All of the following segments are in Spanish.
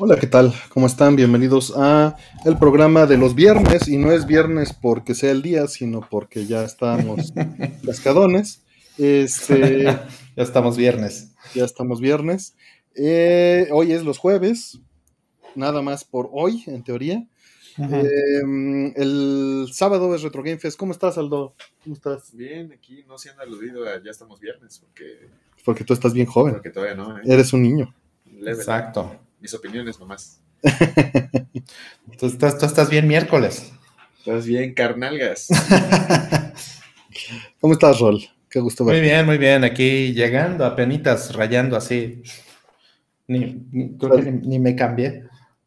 Hola, ¿qué tal? ¿Cómo están? Bienvenidos a el programa de los viernes, y no es viernes porque sea el día, sino porque ya estamos cascadones. Ya estamos viernes. Ya estamos viernes. Hoy es los jueves, nada más por hoy, en teoría. Ujú. El sábado es Retro Game Fest. ¿Cómo estás, Aldo? ¿Cómo estás? Bien, aquí no se han aludido a ya estamos viernes, Porque tú estás bien joven. porque todavía no, Eres un niño. Leve, Exacto. mis opiniones nomás. Tú estás bien miércoles. Estás bien, carnalgas. ¿Cómo estás, Rol? Qué gusto Muy verte. bien, muy bien. Aquí llegando, apenitas, rayando así. Creo que ni me cambié.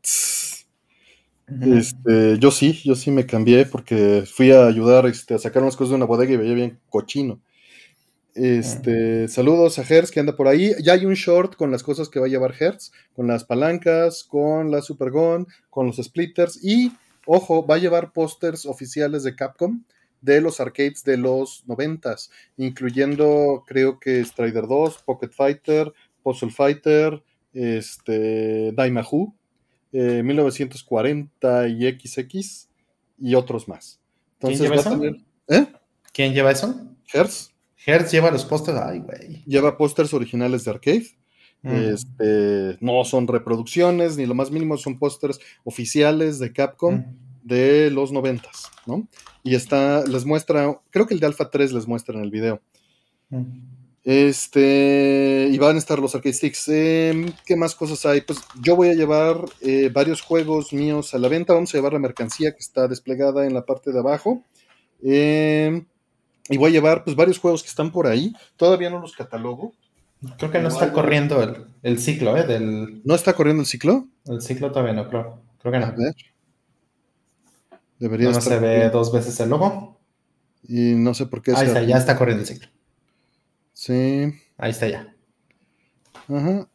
Ujú. Yo sí me cambié porque fui a ayudar a sacar unas cosas de una bodega y veía bien cochino. Saludos a Hertz que anda por ahí. Ya hay un short con las cosas que va a llevar Hertz, con las palancas, con la Super Gun, con los splitters y, ojo, va a llevar pósters oficiales de Capcom de los arcades de los 90s, incluyendo, creo que Strider 2, Pocket Fighter, Puzzle Fighter, Daimahu, 1940 y XX y otros más. ¿Quién Entonces lleva va a tener, eso? ¿eh? ¿Quién lleva eso? Hertz Hertz lleva los pósters. Ay, güey. lleva pósters originales de arcade. Mm, No son reproducciones ni lo más mínimo, son pósters oficiales de Capcom mm, de los 90s, ¿no? Y les muestra, creo que el de Alpha 3 les muestra en el video. mm. Y van a estar los arcade sticks. ¿Qué más cosas hay? Pues yo voy a llevar varios juegos míos a la venta. Vamos a llevar la mercancía que está desplegada en la parte de abajo. Y voy a llevar pues varios juegos que están por ahí. Todavía no los catalogo. Creo que no está Igual, corriendo el ciclo, ¿eh? ¿no está corriendo el ciclo? El ciclo todavía no, creo. Creo que A no. ver, debería Nada más estar se ve corriendo. 2 veces el logo. Y no sé por qué Ahí sea. está, ya está corriendo el ciclo. Sí, Ahí está ya. ajá,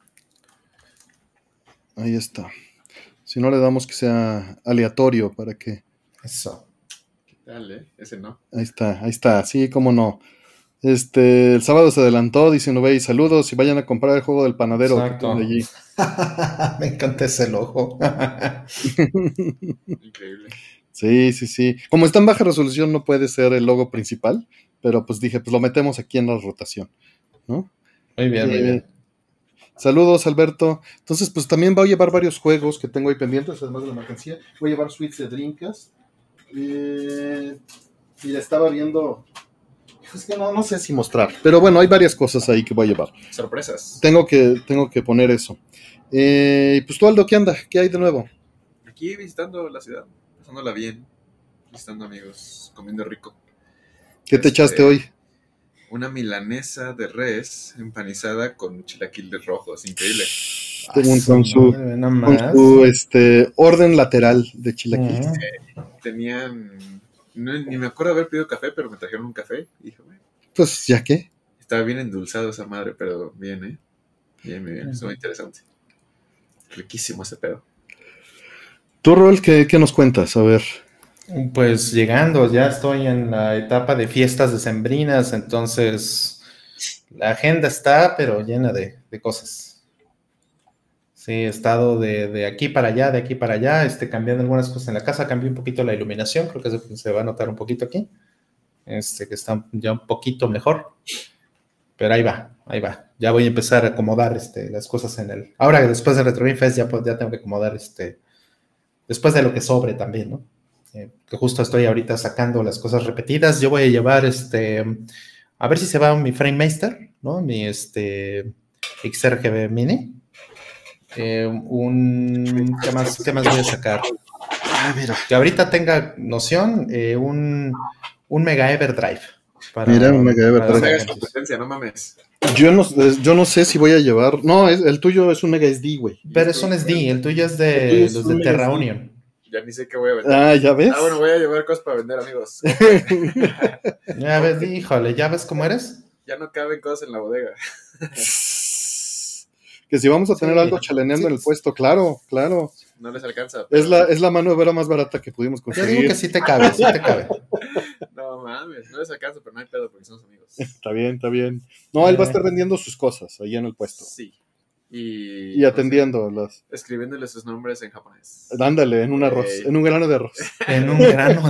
ahí está. Si no le damos que sea aleatorio para que. Eso. Dale, ese no. Ahí está, sí, cómo no. El sábado se adelantó, dice Nubey, saludos y vayan a comprar el juego del panadero que tienen Exacto. allí. Me encanta ese logo. Increíble. Sí, sí, sí. Como está en baja resolución, no puede ser el logo principal, pero pues dije, pues lo metemos aquí en la rotación, ¿no? Muy bien, muy Eh, bien. Saludos, Alberto. Entonces, pues también voy a llevar varios juegos que tengo ahí pendientes, además de la mercancía. Voy a llevar suites de Dreamcast. Y la estaba viendo. Es que no sé si mostrar, pero bueno, hay varias cosas ahí que voy a llevar. Sorpresas. Tengo que poner eso. Pues tú, Aldo, ¿qué anda? ¿Qué hay de nuevo? Aquí visitando la ciudad, pasándola bien, visitando amigos, comiendo rico. ¿Qué te echaste hoy? Una milanesa de res empanizada con chilaquiles rojos, increíble. Con su, Madre, nada con más. su orden lateral de chilaquiles. Tenían, ni me acuerdo haber pedido café, pero me trajeron un café. Y dije, bueno, Pues ya que. estaba bien endulzado esa madre, pero bien, ¿eh? Bien, muy bien, estuvo interesante. Riquísimo ese pedo. ¿Tú, Rol, qué nos cuentas? A ver. Pues llegando, ya estoy en la etapa de fiestas decembrinas, entonces la agenda está, pero llena de cosas. Sí, he estado de aquí para allá, de aquí para allá, cambiando algunas cosas en la casa, cambié un poquito la iluminación, creo que se va a notar un poquito aquí, que está ya un poquito mejor, pero ahí va, ahí va. Ya voy a empezar a acomodar las cosas en el... Ahora, después de Retro Game Fest, ya tengo que acomodar después de lo que sobre también, ¿no? Que justo estoy ahorita sacando las cosas repetidas. Yo voy a llevar a ver si se va mi FrameMaster, ¿no? Mi XRGB Mini. ¿Qué más voy a sacar? Ah, mira. Que ahorita tenga noción, un Mega Everdrive. Mira, un Mega No Everdrive. me hagas competencia, no mames. Yo no sé si voy a llevar. No, el tuyo es un Mega SD, güey. Pero es un SD, el tuyo es El tuyo de es los un de Mega Terra SD. Union. Ya ni sé qué voy a vender. Ah, ¿ya ves? Bueno, voy a llevar cosas para vender, amigos. Ya ves, híjole, ¿ya ves cómo eres? Ya no caben cosas en la bodega. Que si vamos a tener Sí. algo chaleneando en el puesto, claro. No les alcanza. Es la mano de obra más barata que pudimos Yo digo conseguir. que sí te cabe, sí te cabe. No mames, no les alcanza, pero no hay pedo porque somos amigos. Está bien. No, él va a estar vendiendo sus cosas ahí en el puesto. Sí. Y atendiendo las... escribiéndoles sus nombres en japonés. Ándale, en un arroz, en un grano de arroz. En un grano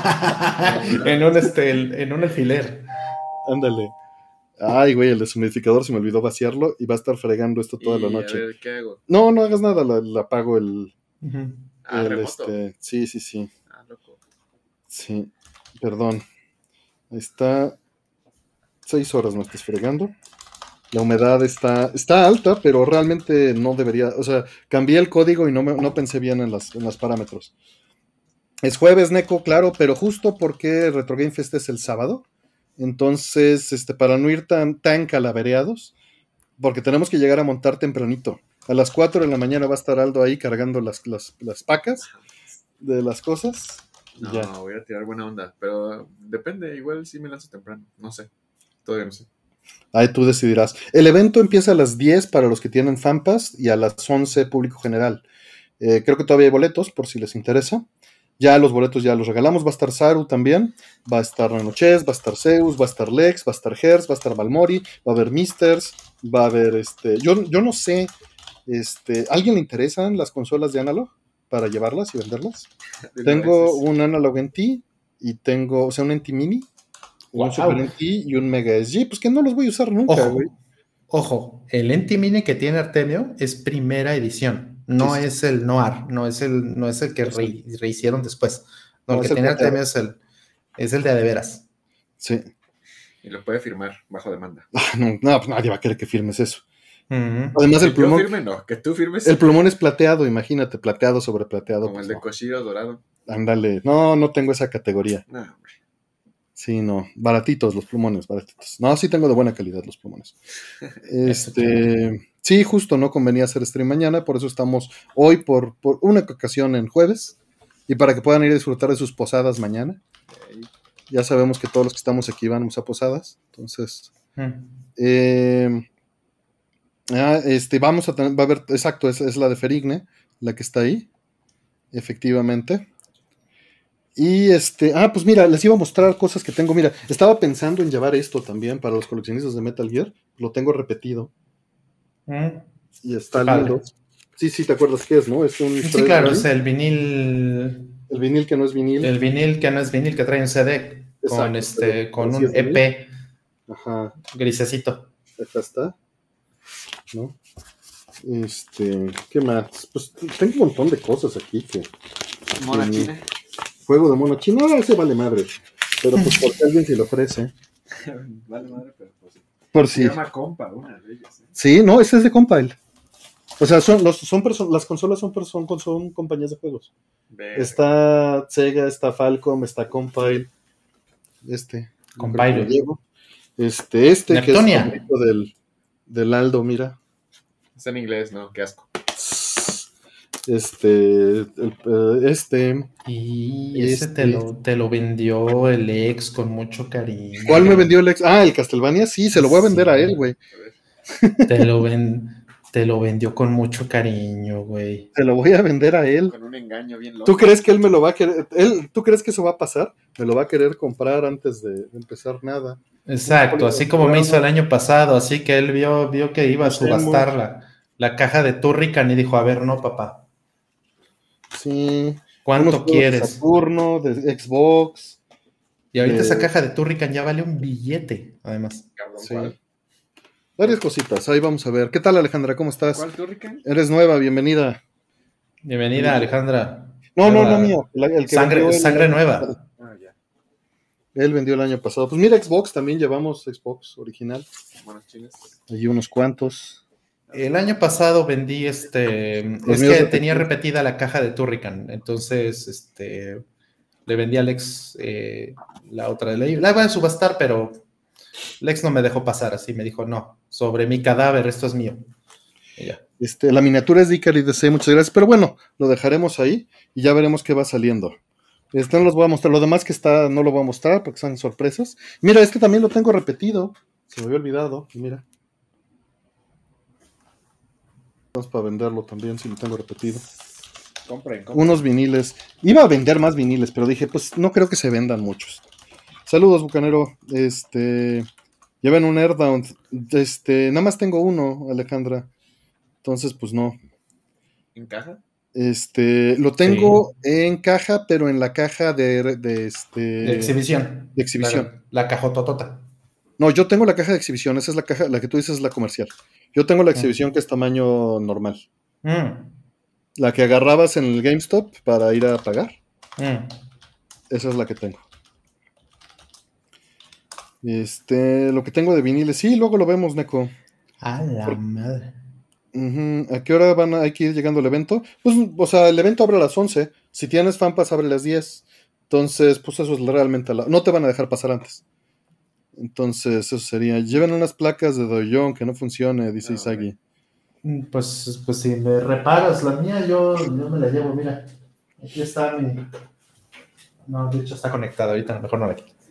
en un alfiler. Ándale. Ay, güey, el deshumidificador se me olvidó vaciarlo y va a estar fregando esto toda la noche. A ver, ¿qué hago? No hagas nada, le apago el... Remoto. Sí. Loco. Sí, perdón. Ahí está. 6 horas me estás fregando. La humedad está alta, pero realmente no debería. O sea, cambié el código y no pensé bien en los parámetros. Es jueves, Neko, claro, pero justo porque Retro Game Fest es el sábado. Entonces, para no ir tan calavereados, porque tenemos que llegar a montar tempranito. A las 4 de la mañana va a estar Aldo ahí cargando las pacas de las cosas. No, ya. Voy a tirar buena onda, pero depende, igual sí me lanzo temprano, no sé, todavía no sé. Ahí tú decidirás. El evento empieza a las 10 para los que tienen FanPass y a las 11 público general. Creo que todavía hay boletos por si les interesa. Ya los boletos ya los regalamos. Va a estar Saru también. Va a estar Nanoches, va a estar Zeus, va a estar Lex, va a estar Hertz, va a estar Balmori, va a haber Misters, va a haber yo no sé. ¿Alguien le interesan las consolas de Analog para llevarlas y venderlas? Tengo un Analog NT y tengo, un NT Mini, un Super NT y un Mega SG, pues que no los voy a usar nunca, güey. Ojo, el NT Mini que tiene Artemio es primera edición, no es el Noir, no es el que rehicieron después. No, el que tiene Artemio es el de veras. Sí. Y lo puede firmar bajo demanda. No, pues nadie va a querer que firmes eso. Uh-huh. Además, el plumón. Que tú firmes. El plumón es plateado, imagínate, plateado sobre plateado. Como pues el de Koshiro dorado. Ándale. No tengo esa categoría. No, hombre. Sí, no. Baratitos los plumones, baratitos. No, sí tengo de buena calidad los plumones. Sí, justo no convenía hacer stream mañana, por eso estamos hoy por una ocasión en jueves y para que puedan ir a disfrutar de sus posadas mañana. Okay. Ya sabemos que todos los que estamos aquí vamos a posadas, entonces vamos a tener, va a haber, exacto, es la de Ferigne, la que está ahí, efectivamente. Y pues mira, les iba a mostrar cosas que tengo. Mira, estaba pensando en llevar esto también para los coleccionistas de Metal Gear. Lo tengo repetido. Y está lindo. Sí, te acuerdas qué es, ¿no? Es un sí, claro, es el vinil. El vinil que no es vinil. El vinil que no es vinil, que trae un CD. Exacto, con un EP. Ajá. Grisecito. Acá está. ¿No? ¿Qué más? Pues tengo un montón de cosas aquí que. Mona china. Juego de mono chino, ese vale madre. Pero pues porque alguien se lo ofrece. Vale madre, pero pues. Por si. Se llama Compa, una de ellas. Sí, no, ese es de Compile. O sea, las consolas son compañías de juegos. Está Sega, está Falcom, está Compile. Compile. Que es Neptunia. Del Aldo, mira. Está en inglés, ¿no? Qué asco. Y ese te lo vendió el ex con mucho cariño. ¿Cuál me vendió el ex? El Castlevania, sí, se lo voy a vender a él, güey. Te lo vendió con mucho cariño, güey. Se lo voy a vender a él. Con un engaño bien loco. ¿Tú crees que él me lo va a querer? ¿Tú crees que eso va a pasar? Me lo va a querer comprar antes de empezar nada. Exacto, así como me hizo el año pasado, así que él vio que iba a subastar la caja de Turrican y dijo, a ver, no, papá. Sí. ¿Cuánto quieres? De Saturno, de Xbox. Y ahorita esa caja de Turrican ya vale un billete, además. Sí. Varias cositas, ahí vamos a ver. ¿Qué tal, Alejandra? ¿Cómo estás? ¿Cuál Turrican? Eres nueva, bienvenida. Bienvenida, Alejandra. No, mío. El que sangre nueva. Ya. Él vendió el año pasado. Pues mira, Xbox, también llevamos Xbox original. Buenas chinas. Allí unos cuantos. El año pasado vendí es que tenía repetida la caja de Turrican, entonces le vendí a Alex la otra, la iba a subastar, pero Lex no me dejó pasar, así me dijo, no, sobre mi cadáver, esto es mío. Y ya. La miniatura es de Icari DC, muchas gracias, pero bueno, lo dejaremos ahí y ya veremos qué va saliendo. No los voy a mostrar, lo demás que está no lo voy a mostrar porque son sorpresas. Mira, también lo tengo repetido, se me había olvidado, y mira. Vamos para venderlo también, si lo tengo repetido. Compren. Unos viniles. Iba a vender más viniles, pero dije, pues no creo que se vendan muchos. Saludos, Bucanero. Lleven un Airdown. Nada más tengo uno, Alejandra. Entonces, pues no. ¿En caja? Lo tengo en caja, pero en la caja de exhibición. De exhibición. La cajototota. No, yo tengo la caja de exhibición, esa es la caja, la que tú dices es la comercial. Yo tengo la exhibición que es tamaño normal. La que agarrabas en el GameStop para ir a pagar. Esa es la que tengo. Lo que tengo de viniles, sí, luego lo vemos, Neko. A la madre. ¿A qué hora hay que ir llegando al evento? Pues, o sea, el evento abre a las 11. Si tienes FanPass, abre a las 10. Entonces, pues eso es realmente... No te van a dejar pasar antes. Entonces, eso sería... Lleven unas placas de Doyon que no funcione, dice Isagi. Pues si me reparas la mía, yo me la llevo, mira. Aquí está mi... No, de hecho está conectada, ahorita a lo mejor no la quito.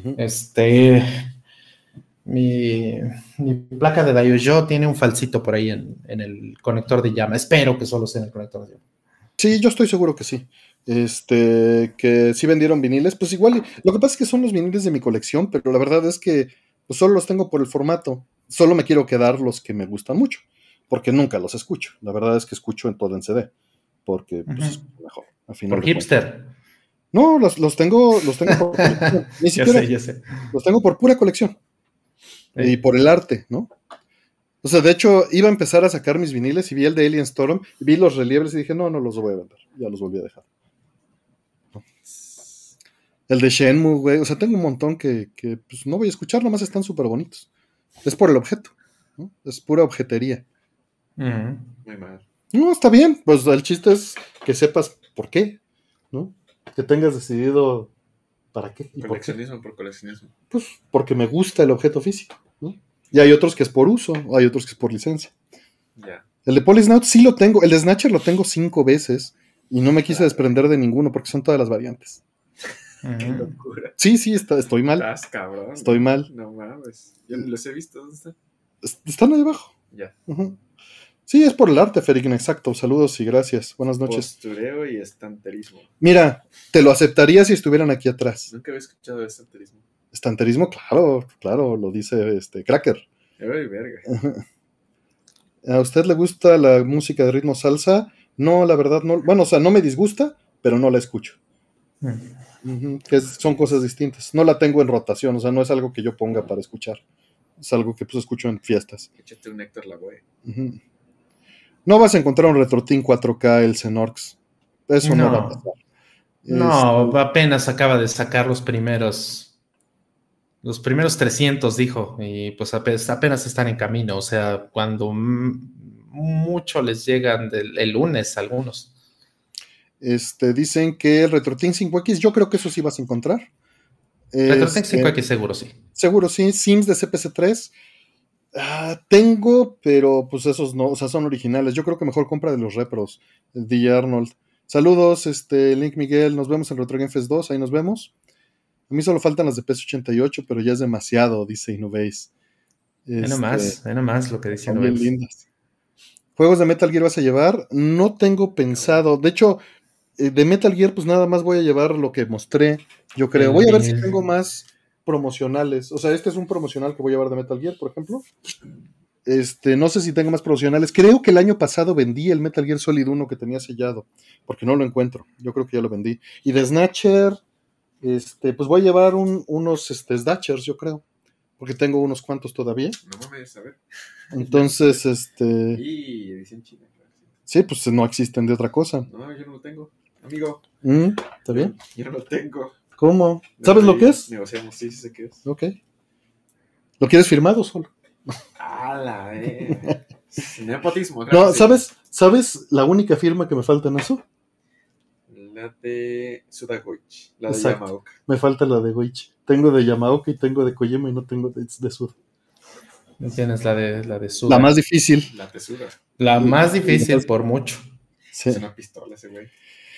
Mi placa de Daioyo tiene un falsito por ahí en el conector de llama. Espero que solo sea en el conector de llama. Sí, yo estoy seguro que sí. Que sí vendieron viniles. Pues igual, lo que pasa es que son los viniles de mi colección, pero la verdad es que pues, solo los tengo por el formato. Solo me quiero quedar los que me gustan mucho, porque nunca los escucho. La verdad es que escucho en todo en CD, porque pues, es mejor. Por hipster. No, los tengo por colección. Ni siquiera. Ya sé. Los tengo por pura colección. Y por el arte, ¿no? O sea, de hecho, iba a empezar a sacar mis viniles y vi el de Alien Storm, vi los relieves y dije, no los voy a vender. Ya los volví a dejar. ¿No? El de Shenmue, güey. O sea, tengo un montón que pues, no voy a escuchar, nomás están súper bonitos. Es por el objeto, ¿no? Es pura objetería. Muy mal. No, está bien. Pues el chiste es que sepas por qué, ¿no? Que tengas decidido para qué. Coleccionismo por coleccionismo. Pues porque me gusta el objeto físico, ¿no? Y hay otros que es por uso, o hay otros que es por licencia. Yeah. El de Polysnout sí lo tengo, el de Snatcher lo tengo 5 veces y no me quise desprender de ninguno porque son todas las variantes. Qué locura. Sí, estoy mal. Estás cabrón. Estoy mal. No mames. Yo ni los he visto. ¿Dónde están? Están ahí abajo. Ya. Sí, es por el arte, Ferigin, exacto. Saludos y gracias. Buenas noches. Postureo y estanterismo. Mira, te lo aceptaría si estuvieran aquí atrás. Nunca había escuchado de estanterismo. Estanterismo, claro, lo dice Cracker. Ay, verga. ¿A usted le gusta la música de ritmo salsa? No, la verdad no. Bueno, o sea, no me disgusta, pero no la escucho. Son cosas distintas. No la tengo en rotación, o sea, no es algo que yo ponga para escuchar. Es algo que pues escucho en fiestas. Échate un Héctor Lavoe. No vas a encontrar un RetroTin 4K el Xenorx. Eso no va a pasar. No, apenas acaba de sacar los primeros 300, dijo, y pues apenas están en camino, o sea, cuando mucho les llegan el lunes algunos. Dicen que el RetroTin 5X, yo creo que eso sí vas a encontrar. RetroTin 5X seguro sí. Seguro sí. Sims de CPC3 tengo, pero pues esos no, o sea, son originales. Yo creo que mejor compra de los repros, el DJ Arnold. Saludos, Link Miguel, nos vemos en Retro Game Fest 2, ahí nos vemos. A mí solo faltan las de PS88, pero ya es demasiado, dice Innovace. Ve nomás lo que dice Innovace. Bien lindas. ¿Juegos de Metal Gear vas a llevar? No tengo pensado. De hecho, de Metal Gear, pues nada más voy a llevar lo que mostré, yo creo. Voy a ver si tengo más promocionales. O sea, este es un promocional que voy a llevar de Metal Gear, por ejemplo. No sé si tengo más promocionales. Creo que el año pasado vendí el Metal Gear Solid 1 que tenía sellado, porque no lo encuentro. Yo creo que ya lo vendí. Y de Snatcher, pues voy a llevar unos Snatchers, yo creo, porque tengo unos cuantos todavía. No mames, a ver. Entonces, Y edición china. Sí, pues no existen de otra cosa. No, yo no lo tengo, amigo. ¿Está bien? Yo no lo tengo. ¿Cómo? ¿Sabes lo que es? Negociamos, sí sé qué es. Ok. ¿Lo quieres firmado solo? Nepotismo. No, sí. ¿Sabes la única firma que me falta en eso? La de Sudagoichi, la Exacto. de Yamaoka. Me falta la de Goichi. Tengo de Yamaoka y tengo de Kojima y no tengo de Suda. Tienes la de Suda. La más difícil. La Tesura. La más difícil por mucho. Sí. Es una pistola ese güey.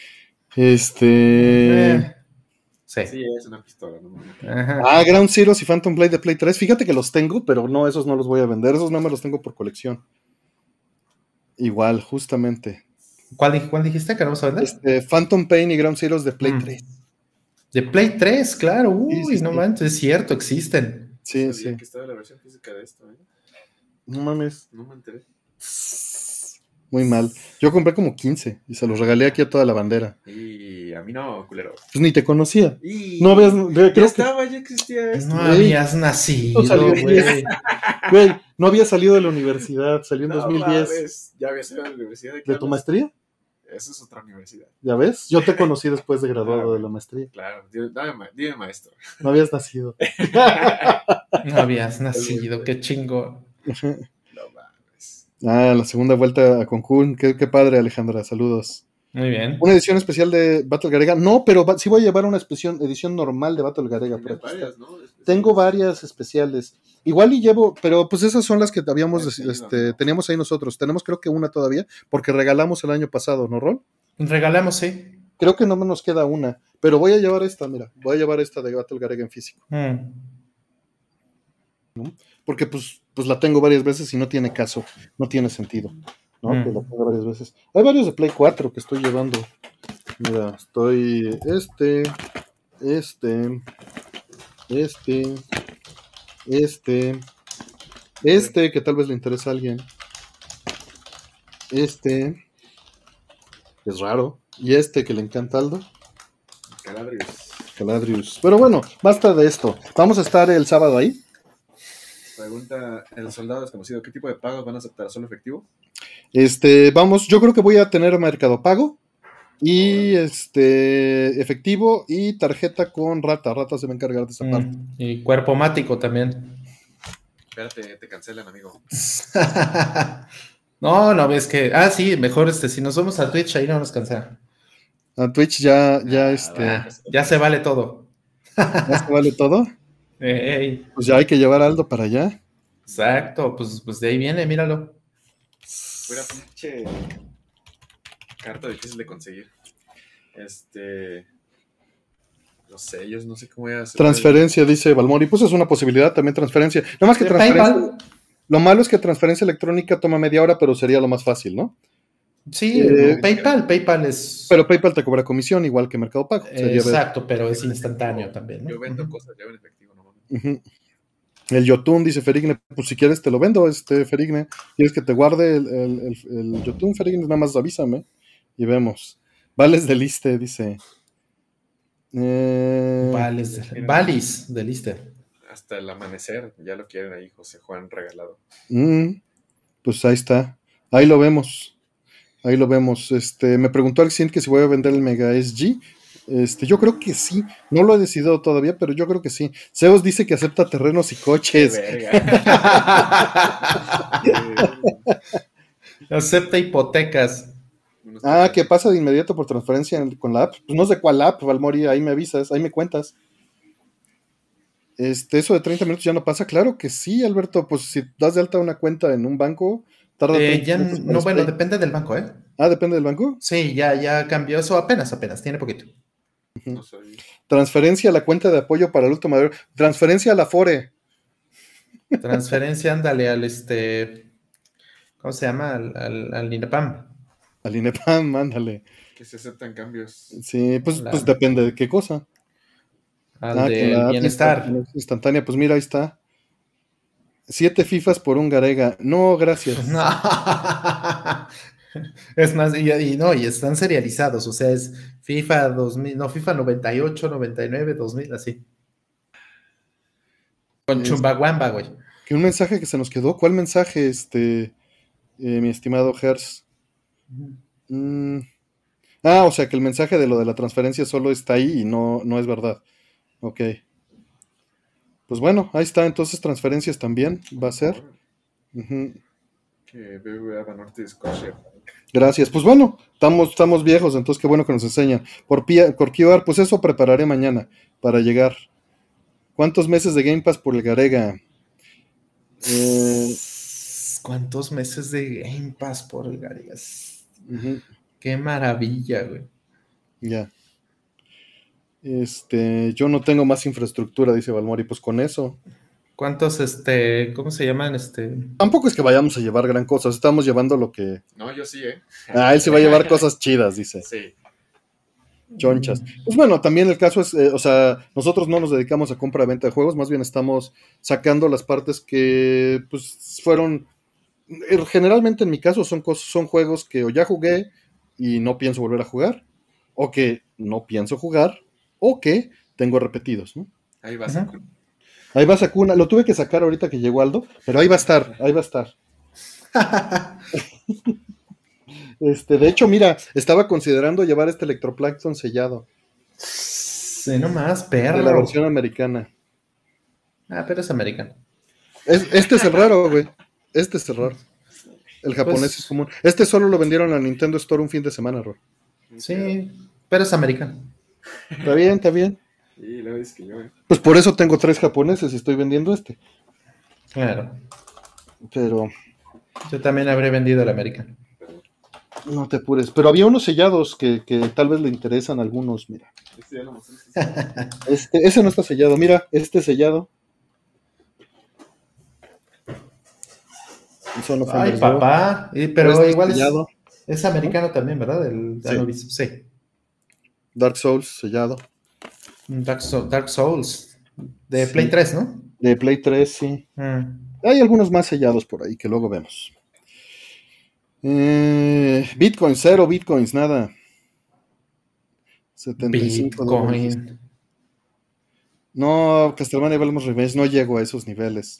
Sí, es una pistola. No, Ground Zeroes y Phantom Blade de Play 3. Fíjate que los tengo, pero no, esos no los voy a vender. Esos no me los tengo por colección. Igual, justamente. ¿Cuál dijiste que no vas a vender? Phantom Pain y Ground Zeroes de Play 3. De Play 3, claro. Uy, sí, no manches, es cierto, existen. Sí, sabía que estaba la versión física de esto, ¿eh? No mames. No me enteré. Muy mal. Yo compré como 15 y se los regalé aquí a toda la bandera. Y a mí no, culero. Pues ni te conocía. Y No habías, ya creo estaba, ya existía esto. No Güey, habías no nacido, salió güey. güey, no había salido de la universidad, salió en No 2010. mames, ya había salido de la universidad. ¿De qué ¿De tu hablas? maestría? Esa es otra universidad. ¿Ya ves? Yo te conocí después de graduado de la maestría. Claro, dime maestro. No habías nacido. No habías nacido, qué chingo. No mames. La segunda vuelta a Cancún. Qué padre, Alejandra. Saludos. Muy bien. ¿Una edición especial de Battle Garega? No, pero sí voy a llevar una edición normal de Battle Garega. Tienes varias, ¿no? Tengo varias especiales. Igual y llevo, pero pues esas son las que habíamos, ¿no? teníamos ahí nosotros. Tenemos creo que una todavía, porque regalamos el año pasado, ¿no, Rol? Regalamos, sí. Creo que no nos queda una, pero voy a llevar esta, mira, voy a llevar esta de Battle Garega en físico. ¿No? Porque pues la tengo varias veces y no tiene caso, no tiene sentido, ¿no? Pues la tengo varias veces. Hay varios de Play 4 que estoy llevando. Mira, estoy este, que tal vez le interesa a alguien. Es raro. Y que le encanta a Aldo. Caladrius. Pero bueno, basta de esto. Vamos a estar el sábado ahí. Pregunta el soldado desconocido: ¿qué tipo de pagos van a aceptar? ¿Solo efectivo? Vamos, yo creo que voy a tener Mercado Pago y efectivo y tarjeta con Rata. Rata se va a encargar de esa parte. Y cuerpo mático también. Espérate, te cancelan, amigo. No, ves que. Sí, mejor si nos vamos a Twitch, ahí no nos cancelan. A Twitch ya se vale todo. ¿Ya se vale todo? Pues ya hay que llevar a Aldo para allá. Exacto, pues de ahí viene, míralo. Fuera pinche carta difícil de conseguir. No sé, yo no sé cómo voy a hacer. Transferencia, dice Balmori. Pues es una posibilidad también, transferencia. No más que transferencia. PayPal. Lo malo es que transferencia electrónica toma media hora, pero sería lo más fácil, ¿no? Sí, PayPal es... Pero PayPal te cobra comisión, igual que Mercado Pago. Exacto, pero es instantáneo también, ¿no? Yo vendo cosas ya en efectivo, ¿no? El Yotun, dice Ferigne, pues si quieres te lo vendo, Ferigne. ¿Quieres que te guarde el Yotun, Ferigne? Nada más avísame y vemos. Vales de Liste, dice. Valis de Liste. Hasta el amanecer, ya lo quieren ahí, José Juan regalado. Pues ahí está. Ahí lo vemos. Me preguntó Alcient que si voy a vender el Mega SG. Yo creo que sí. No lo he decidido todavía, pero yo creo que sí. Zeus dice que acepta terrenos y coches. Acepta hipotecas. Que pasa de inmediato por transferencia con la app. Pues no sé cuál app, Valmori, ahí me avisas, ahí me cuentas. Eso de 30 minutos ya no pasa. Claro que sí, Alberto. Pues si das de alta una cuenta en un banco, tarda 30 minutos. No, bueno, depende del banco, ¿eh? ¿Depende del banco? Sí, ya cambió eso apenas, tiene poquito. No soy... Transferencia a la cuenta de apoyo para el adulto mayor. Transferencia a la FORE. Transferencia, ándale, al ¿cómo se llama? Al INEPAM. Al INEPAM, ándale. Que se aceptan cambios. Sí, pues depende de qué cosa. Del bienestar. Instantánea, pues mira, ahí está. 7 FIFAs por un Garega. No, gracias. No. Es más, y están serializados, o sea, es FIFA 2000, no, FIFA 98, 99, 2000, así. Con Chumbawamba, güey. Que un mensaje que se nos quedó. ¿Cuál mensaje, mi estimado Hertz? O sea, que el mensaje de lo de la transferencia solo está ahí y no es verdad. Ok. Pues bueno, ahí está, entonces transferencias también va a ser. Que BBVA Banorte de Escocia. Gracias. Pues bueno, estamos viejos, entonces qué bueno que nos enseñan. Por QR, pues eso prepararé mañana para llegar. ¿Cuántos meses de Game Pass por el Garega? ¿Cuántos meses de Game Pass por el Garega? Qué maravilla, güey. Ya. Yo no tengo más infraestructura, dice Balmori, pues con eso. ¿Cuántos, cómo se llaman, Tampoco es que vayamos a llevar gran cosa, estamos llevando lo que... No, yo sí, él sí va a llevar cosas chidas, dice. Sí. Chonchas. Pues bueno, también el caso es, nosotros no nos dedicamos a compra-venta de juegos, más bien estamos sacando las partes que, pues, fueron Generalmente en mi caso son juegos que o ya jugué y no pienso volver a jugar, o que no pienso jugar, o que tengo repetidos, ¿no? Ahí vas a... Ahí va Sakuna, lo tuve que sacar ahorita que llegó Aldo, pero ahí va a estar, ahí va a estar. De hecho, mira, estaba considerando llevar este Electroplankton sellado. Sí, nomás, De la perro. versión americana. Pero es americano. Este es el raro, güey. Este es el raro. El japonés Pues, es común. Este solo lo vendieron a Nintendo Store un fin de semana, Ro. sí, pero es americano. Está bien, está bien. Y luego dices que yo... Pues por eso tengo 3 japoneses y estoy vendiendo este. Claro. Pero Yo también habré vendido el americano. no te apures. Pero había unos sellados que tal vez le interesan a algunos, mira. Este ya lo mostré. Ese no está sellado. Mira, este sellado. Son Ay, Offenders papá. Pero Este igual sellado. es americano también, ¿verdad? El Sí. Anubis. Sí. Dark Souls sellado. Dark Souls. De Sí. Play 3, ¿no? De Play 3, sí. Mm. Hay algunos más sellados por ahí que luego vemos. Bitcoin, 0 bitcoins, nada. 75 dólares. Bitcoin. No, Castlevania Velmos Revenge, no llego a esos niveles.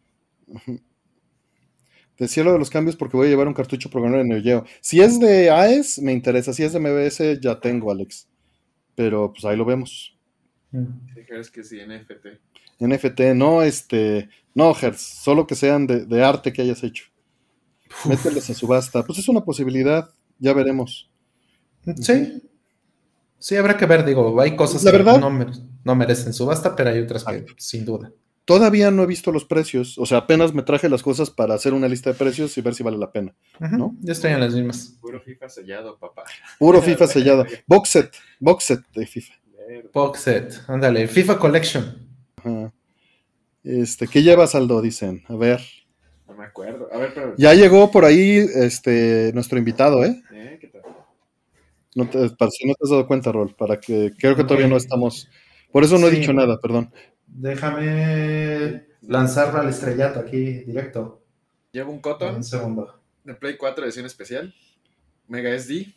Decía lo de los cambios porque voy a llevar un cartucho programado de Neo Geo. Si es de AES, me interesa. Si es de MBS, ya tengo, Alex. Pero pues ahí lo vemos. Es que sí, NFT. NFT, no, no, Hertz, solo que sean de arte que hayas hecho. Mételes a subasta. Pues es una posibilidad, ya veremos. Sí. Sí, habrá que ver, digo, hay cosas La que verdad, no merecen subasta, pero hay otras que sin duda. todavía no he visto los precios. O sea, apenas me traje las cosas para hacer una lista de precios y ver si vale la pena. ¿No? Yo estoy en las mismas. Puro FIFA sellado, papá. Puro FIFA sellado. Box set de FIFA. Box set, ándale, FIFA Collection. Ajá. ¿Qué llevas, Aldo? Dicen. A ver. No me acuerdo. A ver, pero... Ya llegó por ahí nuestro invitado, ¿eh? ¿Qué tal? Para si no te has dado cuenta, Rol, para que creo que todavía no estamos. Por eso no he dicho nada, perdón. Déjame lanzarlo al estrellato aquí directo. Llevo un Cotton. Un segundo. De Play 4 edición especial. Mega SD.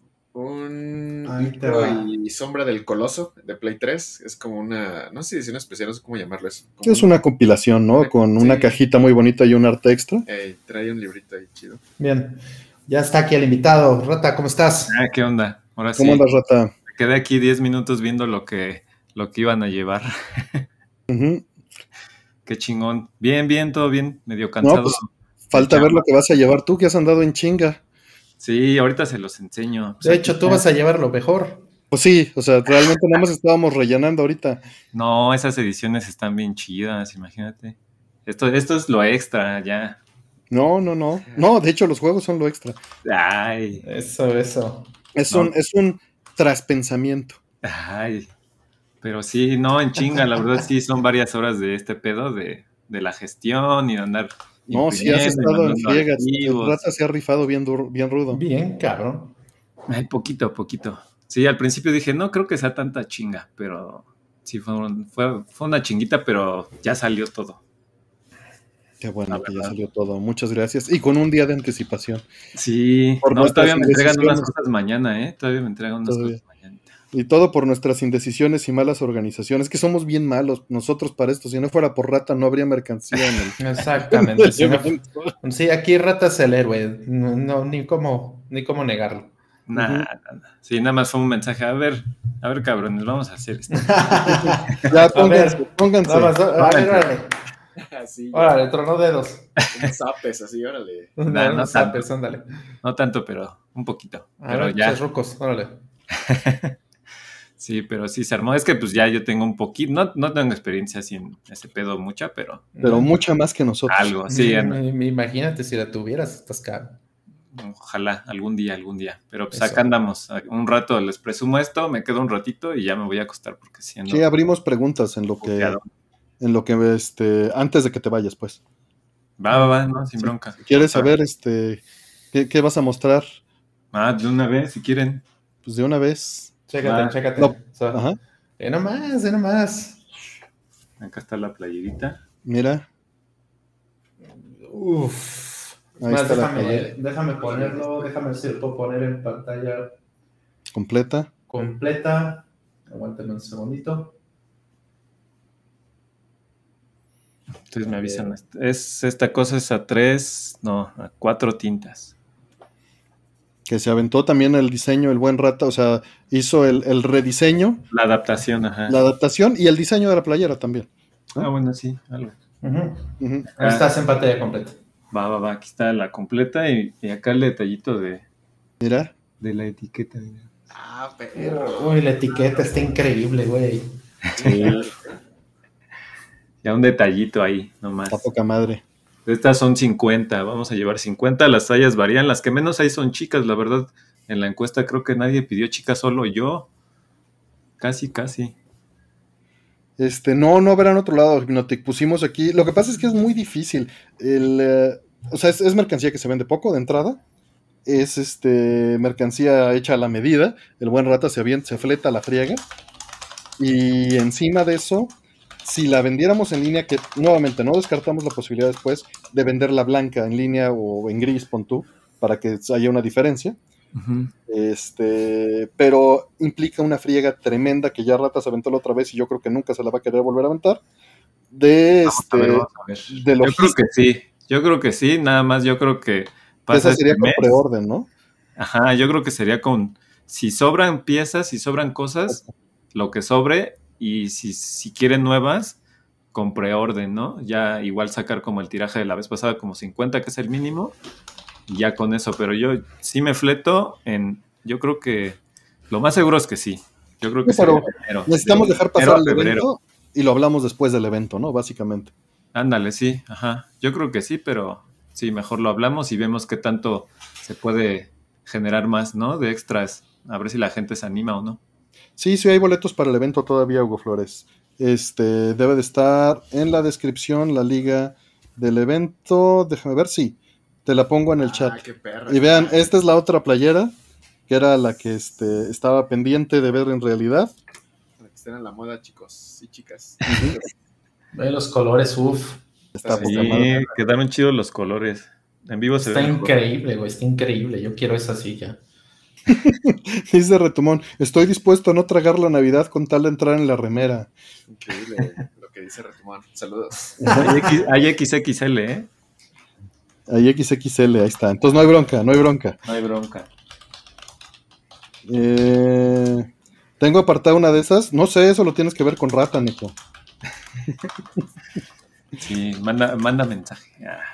Un Ahí te intro va. y sombra del Coloso de Play 3. Es como una, no sé, edición especial, no sé cómo llamarlo eso. Es una compilación, ¿no? Con una cajita muy bonita y un arte extra. Trae un librito ahí chido. Bien, ya está aquí el invitado. Rata, ¿cómo estás? ¿Qué onda? Ahora sí. ¿Cómo andas, Rata? Me quedé aquí 10 minutos viendo lo que iban a llevar. Uh-huh. Qué chingón. Bien, todo bien. Medio cansado. No, pues falta ver lo que vas a llevar tú, que has andado en chinga. Sí, ahorita se los enseño. De hecho, tú vas a llevar lo mejor. Pues sí, o sea, realmente nada más estábamos rellenando ahorita. No, esas ediciones están bien chidas, imagínate. Esto es lo extra, ya. No. No, de hecho, los juegos son lo extra. Ay. Eso. Es un traspensamiento. Ay. Pero sí, no, en chinga, la verdad sí son varias horas de este pedo de la gestión y de andar. No, sí has estado en friegas. El Rata se ha rifado bien rudo. Bien, cabrón. Ay, poquito. Sí, al principio dije, no creo que sea tanta chinga, pero sí fue una chinguita, pero ya salió todo. Qué bueno que ya salió todo. Muchas gracias. Y con un día de anticipación. Sí, todavía me entregan unas cosas mañana, ¿eh? Todavía me entregan unas cosas mañana. Y todo por nuestras indecisiones y malas organizaciones, que somos bien malos nosotros para esto. Si no fuera por Rata, no habría mercancía en el. Exactamente. Sí, aquí Rata es el héroe. No, ni cómo negarlo. Nada. Sí, nada más fue un mensaje. A ver, cabrones, vamos a hacer esto. Ya, pónganse. Órale. Así, órale, tronó dedos. Como zapes, así, órale. No zapes, ándale. No tanto, pero un poquito. Pero ver, ya. Rucos, órale. Sí, pero sí se armó. Es que pues ya yo tengo un poquito, no tengo experiencia así en ese pedo mucha, pero mucha más que nosotros. Algo, sí. Imagínate si la tuvieras, estás caro. Ojalá, algún día. Pero pues acá andamos. Un rato les presumo esto, me quedo un ratito y ya me voy a acostar porque siendo. Sí, abrimos preguntas en lo que antes de que te vayas, pues. Va, no, sin bronca. ¿Quieres saber qué vas a mostrar? De una vez, si quieren. Pues de una vez. Chécate. No. Ajá. Nomás. Acá está la playerita. Mira. Uf. Ahí Más, está la playera déjame ponerlo, déjame ver si lo puedo poner en pantalla completa. completa. Aguántame un segundito. Entonces me avisan. Esta cosa es a 4 tintas. Que se aventó también el diseño, el buen rata, o sea, hizo el rediseño, La adaptación, ajá. la adaptación y el diseño de la playera también. Ah, bueno, sí, algo. Ujú. Ahí estás en pantalla completa. Va, aquí está la completa y acá el detallito Mira, de la etiqueta. Mira. Ah, perro. Uy, la etiqueta está increíble, güey. Sí. Ya un detallito ahí, nomás. a poca madre. Estas son 50, vamos a llevar 50, las tallas varían, las que menos hay son chicas, la verdad. En la encuesta creo que nadie pidió chicas, solo yo. Casi. No verán otro lado, Hypnotic. Pusimos aquí. Lo que pasa es que es muy difícil. O sea, es mercancía que se vende poco de entrada. Es mercancía hecha a la medida. El buen rata se fleta la friega. Y encima de eso, si la vendiéramos en línea, que nuevamente no descartamos la posibilidad después de venderla blanca en línea o en gris, pon tú, para que haya una diferencia. Uh-huh. Pero implica una friega tremenda que ya Rata se aventó la otra vez y yo creo que nunca se la va a querer volver a aventar. Vamos a ver. De Yo creo que sí, nada más yo creo que esa sería con preorden, ¿no? Ajá, yo creo que sería si sobran piezas, si sobran cosas, lo que sobre, y si quieren nuevas, con preorden, ¿no? Ya igual sacar como el tiraje de la vez pasada, como 50, que es el mínimo, y ya con eso, pero yo sí me fleto yo creo que lo más seguro es que sí. Yo creo que sí, pero enero, necesitamos dejar pasar el evento y lo hablamos después del evento, ¿no? Básicamente. Ándale, sí, ajá. Yo creo que sí, pero sí, mejor lo hablamos y vemos qué tanto se puede generar más, ¿no? De extras, a ver si la gente se anima o no. Sí, hay boletos para el evento todavía, Hugo Flores. Debe de estar en la descripción la liga del evento. Déjame ver, sí. Te la pongo en el chat. Qué perra. Y vean, esta es la otra playera, que era la que estaba pendiente de ver en realidad. Para que estén a la moda, chicos y chicas. Ve los colores, uff. Sí, quedaron chidos los colores. En vivo se ve. Está increíble, güey, está increíble. Yo quiero esa silla. Dice Retumón, estoy dispuesto a no tragar la Navidad con tal de entrar en la remera. Increíble lo que dice Retumón. Saludos. Hay XXL, ¿eh? Hay XXL, ahí está. Entonces no hay bronca. No hay bronca. Tengo apartada una de esas. No sé, eso lo tienes que ver con Rata, Nico. Sí, manda mensaje.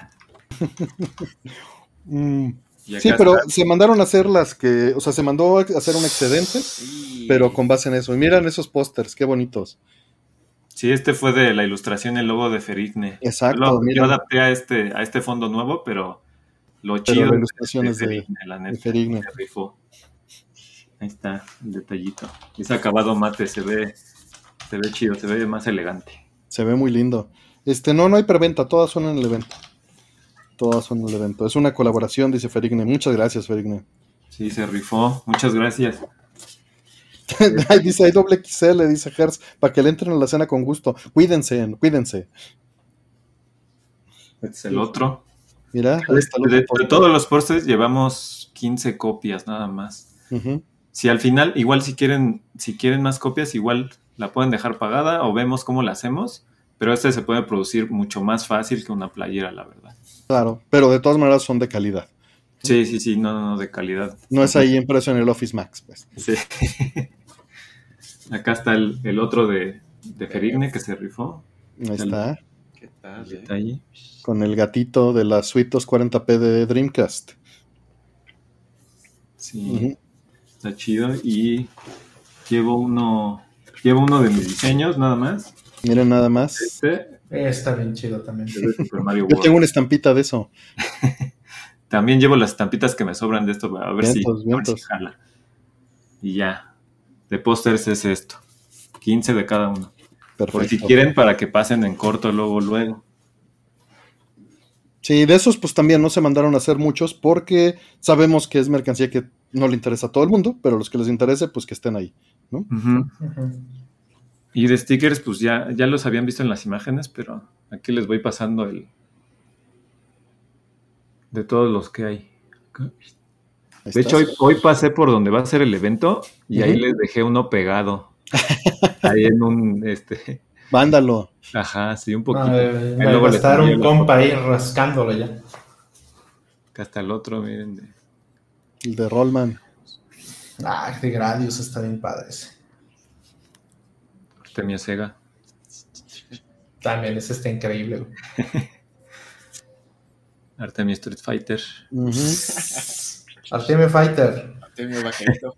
Sí, pero se mandaron a hacer se mandó a hacer un excedente, pero con base en eso. Y miran esos pósters, qué bonitos. Sí, este fue de la ilustración, el logo de Ferigne. Exacto. Yo adapté a este fondo nuevo, pero lo chido la ilustración es Ferigne, la neta. De Ferigne. Se rifó. Ahí está el detallito. Ese acabado mate se ve chido, se ve más elegante. Se ve muy lindo. No hay preventa, todas son en el evento. Es una colaboración, dice Ferigne. Muchas gracias, Ferigne. Sí, se rifó. Muchas gracias. Dice, hay doble XL, dice Hertz, para que le entren a la cena con gusto. Cuídense. Este es el otro. Mira, de todos los pósters llevamos 15 copias nada más. Uh-huh. Si al final, igual si quieren más copias, igual la pueden dejar pagada o vemos cómo la hacemos, pero se puede producir mucho más fácil que una playera, la verdad. Claro, pero de todas maneras son de calidad. Sí, no, de calidad. No es ahí impreso en el Office Max, pues. Sí. Acá está el otro de Ferigne que se rifó. Ahí está. ¿Qué tal? Está ahí. Con el gatito de la Suite 240p de Dreamcast. Sí, Está chido. Y llevo uno de mis diseños, nada más. Miren nada más. Está bien chido también. Yo tengo una estampita de eso. También llevo las estampitas que me sobran de esto, a ver si jala. Y ya. De pósters es esto. 15 de cada uno. Perfecto. Por si quieren, para que pasen en corto luego. Sí, de esos pues también no se mandaron a hacer muchos porque sabemos que es mercancía que no le interesa a todo el mundo, pero los que les interese, pues que estén ahí, ¿no? Uh-huh. Y de stickers, pues ya los habían visto en las imágenes, pero aquí les voy pasando de todos los que hay. Ahí De hecho, estás. hoy pasé por donde va a ser el evento y ahí les dejé uno pegado. Ahí en un, Mándalo. ajá, sí, un No, poquito. Ahí va luego a les estar envío un la compa foto. ahí rascándolo ya. Que hasta el otro, miren. El de Rollman. Ah, de Gradius está bien padre ese. Artemio Sega. También ese está increíble, güey. Artemio Street Fighter. Ujú. Artemio Fighter. Artemio Vaquerito.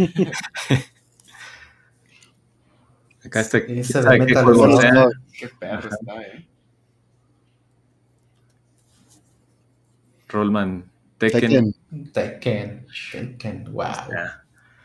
Acá está. Ese ¿Sabe de qué Metal juego Slug. sea? Qué perro Ajá. está, Rollman Tekken. Tekken. Wow. Ah,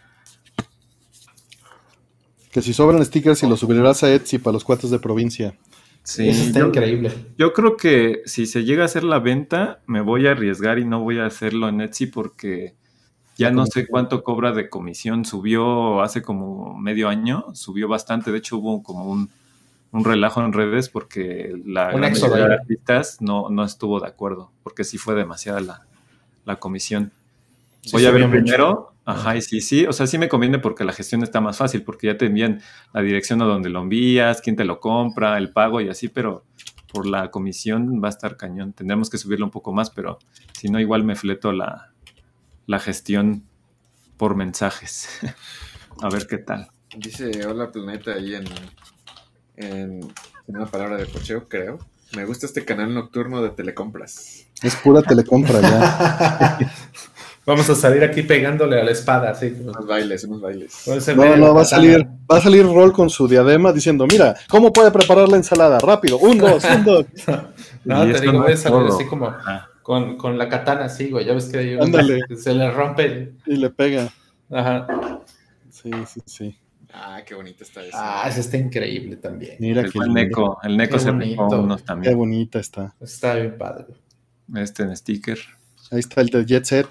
Que si sobran stickers y los subirás a Etsy para los cuates de provincia. sí, Ese está increíble. yo creo que si se llega a hacer la venta, me voy a arriesgar y no voy a hacerlo en Etsy porque ya no sé cuánto cobra de comisión. Subió hace como medio año, subió bastante. De hecho, hubo como un relajo en redes porque la Un gran éxodo mayoría de ahí. artistas no estuvo de acuerdo porque sí fue demasiada la comisión. Sí, Voy a ver subió mucho. primero, ajá, y sí, o sea, sí me conviene porque la gestión está más fácil, porque ya te envían la dirección a donde lo envías, quién te lo compra, el pago y así, pero por la comisión va a estar cañón. Tendremos que subirlo un poco más, pero si no, igual me fleto la gestión por mensajes. A ver qué tal. Dice Hola Planeta ahí en una palabra de pocheo, creo. Me gusta este canal nocturno de telecompras. Es pura telecompra ya. Vamos a salir aquí pegándole a la espada, así. Unos bailes. No, va a salir Roll con su diadema diciendo, mira, ¿cómo puede preparar la ensalada? Rápido, 1, 2, 1, 2. No, Y te esto digo, no voy a es salir todo. así como Ajá. con la katana así, güey. Ya ves que hay uno Ándale. que se le rompe. Y le pega. Ajá. Sí. Ah, qué bonito está eso. Ah, ese está increíble también. Mira El qué buen lindo. El Neko Qué se bonito. rifó unos Qué también. bonita está. Está bien padre. En sticker. Ahí está el de Jet Set.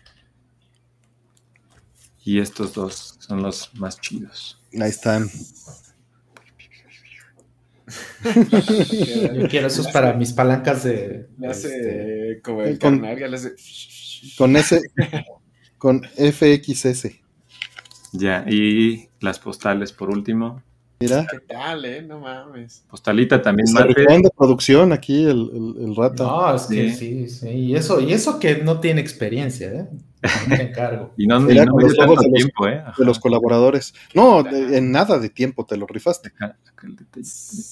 Y estos dos son los más chidos. Ahí están. Yo quiero esos para mis palancas de. Me hace como el con- carnal, ya le hace... Con FXS. Ya, y las postales por último. Mira. ¿Qué tal, No mames. Postalita también Se mate. rifó de producción aquí el rata. No, es que Sí. sí. Y eso que no tiene experiencia, ¿eh? No me encargo. Y no Mira, me con dio los ojos tanto de los- tiempo, Ajá. De los colaboradores. No, en nada de tiempo te lo rifaste. Acá el detalle.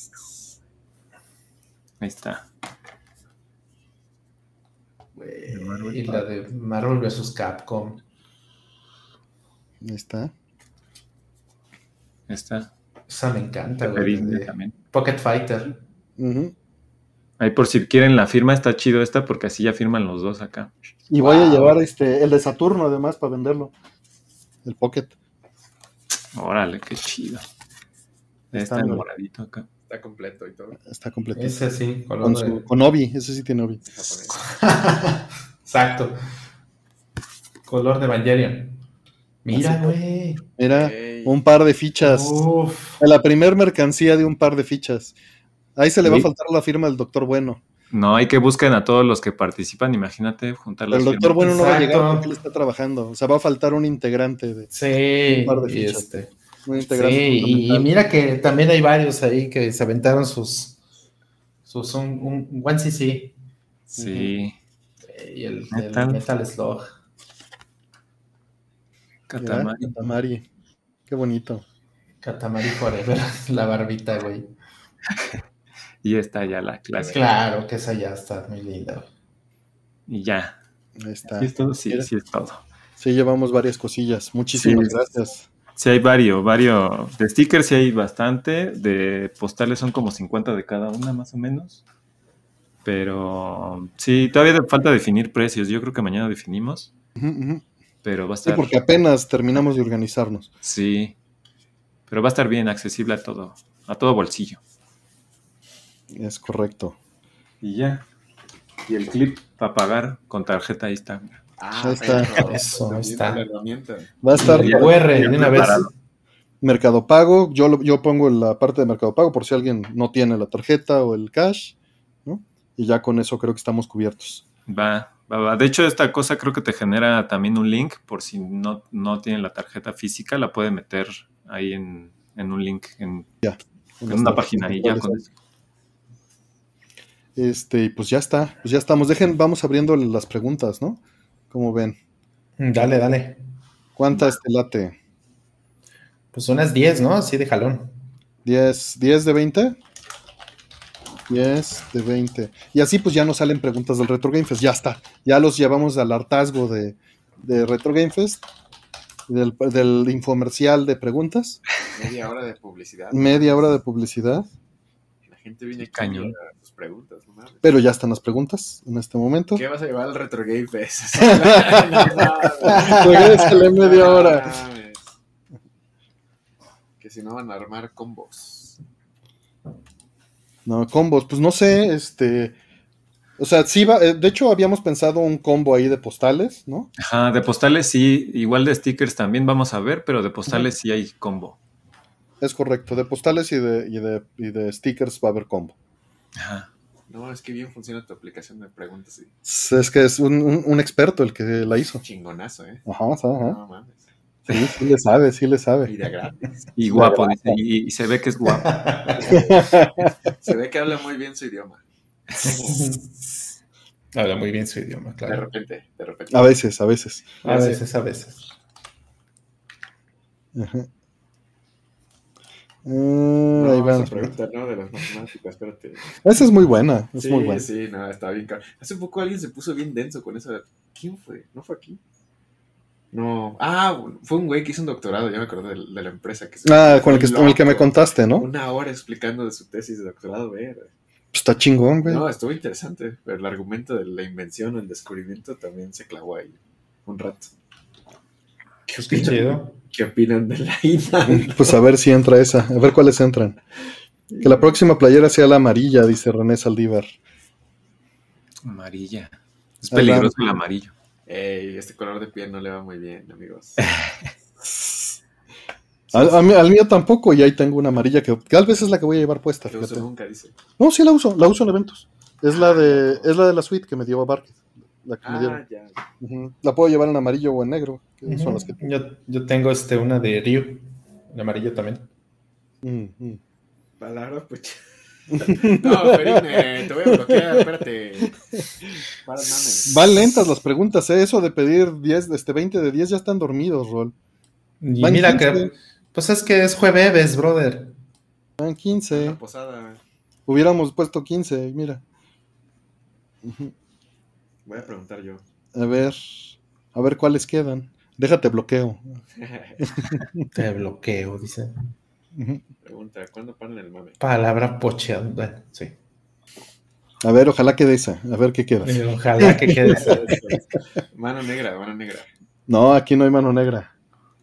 Ahí está. Y la de Marvel vs. Capcom. Ahí está. Esta. Esa me encanta, güey. Disney de también. Pocket Fighter. Ujú. Ahí por si quieren la firma, está chido esta porque así ya firman los dos acá. Y voy a Wow. llevar el de Saturno además para venderlo. El Pocket. Órale, qué chido. Está Está enamoradito acá. Está completo y todo. Está completo. Ese sí, color de... Con Obi, ese sí tiene Obi. Japonés. Exacto. Color de Evangelion. Mira, Así. güey. Mira, Ey. un par de fichas. Uf. La primer mercancía de un par de fichas. Ahí se le va a Sí. faltar la firma del Doctor Bueno. No, hay que busquen a todos los que participan. Imagínate juntar Pero las el Doctor firmas. Bueno no va a Exacto. llegar porque él está trabajando. O sea, va a faltar un integrante de Sí. Un par de y fichas. un integrante Sí, y fundamental. mira que también hay varios ahí que se aventaron sus un One CC Sí. y el Metal. Metal Slug. Mira, Katamari. Katamari. Qué bonito. Katamari Forever, la barbita, güey. Y esta ya la clase. Claro que esa ya está muy linda, güey. Y ya. Ahí está. ¿Sí es todo? Sí, Mira. sí es todo. Sí, llevamos varias cosillas. Muchísimas Sí. gracias. Sí hay varios. De stickers sí hay bastante. De postales son como 50 de cada una más o menos. Pero sí, todavía falta definir precios. Yo creo que mañana definimos. Ujú, ujú. Pero va a Sí, estar... porque apenas terminamos de organizarnos. Sí. Pero va a estar bien accesible a todo bolsillo. Es correcto. Y ya. Y el clip para pagar con tarjeta ahí está. Ahí está. perro. Eso, ahí También está. la herramienta. Va a estar El QR de una vez. preparado. Mercado Pago. Yo pongo la parte de Mercado Pago por si alguien no tiene la tarjeta o el cash, ¿no? Y ya con eso creo que estamos cubiertos. Va. De hecho, esta cosa creo que te genera también un link, por si no tienen la tarjeta física, la pueden meter ahí en un link, en una página y ya con eso. Y pues ya está, pues ya estamos. Vamos abriendo las preguntas, ¿no? ¿Cómo ven? Dale. ¿Cuántas te late? Pues unas 10, ¿no? Así de jalón. 10 de 20. 10 de 20. Y así pues ya nos salen preguntas del Retro Game Fest. Ya está. Ya los llevamos al hartazgo de Retro Game Fest. Del infomercial de preguntas. Media hora de publicidad. Media hora de publicidad. La gente viene cañón a tus preguntas, no mames. Pero ya están las preguntas en este momento. ¿Qué vas a llevar al Retro Game Fest? Regrésale media hora. Que si no van a armar combos. No, combos, pues no sé, o sea, sí va, de hecho habíamos pensado un combo ahí de postales, ¿no? Ajá, de postales sí, igual de stickers también vamos a ver, pero de postales sí hay combo. Es correcto, de postales y de stickers va a haber combo. Ajá. No, es que bien funciona tu aplicación de preguntas. Sí. Es que es un experto el que la hizo. Chingonazo, ¿eh? Ajá. No mames. Sí le sabe. Y de gratis. Y guapo, dice, y se ve que es guapo. Se ve que habla muy bien su idioma. Habla muy bien su idioma, claro. De repente. A veces. A veces. Ajá. No, ahí van. esa pregunta, ¿no? De las matemáticas, espérate. Esa es muy buena. Sí, no, está bien caro. Hace poco alguien se puso bien denso con eso. ¿Quién fue? ¿No fue aquí? No. Fue un güey que hizo un doctorado, ya me acordé de la empresa. Con el que me contaste, ¿no? 1 hora explicando de su tesis de doctorado, güey. Pues está chingón, güey. No, estuvo interesante, pero el argumento de la invención o el descubrimiento también se clavó ahí un rato. Pues qué chido. ¿Qué opinan de la INA? Pues a ver si entra esa, a ver cuáles entran. Que la próxima playera sea la amarilla, dice René Saldívar. Amarilla. Es peligroso el amarillo. Ey, este color de piel no le va muy bien, amigos. Al mío tampoco, y ahí tengo una amarilla que tal vez es la que voy a llevar puesta. No uso nunca, dice. No, sí la uso en eventos. Es la de la suite que me dio Barket. La que me dieron. Ya. Uh-huh. La puedo llevar en amarillo o en negro. Que son las que yo tengo una de Ryu, en amarillo también. Palabra, pues. No, Ferine, te voy a bloquear, espérate. Para mames. Van lentas las preguntas, ¿eh? Eso de pedir 20 de 10 ya están dormidos, Rol. Y van mira 15. Que, pues es que es jueves, brother. Van 15. La posada. Hubiéramos puesto 15, mira. Voy a preguntar yo. A ver cuáles quedan. Déjate bloqueo. Te bloqueo, dice. Pregunta, ¿cuándo paran el mame? Palabra pocheada. Bueno, sí. A ver, ojalá quede esa. A ver qué queda. Ojalá que quede esa. Mano negra. No, aquí no hay mano negra.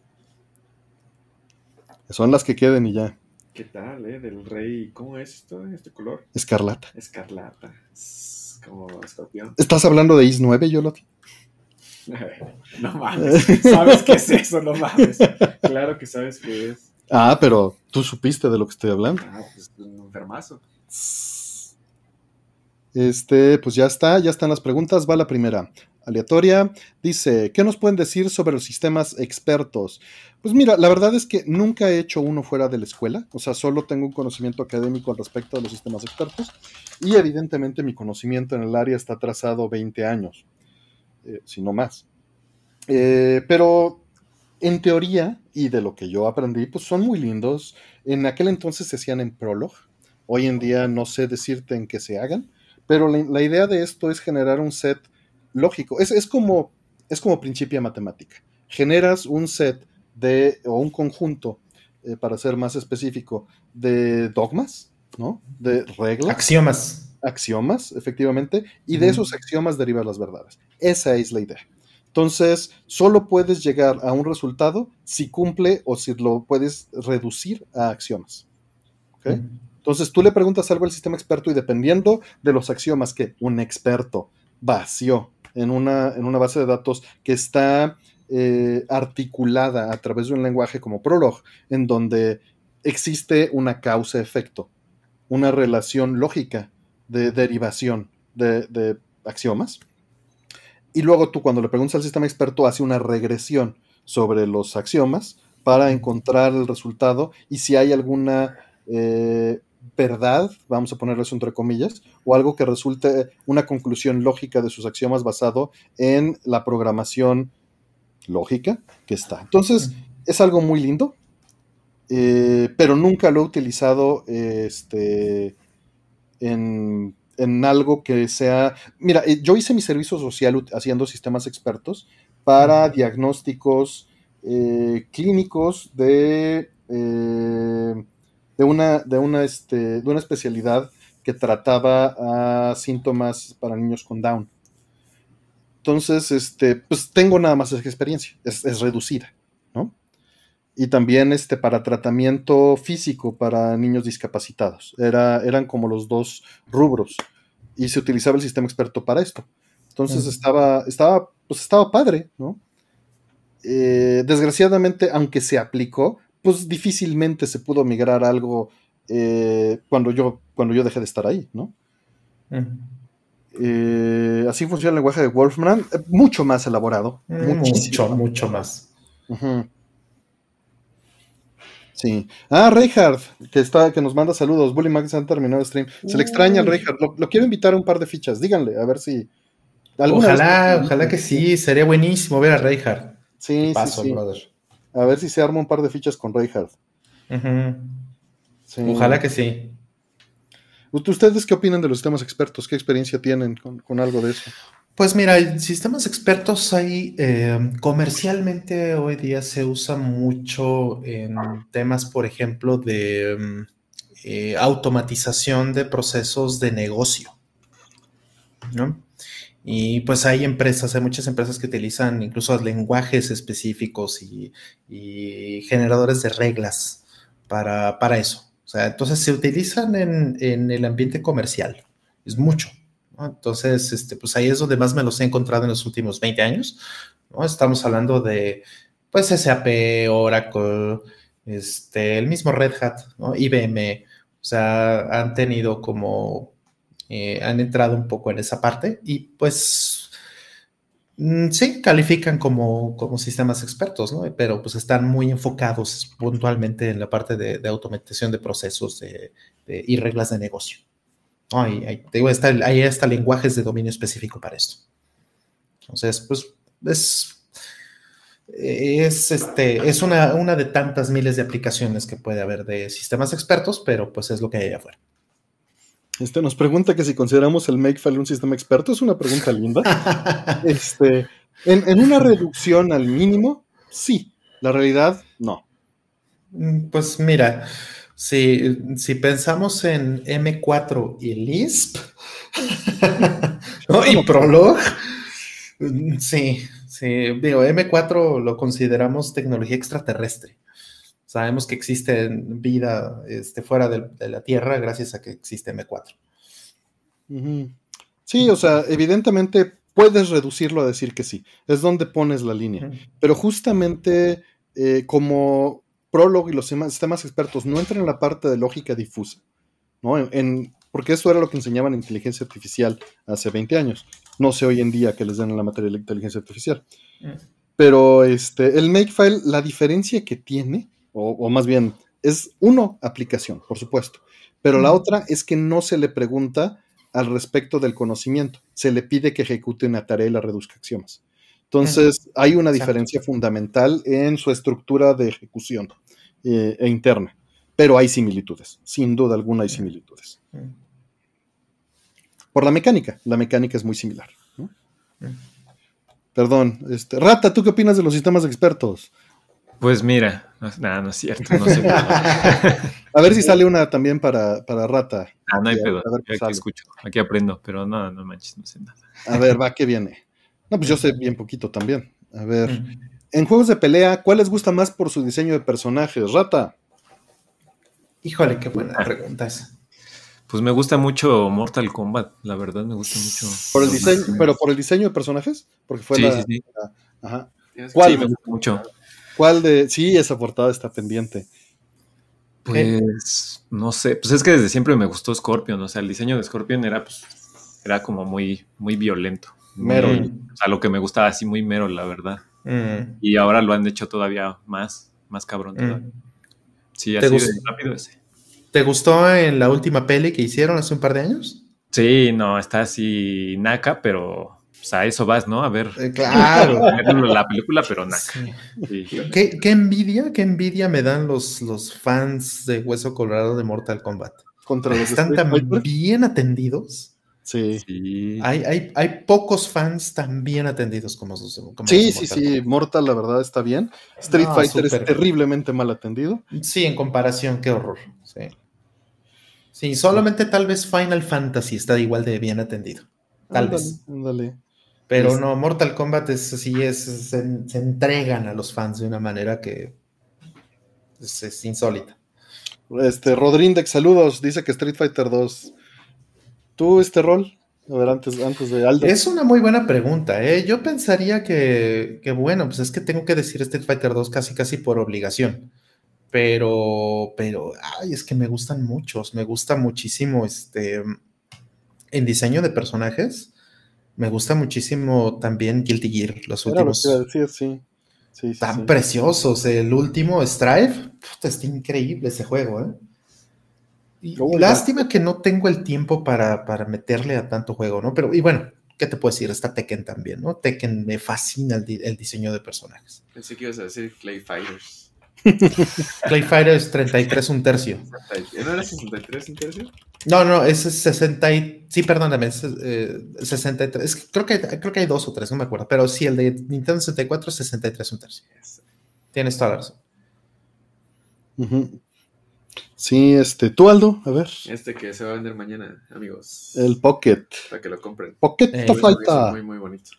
Son las que queden y ya. ¿Qué tal, del rey? ¿Cómo es esto? ¿Este color? Escarlata. Como escorpión. ¿Estás hablando de Is 9, Yolot? No mames. ¿Sabes qué es eso? No mames. Claro que sabes qué es. Pero tú supiste de lo que estoy hablando. Pues un enfermazo. Pues ya están las preguntas. Va la primera. Aleatoria. Dice, ¿qué nos pueden decir sobre los sistemas expertos? Pues mira, la verdad es que nunca he hecho uno fuera de la escuela. O sea, solo tengo un conocimiento académico al respecto de los sistemas expertos. Y evidentemente mi conocimiento en el área está atrasado 20 años. Si no más. Pero en teoría, y de lo que yo aprendí, pues son muy lindos. En aquel entonces se hacían en Prolog. Hoy en día no sé decirte en qué se hagan. Pero la idea de esto es generar un set lógico. Es como Principia Matemática. Generas un set o un conjunto, para ser más específico, de dogmas, ¿no? De reglas. Axiomas, efectivamente. Y de esos axiomas derivan las verdades. Esa es la idea. Entonces, solo puedes llegar a un resultado si cumple o si lo puedes reducir a axiomas. ¿Okay? Entonces, tú le preguntas algo al sistema experto y dependiendo de los axiomas que un experto vació en una base de datos que está articulada a través de un lenguaje como Prolog, en donde existe una causa-efecto, una relación lógica de derivación de axiomas, y luego tú cuando le preguntas al sistema experto hace una regresión sobre los axiomas para encontrar el resultado y si hay alguna verdad, vamos a ponerlo eso entre comillas, o algo que resulte una conclusión lógica de sus axiomas basado en la programación lógica que está. Entonces, es algo muy lindo, pero nunca lo he utilizado en algo que sea... Mira, yo hice mi servicio social haciendo sistemas expertos para diagnósticos clínicos de una especialidad que trataba a síntomas para niños con Down. Entonces, pues tengo nada más esa experiencia, es reducida, ¿no? Y también para tratamiento físico para niños discapacitados. Eran como los dos rubros. Y se utilizaba el sistema experto para esto. Entonces estaba padre, ¿no? Desgraciadamente, aunque se aplicó, pues difícilmente se pudo migrar a algo cuando yo dejé de estar ahí, ¿no? Así funciona el lenguaje de Wolfram, mucho más elaborado. Mucho más. Uh-huh. Sí. Reinhardt, que nos manda saludos. Bully Max han terminado el stream. Se le extraña al Reinhardt. Lo quiero invitar a un par de fichas. Díganle, a ver si. Ojalá que sí. Sería buenísimo ver a Reinhardt. Sí, sí. Brother. A ver si se arma un par de fichas con Reinhardt. Uh-huh. Sí. Ojalá que sí. ¿Ustedes qué opinan de los sistemas expertos? ¿Qué experiencia tienen con algo de eso? Pues mira, sistemas expertos hay comercialmente hoy día se usa mucho en temas, por ejemplo, de automatización de procesos de negocio, ¿no? Y pues hay muchas empresas que utilizan incluso lenguajes específicos y generadores de reglas para eso. O sea, entonces se utilizan en el ambiente comercial. Es mucho. Entonces, pues ahí es donde más me los he encontrado en los últimos 20 años, ¿no? Estamos hablando de, pues, SAP, Oracle, el mismo Red Hat, ¿no? IBM, o sea, han tenido han entrado un poco en esa parte y, pues, sí, califican como sistemas expertos, ¿no? Pero, pues, están muy enfocados puntualmente en la parte de automatización de procesos y reglas de negocio. Ahí está lenguajes de dominio específico para esto. Entonces, pues es una de tantas miles de aplicaciones que puede haber de sistemas expertos, pero pues es lo que hay allá afuera. Nos pregunta que si consideramos el Makefile un sistema experto. Es una pregunta linda. En una reducción al mínimo, sí. La realidad, no. Pues mira, si pensamos en M4 y Lisp, ¿no? Y Prolog, sí, digo, M4 lo consideramos tecnología extraterrestre. Sabemos que existe vida fuera de la Tierra gracias a que existe M4. Uh-huh. Sí, o sea, evidentemente puedes reducirlo a decir que sí. Es donde pones la línea. Uh-huh. Pero justamente como Prolog y los sistemas expertos no entran en la parte de lógica difusa, ¿no? Porque eso era lo que enseñaban en inteligencia artificial hace 20 años. No sé hoy en día que les den en la materia de inteligencia artificial. Pero el Makefile, la diferencia que tiene, o más bien, es aplicación, por supuesto. Pero la otra es que no se le pregunta al respecto del conocimiento. Se le pide que ejecute una tarea y la reduzca a axiomas. Entonces, hay una diferencia fundamental en su estructura de ejecución e interna. Pero hay similitudes. Sin duda alguna hay similitudes. Por la mecánica. La mecánica es muy similar, ¿no? Perdón. Rata, ¿tú qué opinas de los sistemas expertos? Pues mira, no es cierto. No sé. A ver si sale una también para Rata. No hay pedo. Aquí escucho, aquí aprendo, pero no manches, no sé nada. A ver, va, ¿qué viene? No, pues yo sé bien poquito también. A ver. En juegos de pelea, ¿cuál les gusta más por su diseño de personajes? Rata. Híjole, qué buena pregunta esa. Pues me gusta mucho Mortal Kombat, la verdad me gusta mucho. ¿Por el diseño, pero por el diseño de personajes? Porque fue sí. Ajá. ¿Cuál? Sí, me gusta mucho. ¿Cuál de...? Sí, esa portada está pendiente. Pues, no sé, pues es que desde siempre me gustó Scorpion, o sea, el diseño de Scorpion era como muy, muy violento, Merol. O sea, lo que me gustaba así muy Merol, la verdad. Mm. Y ahora lo han hecho todavía más cabrón todavía. Mm. Sí, ¿Te así de gustó? rápido ese. ¿Te gustó en la última peli que hicieron hace un par de años? Sí, no, está así naca, pero pues a eso vas, ¿no? A ver Claro. la película, pero naca. Sí. Sí. Qué envidia me dan los fans de Hueso Colorado de Mortal Kombat. Contra los Están Street tan Fighter. bien atendidos. Sí. Sí. Hay pocos fans tan bien atendidos como los de Mortal Sí, Kombat. Mortal la verdad está bien. Street No, Fighter súper. es terriblemente mal atendido. Sí, en comparación, qué horror. Sí. Sí, solamente tal vez Final Fantasy está igual de bien atendido. Tal vez. Ándale. Pero no, Mortal Kombat se entregan a los fans de una manera que es insólita. Rodrindex, saludos, dice que Street Fighter 2. ¿Tú rol? A ver, antes de Aldo. Es una muy buena pregunta, ¿eh? Yo pensaría que bueno, pues es que tengo que decir Street Fighter 2 casi por obligación. Pero, ay, es que me gustan muchos, me gusta muchísimo en diseño de personajes, me gusta muchísimo también Guilty Gear, los Era lo últimos. que iba a decir, sí. Tan preciosos, el último Strive, está increíble ese juego, ¿eh? Y lástima que no tengo el tiempo para meterle a tanto juego, ¿no? Pero, y bueno, ¿qué te puedo decir? Está Tekken también, ¿no? Tekken me fascina el diseño de personajes. Pensé que ibas a decir Clay Fighters. Clay Fighters 33 un tercio. ¿No era 63 un tercio? No, es 60 sí, perdóname, es 63. Es que creo que hay 2 o 3, no me acuerdo. Pero sí, el de Nintendo 64 es 63 un tercio. Tienes toda la razón. Uh-huh. Sí, tú, Aldo, a ver. Que se va a vender mañana, amigos. El Pocket. Para que lo compren. Pocket Fighter. Muy, muy bonito.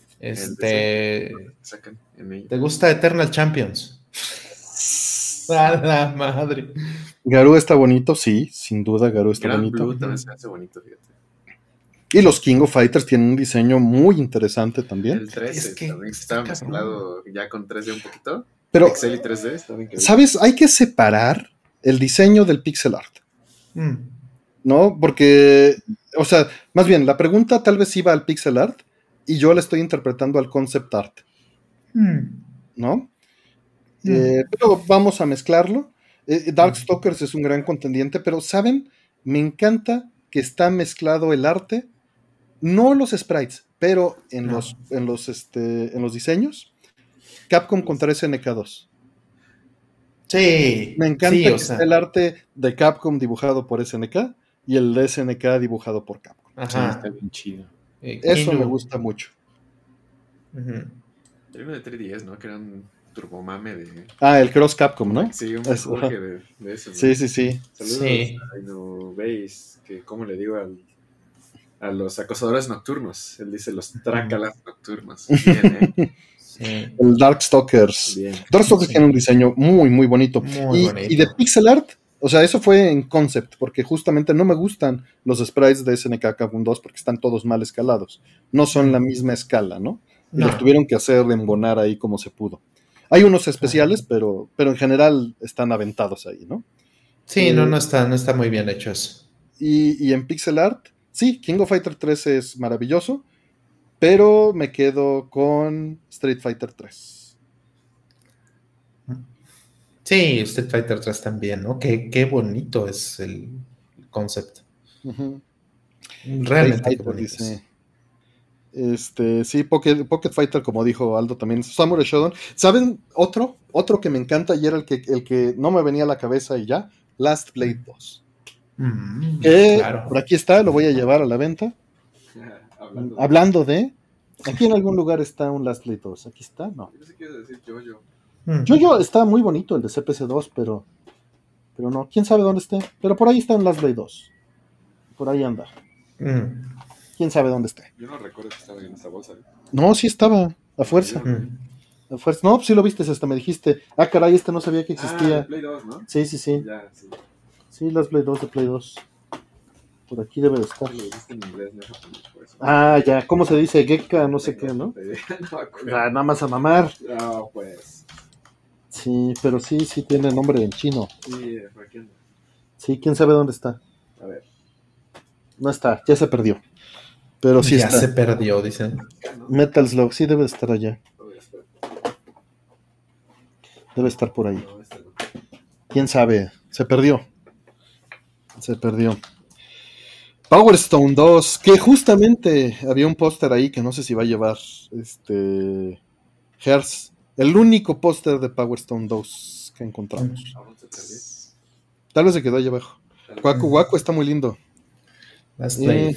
Sacan en ¿te gusta Eternal Champions? A la madre. Garou está bonito, sí, sin duda Garou está Grand bonito. Blue también se hace bonito, fíjate. Y los King of Fighters tienen un diseño muy interesante también. El 13 también estaba mezclado ya con 3D un poquito. Pero, Excel y 3D estaba increíble. ¿sabes? Hay que separar el diseño del pixel art. ¿No? Porque, o sea, más bien, la pregunta tal vez iba al pixel art y yo la estoy interpretando al concept art. ¿No? Pero vamos a mezclarlo. Darkstalkers es un gran contendiente, pero ¿saben? Me encanta que está mezclado el arte, no los sprites, pero en los diseños. Capcom contra SNK2. Sí. Me encanta que esté el arte de Capcom dibujado por SNK y el de SNK dibujado por Capcom. Ajá. Sí, está bien chido. Eso me gusta mucho. Hay uno de 3DS, ¿no? Que era un turbomame de... el Cross Capcom, ¿no? Sí, un personaje de eso, ¿no? Sí. Saludos a Ino Base, que como le digo a los acosadores nocturnos. Él dice los trácalas nocturnos. Bien, Sí. El Darkstalkers. Bien. Darkstalkers tiene un diseño muy, muy bonito. Bonito. Y de pixel art, o sea, eso fue en concept, porque justamente no me gustan los sprites de SNK Capcom 2 porque están todos mal escalados. No son la misma escala, ¿no? Y los tuvieron que hacer embonar ahí como se pudo. Hay unos especiales, pero en general están aventados ahí, ¿no? Sí, no está muy bien hecho eso. Y en pixel art, sí, King of Fighter 3 es maravilloso, pero me quedo con Street Fighter 3. Sí, Street Fighter 3 también, ¿no? Qué bonito es el concepto. Realmente qué bonito es. Sí, Pocket Fighter, como dijo Aldo también, Samurai Shodown. ¿Saben otro que me encanta y era el que no me venía a la cabeza y ya? Last Blade 2. Claro. Por aquí está, lo voy a llevar a la venta. Hablando de... Aquí en algún lugar está un Last Blade 2. Aquí está, no. Yo sé qué decir Jojo. Jojo está muy bonito, el de CPC2, pero no, quién sabe dónde esté. Pero por ahí está un Last Blade 2. Por ahí anda. Quién sabe dónde esté. Yo no recuerdo que estaba en esta bolsa. No, sí estaba, a fuerza. A fuerza. No, pues sí lo viste, hasta me dijiste. Caray, no sabía que existía. Play 2, ¿no? Sí. Ya, sí. Sí, Last Blade 2 de Play 2. Por aquí debe de estar. Lo dijiste en inglés, no japonés, por eso. Ya, ¿cómo se dice? Gekka, no sé qué, ¿no? No me acuerdo. Nada más a mamar. No, pues. Sí, pero sí tiene nombre en chino. Sí, por aquí anda. Sí, quién sabe dónde está. A ver. No está, ya se perdió. Pero sí ya está. se perdió, dicen. Metal Slug, sí debe estar allá. Debe estar por ahí. ¿Quién sabe? Se perdió. Power Stone 2, que justamente había un póster ahí que no sé si va a llevar Hertz. El único póster de Power Stone 2 que encontramos. Tal vez se quedó allá abajo. Waku Waku está muy lindo. Last Blade.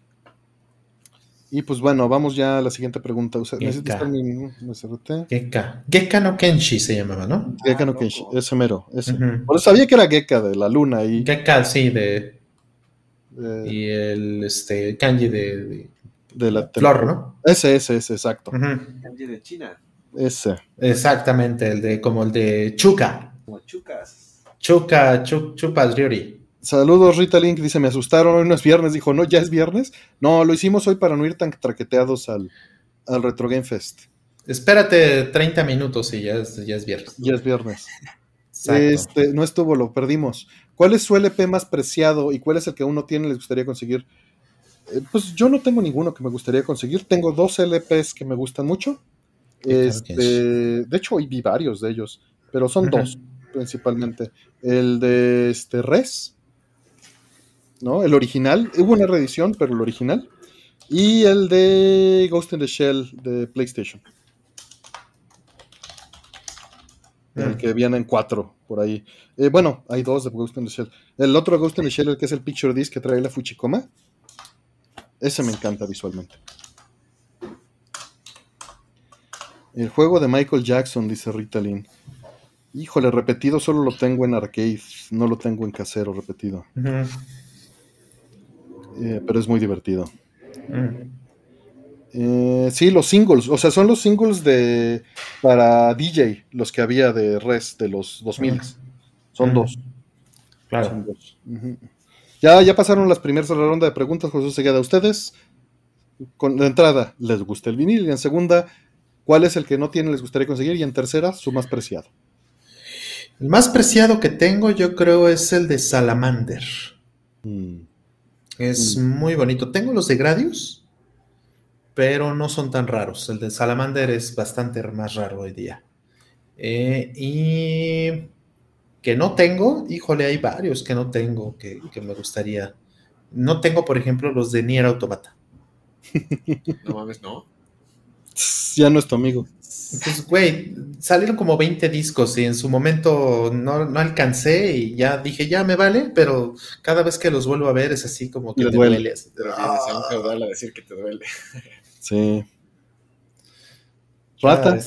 Y pues bueno, vamos ya a la siguiente pregunta. Gekka. ¿Necesitas estar mi SRT? Gekka no Kenshi se llamaba, ¿no? Gekka no Kenshi, ese mero. Ese. Ujú. Bueno, sabía que era Gekka de la luna y Gekka, sí, y el kanji de de la flor, ¿no? Ese, exacto. Ujú. Kanji de China. Ese. Exactamente, como el de Chuka. Como chucas. Chupas Ryori. Saludos, Rita Link, dice, me asustaron, hoy no es viernes, dijo, no, ya es viernes. No, lo hicimos hoy para no ir tan traqueteados al Retro Game Fest. Espérate 30 minutos y ya es viernes. Ya es viernes. Exacto. No estuvo, lo perdimos. ¿Cuál es su LP más preciado y cuál es el que uno tiene y les gustaría conseguir? Pues yo no tengo ninguno que me gustaría conseguir. Tengo 2 LPs que me gustan mucho. De hecho, hoy vi varios de ellos, pero son 2 principalmente. El de Res, ¿no? El original. Hubo una reedición, pero el original. Y el de Ghost in the Shell de PlayStation. El que vienen 4 por ahí. Bueno, hay 2 de Ghost in the Shell. El otro Ghost in the Shell, el que es el Picture Disc que trae la Fuchikoma. Ese me encanta visualmente. El juego de Michael Jackson, dice Rita Lynn. Híjole, repetido solo lo tengo en arcade. No lo tengo en casero repetido. Pero es muy divertido. Sí, los singles. O sea, son los singles para DJ, los que había de Res de los 2000. Son 2. Claro. Son 2. Ya pasaron las primeras ronda de preguntas, José Segueda. ¿Ustedes, con la entrada, les gusta el vinil? Y en segunda, ¿cuál es el que no tienen, les gustaría conseguir? Y en tercera, su más preciado. El más preciado que tengo, yo creo, es el de Salamander. Es muy bonito. Tengo los de Gradius, pero no son tan raros. El de Salamander es bastante más raro hoy día. Y que no tengo, híjole, hay varios que no tengo que me gustaría. No tengo, por ejemplo, los de Nier Automata. No mames, no. Ya no es tu amigo. Pues, güey, salieron como 20 discos y en su momento no alcancé y ya dije, ya me vale, pero cada vez que los vuelvo a ver es así como que Me te duele. duele. Pero tienes a un caudal a decir que te duele. Sí. Rata.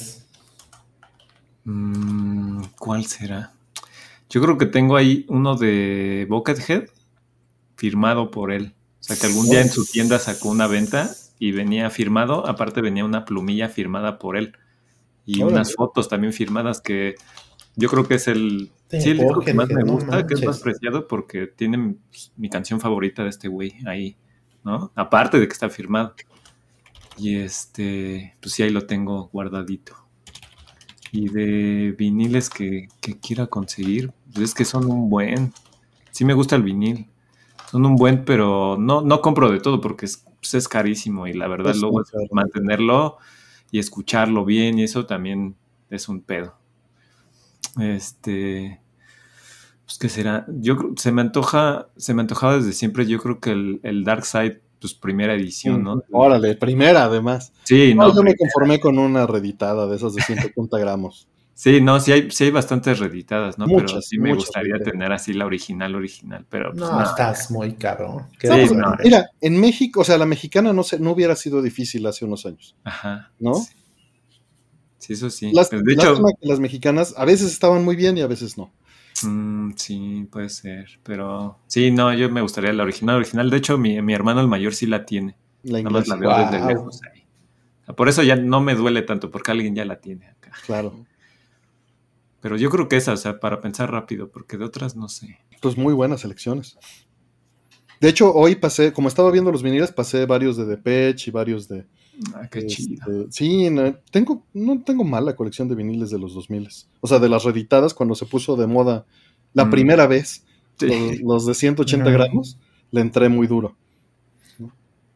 ¿Cuál será? Yo creo que tengo ahí uno de Buckethead firmado por él. O sea, que algún día en su tienda sacó una venta y venía firmado. Aparte venía una plumilla firmada por él. Y unas fotos también firmadas que yo creo que es el disco que más me gusta, que es más preciado porque tiene mi canción favorita de este güey ahí, ¿no? Aparte de que está firmado. Y pues sí, ahí lo tengo guardadito. Y de viniles que quiera conseguir, pues es que son un buen. Sí me gusta el vinil. Son un buen, pero no compro de todo porque es carísimo y la verdad luego mantenerlo y escucharlo bien y eso también es un pedo. Pues qué será, yo creo, se me antojaba desde siempre, yo creo que el Dark Side, pues primera edición, ¿no? Órale, primera además. Sí, no yo me conformé con una reeditada de esas de 180 gramos. Sí, no, sí hay bastantes reeditadas, ¿no? Muchas, pero sí me gustaría tener así la original, pero pues, no, estás muy cabrón. Sí, mira, en México, o sea, la mexicana no hubiera sido difícil hace unos años. Ajá. ¿No? Sí, eso sí. De hecho, que las mexicanas a veces estaban muy bien y a veces no. Sí, puede ser, pero sí, no, yo me gustaría la original. De hecho, mi hermano el mayor sí la tiene. Nada más la veo desde lejos ahí. Por eso ya no me duele tanto, porque alguien ya la tiene acá. Claro. Pero yo creo que esa, o sea, para pensar rápido, porque de otras no sé. Pues muy buenas elecciones. De hecho, hoy como estaba viendo los viniles, pasé varios de Depeche y varios de... qué chido. Sí, no tengo mala colección de viniles de los 2000. O sea, de las reeditadas cuando se puso de moda la primera vez, sí. los de 180 gramos, le entré muy duro.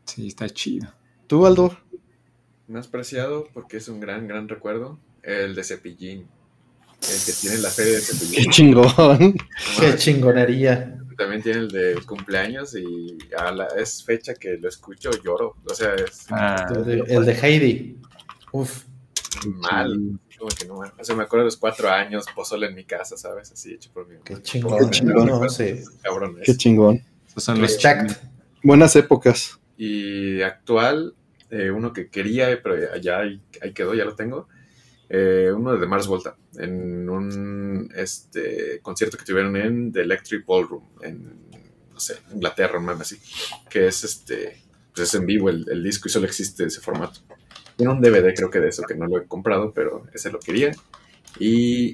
Sí, está chido. ¿Tú, Aldo? Más preciado porque es un gran recuerdo. El de Cepillín. El que tiene la feria de Qué Cepillín. chingón. No Qué mames, chingonería. también tiene el de cumpleaños y es fecha que lo escucho, lloro. O sea, es Ah, El de Heidi. Uf. mal. Como que no, o sea, me acuerdo de los 4 años, pozole en mi casa, ¿sabes? Así hecho por mi mamá. Qué chingón. Qué chingón. No, sí. Cabrones. Qué chingón. esos son los Respect. Buenas épocas. Y actual, uno que quería, pero ya ahí quedó, ya lo tengo. Uno de Mars Volta, en un concierto que tuvieron en The Electric Ballroom, en, no sé, Inglaterra, un meme así, que es pues es en vivo el disco y solo existe ese formato. Tiene un DVD, creo que de eso, que no lo he comprado, pero ese lo quería. Y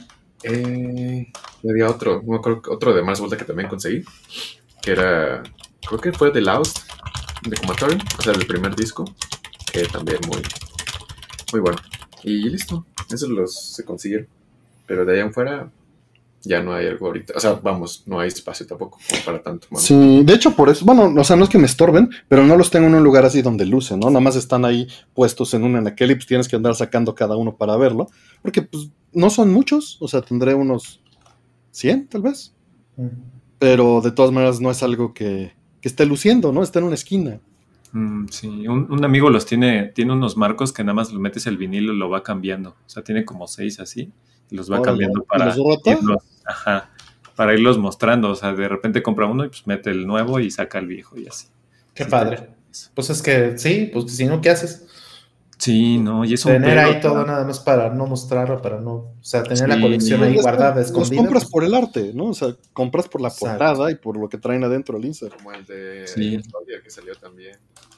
había otro, no me acuerdo, otro de Mars Volta que también conseguí, que era, creo que fue The Lost, de Comatory, o sea, el primer disco, que también muy bueno. Y listo, esos se consiguieron. Pero de ahí en fuera ya no hay algo ahorita. O sea, vamos, no hay espacio tampoco como para tanto. Mano. Sí, de hecho por eso, bueno, o sea, no es que me estorben, pero no los tengo en un lugar así donde lucen, ¿no? Nada más están ahí puestos en un anaquel y pues tienes que andar sacando cada uno para verlo, porque pues no son muchos, o sea, tendré unos 100 tal vez, pero de todas maneras no es algo que esté luciendo, ¿no? Está en una esquina. Sí, un amigo tiene unos marcos que nada más lo metes el vinilo y lo va cambiando. O sea, tiene como 6 así y los va Órale. cambiando ¿Y los rota? para irlos mostrando. O sea, de repente compra uno y pues mete el nuevo y saca el viejo y así. Qué Sí, padre. Pues es que sí, pues si no, ¿qué haces? Sí, no, y es un Tener pedo, ahí todo nada más para no mostrarlo, para no, o sea, tener la Sí. colección ahí Pues, guardada, los escondida. compras Pues, por el arte, ¿no? O sea, compras por la Exacto. portada y por lo que traen adentro el insert. Como el de Sí. Soldier, que salió también.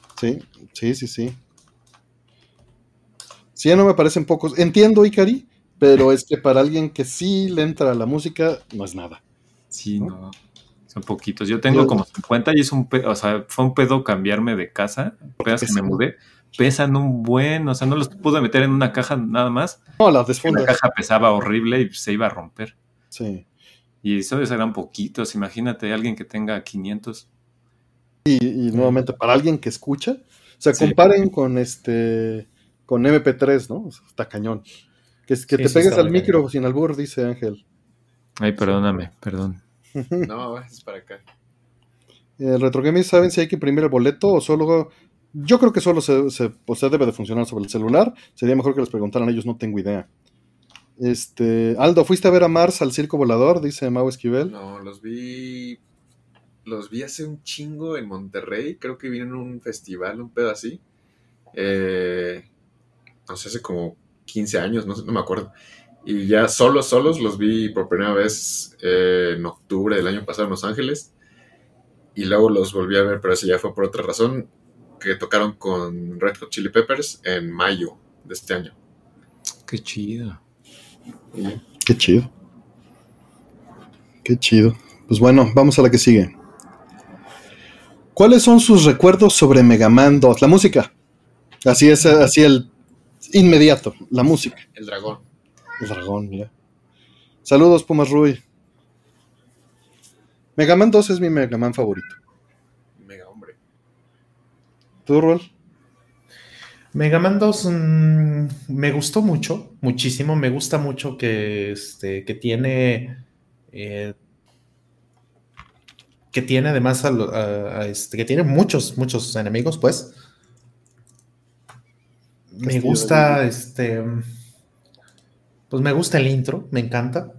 Sí. Sí, ya no me parecen pocos. Entiendo, Ikari, pero es que para alguien que sí le entra a la música, no es nada. Sí, ¿no? no. Son poquitos. Yo tengo como 50 y es un pedo, o sea, fue un pedo cambiarme de casa. Apenas que me mudé. Pesan un buen, o sea, no los pude meter en una caja nada más. No, las La desfundas. caja pesaba horrible y se iba a romper. Sí. Y esos eran poquitos. Imagínate alguien que tenga 500. Y nuevamente, para alguien que escucha, o sea, Sí. comparen con con MP3, ¿no? O sea, está cañón. Que Sí, te sí, pegues está al muy micro cañón. sin albur, dice Ángel. Ay, perdóname, perdón. No, es para acá. El Retro Gaming, ¿saben si hay que imprimir el boleto o solo? Yo creo que solo o sea, debe de funcionar sobre el celular. Sería mejor que les preguntaran a ellos, no tengo idea. Aldo, ¿fuiste a ver a Mars al Circo Volador? Dice Mau Esquivel. No, los vi hace un chingo en Monterrey. Creo que vino en un festival, un pedo así. No sé, hace como 15 años, no me acuerdo. Y ya solos los vi por primera vez en octubre del año pasado en Los Ángeles. Y luego los volví a ver, pero eso ya fue por otra razón, que tocaron con Red Hot Chili Peppers en mayo de este año. Qué chido. Qué chido. Qué chido. Pues bueno, vamos a la que sigue. ¿Cuáles son sus recuerdos sobre Mega Man 2? La música. Así es, así el inmediato, la música. El dragón. El dragón, mira. Saludos, Pumas Rui. Mega Man 2 es mi Mega Man favorito. Mega hombre. ¿Tú, Rol? Mega Man 2 me gustó mucho, muchísimo. Me gusta mucho que tiene además que tiene muchos enemigos, pues. Me gusta, pues me gusta el intro, me encanta.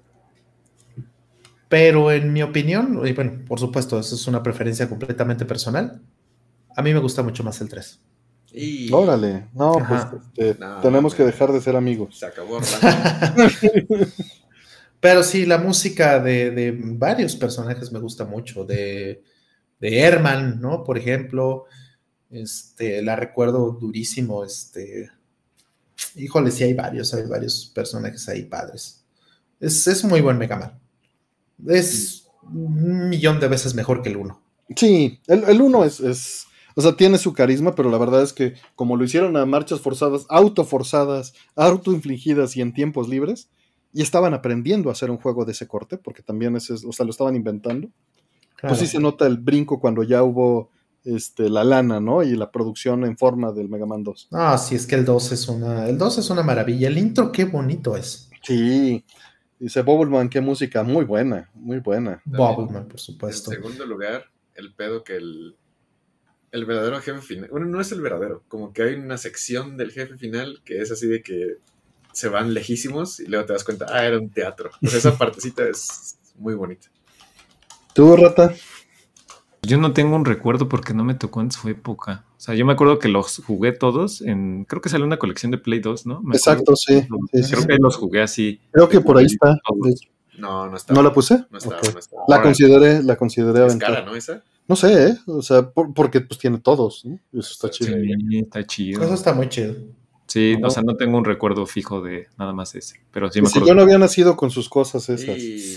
Pero en mi opinión, y bueno, por supuesto, eso es una preferencia completamente personal. A mí me gusta mucho más el 3. Y Órale, no, Ajá. pues No, tenemos que man. dejar de ser amigos. se acabó Orlando. Pero sí, la música de varios personajes me gusta mucho. De Herman, ¿no? Por ejemplo, la recuerdo durísimo. Híjole, sí hay varios personajes ahí padres. Es muy buen Mega Man. Es 1,000,000 de veces mejor que el 1. Sí, el 1 o sea, tiene su carisma, pero la verdad es que como lo hicieron a marchas forzadas, autoinfligidas y en tiempos libres, y estaban aprendiendo a hacer un juego de ese corte, porque también o sea, lo estaban inventando. Claro. Pues sí se nota el brinco cuando ya hubo la lana, ¿no? Y la producción en forma del Mega Man 2. Ah, sí, es que el 2 es una maravilla. El intro, qué bonito es. Sí, dice Bobbleman, qué música, muy buena, muy buena. Bobbleman, por En supuesto. segundo lugar, el pedo que el verdadero jefe final, bueno, no es el verdadero, como que hay una sección del jefe final que es así de que se van lejísimos y luego te das cuenta, era un teatro. Pues esa partecita es muy bonita. ¿Tú, Rata? Yo no tengo un recuerdo porque no me tocó en su época. O sea, yo me acuerdo que los jugué todos creo que salió una colección de Play 2, ¿no? Me Exacto, sí. Creo que los jugué así. Creo que por ahí está. No estaba. ¿No la puse? No estaba, Okay. no estaba. La consideré Es aventar. cara, ¿no? Esa. No sé, ¿eh? O sea, porque pues tiene todos, ¿no? Eso está chido. Sí, está chido. Eso está muy chido. Sí, ¿no? O sea, no tengo un recuerdo fijo de nada más ese, pero sí me Si acuerdo. yo no había nacido con sus cosas esas. Y...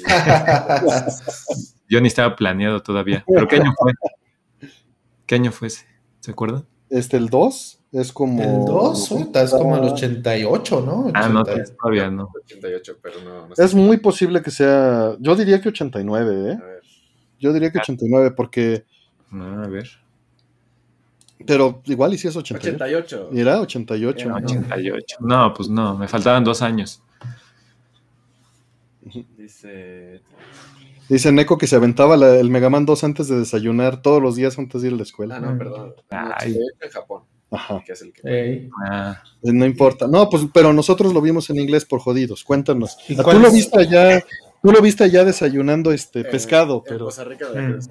Yo ni estaba planeado todavía. ¿Pero qué año fue? ¿Qué año fue ese? ¿Se acuerdan? El 2 es como... El 2, es como el 88, ¿no? Ah, no, todavía no. 88, pero no Es muy posible que sea... Yo diría que 89, ¿eh? A ver. Yo diría que 89 porque... A ver. Pero igual y si es 88. 88. Mira, 88. Era 88. No, pues no, me faltaban 2 años. Dice Neko que se aventaba el Mega Man 2 antes de desayunar todos los días antes de ir a la escuela. Ah, no, perdón. Ay. En Japón. Ajá. Que es el que... No importa. No, pues, pero nosotros lo vimos en inglés por jodidos. Cuéntanos. ¿Y Tú cuál lo es? viste allá desayunando pescado, En pero... Costa Rica,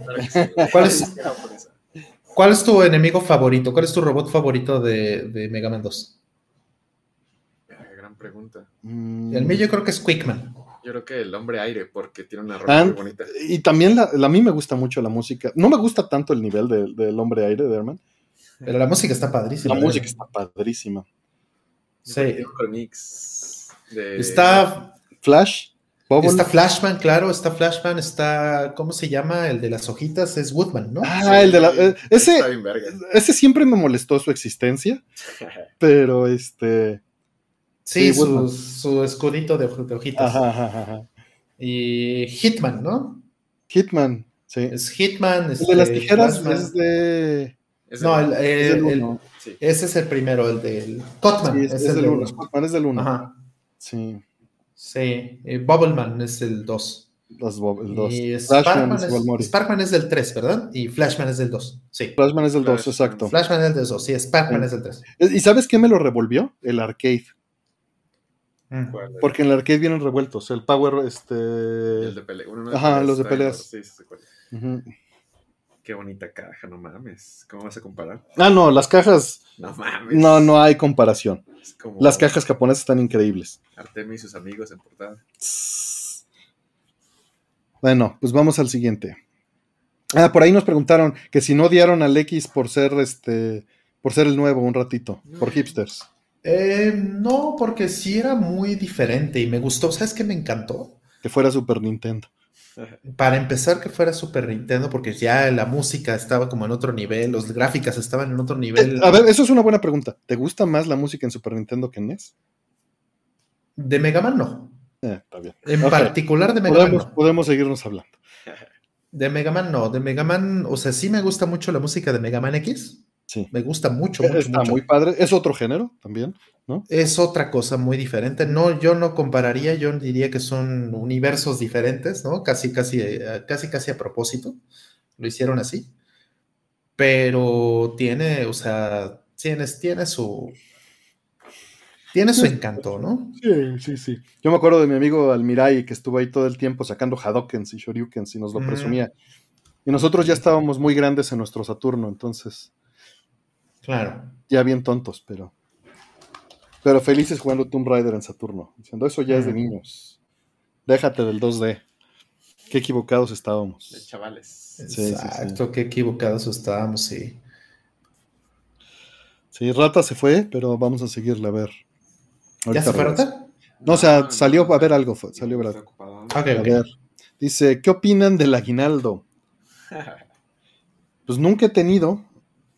¿Cuál es tu enemigo favorito? ¿Cuál es tu robot favorito de Mega Man 2? Gran pregunta. El mío yo creo que es Quickman. Yo creo que el hombre aire, porque tiene una ropa muy bonita. Y también a mí me gusta mucho la música. No me gusta tanto el nivel del hombre aire de Airman. Pero la música está padrísima. La música está padrísima. Sí. Está Flash. Bubble. Está Flashman, claro, está, ¿cómo se llama? El de las hojitas es Woodman, ¿no? Ah, el de la... ese siempre me molestó su existencia, pero Sí, su escudito de hojitas. Ajá. Y Hitman, ¿no? Hitman, sí. Es Hitman. El de las tijeras Flashman. es de... No, sí. ese es el primero, el del Cotman. Sí, es del 1. Cotman es del 1. Ajá. Sí. Sí, Bubbleman es el 2. El 2. Y Sparkman es del 3, ¿verdad? Y Flashman es del 2. Sí. Flashman es del 2, exacto. Flashman es del 2, sí, Sparkman es del 3. ¿Y sabes qué me lo revolvió? El arcade. Porque en el arcade vienen revueltos. El Power, el de pelea. Ajá, los de peleas. Sí, Qué bonita caja, no mames. ¿Cómo vas a comparar? Ah, no, las cajas. No mames. No hay comparación. Como las cajas japonesas están increíbles. Artemio y sus amigos en portada. Bueno, pues vamos al siguiente. Por ahí nos preguntaron que si no odiaron al X por ser el nuevo un ratito, por hipsters. No, porque sí era muy diferente y me gustó. ¿Sabes qué me encantó? Que fuera Super Nintendo. Para empezar, que fuera Super Nintendo, porque ya la música estaba como en otro nivel, las gráficas estaban en otro nivel. A ver, eso es una buena pregunta. ¿Te gusta más la música en Super Nintendo que en NES? De Mega Man no. Está bien. En particular de Mega Man no. Podemos seguirnos hablando. De Mega Man no. De Mega Man, o sea, sí me gusta mucho la música de Mega Man X. Sí. Me gusta mucho. Está muy padre. Es otro género también, ¿no? Es otra cosa muy diferente. No, yo no compararía, yo diría que son universos diferentes, ¿no? Casi a propósito. Lo hicieron así. Pero tiene, o sea, tiene su encanto, ¿no? Sí. Yo me acuerdo de mi amigo Almirai que estuvo ahí todo el tiempo sacando Hadokens y Shoryukens y nos lo presumía. Y nosotros ya estábamos muy grandes en nuestro Saturno, entonces... Claro. Ya bien tontos, pero felices jugando Tomb Raider en Saturno. Diciendo, eso ya es de niños. Déjate del 2D. Qué equivocados estábamos. De chavales. Exacto, qué equivocados estábamos, sí. Sí, Rata se fue, pero vamos a seguirle a ver. ¿Ya se fue Rata? No, o sea, salió a ver algo. Salió a ver algo. A ver. Dice, ¿qué opinan del aguinaldo? Pues nunca he tenido.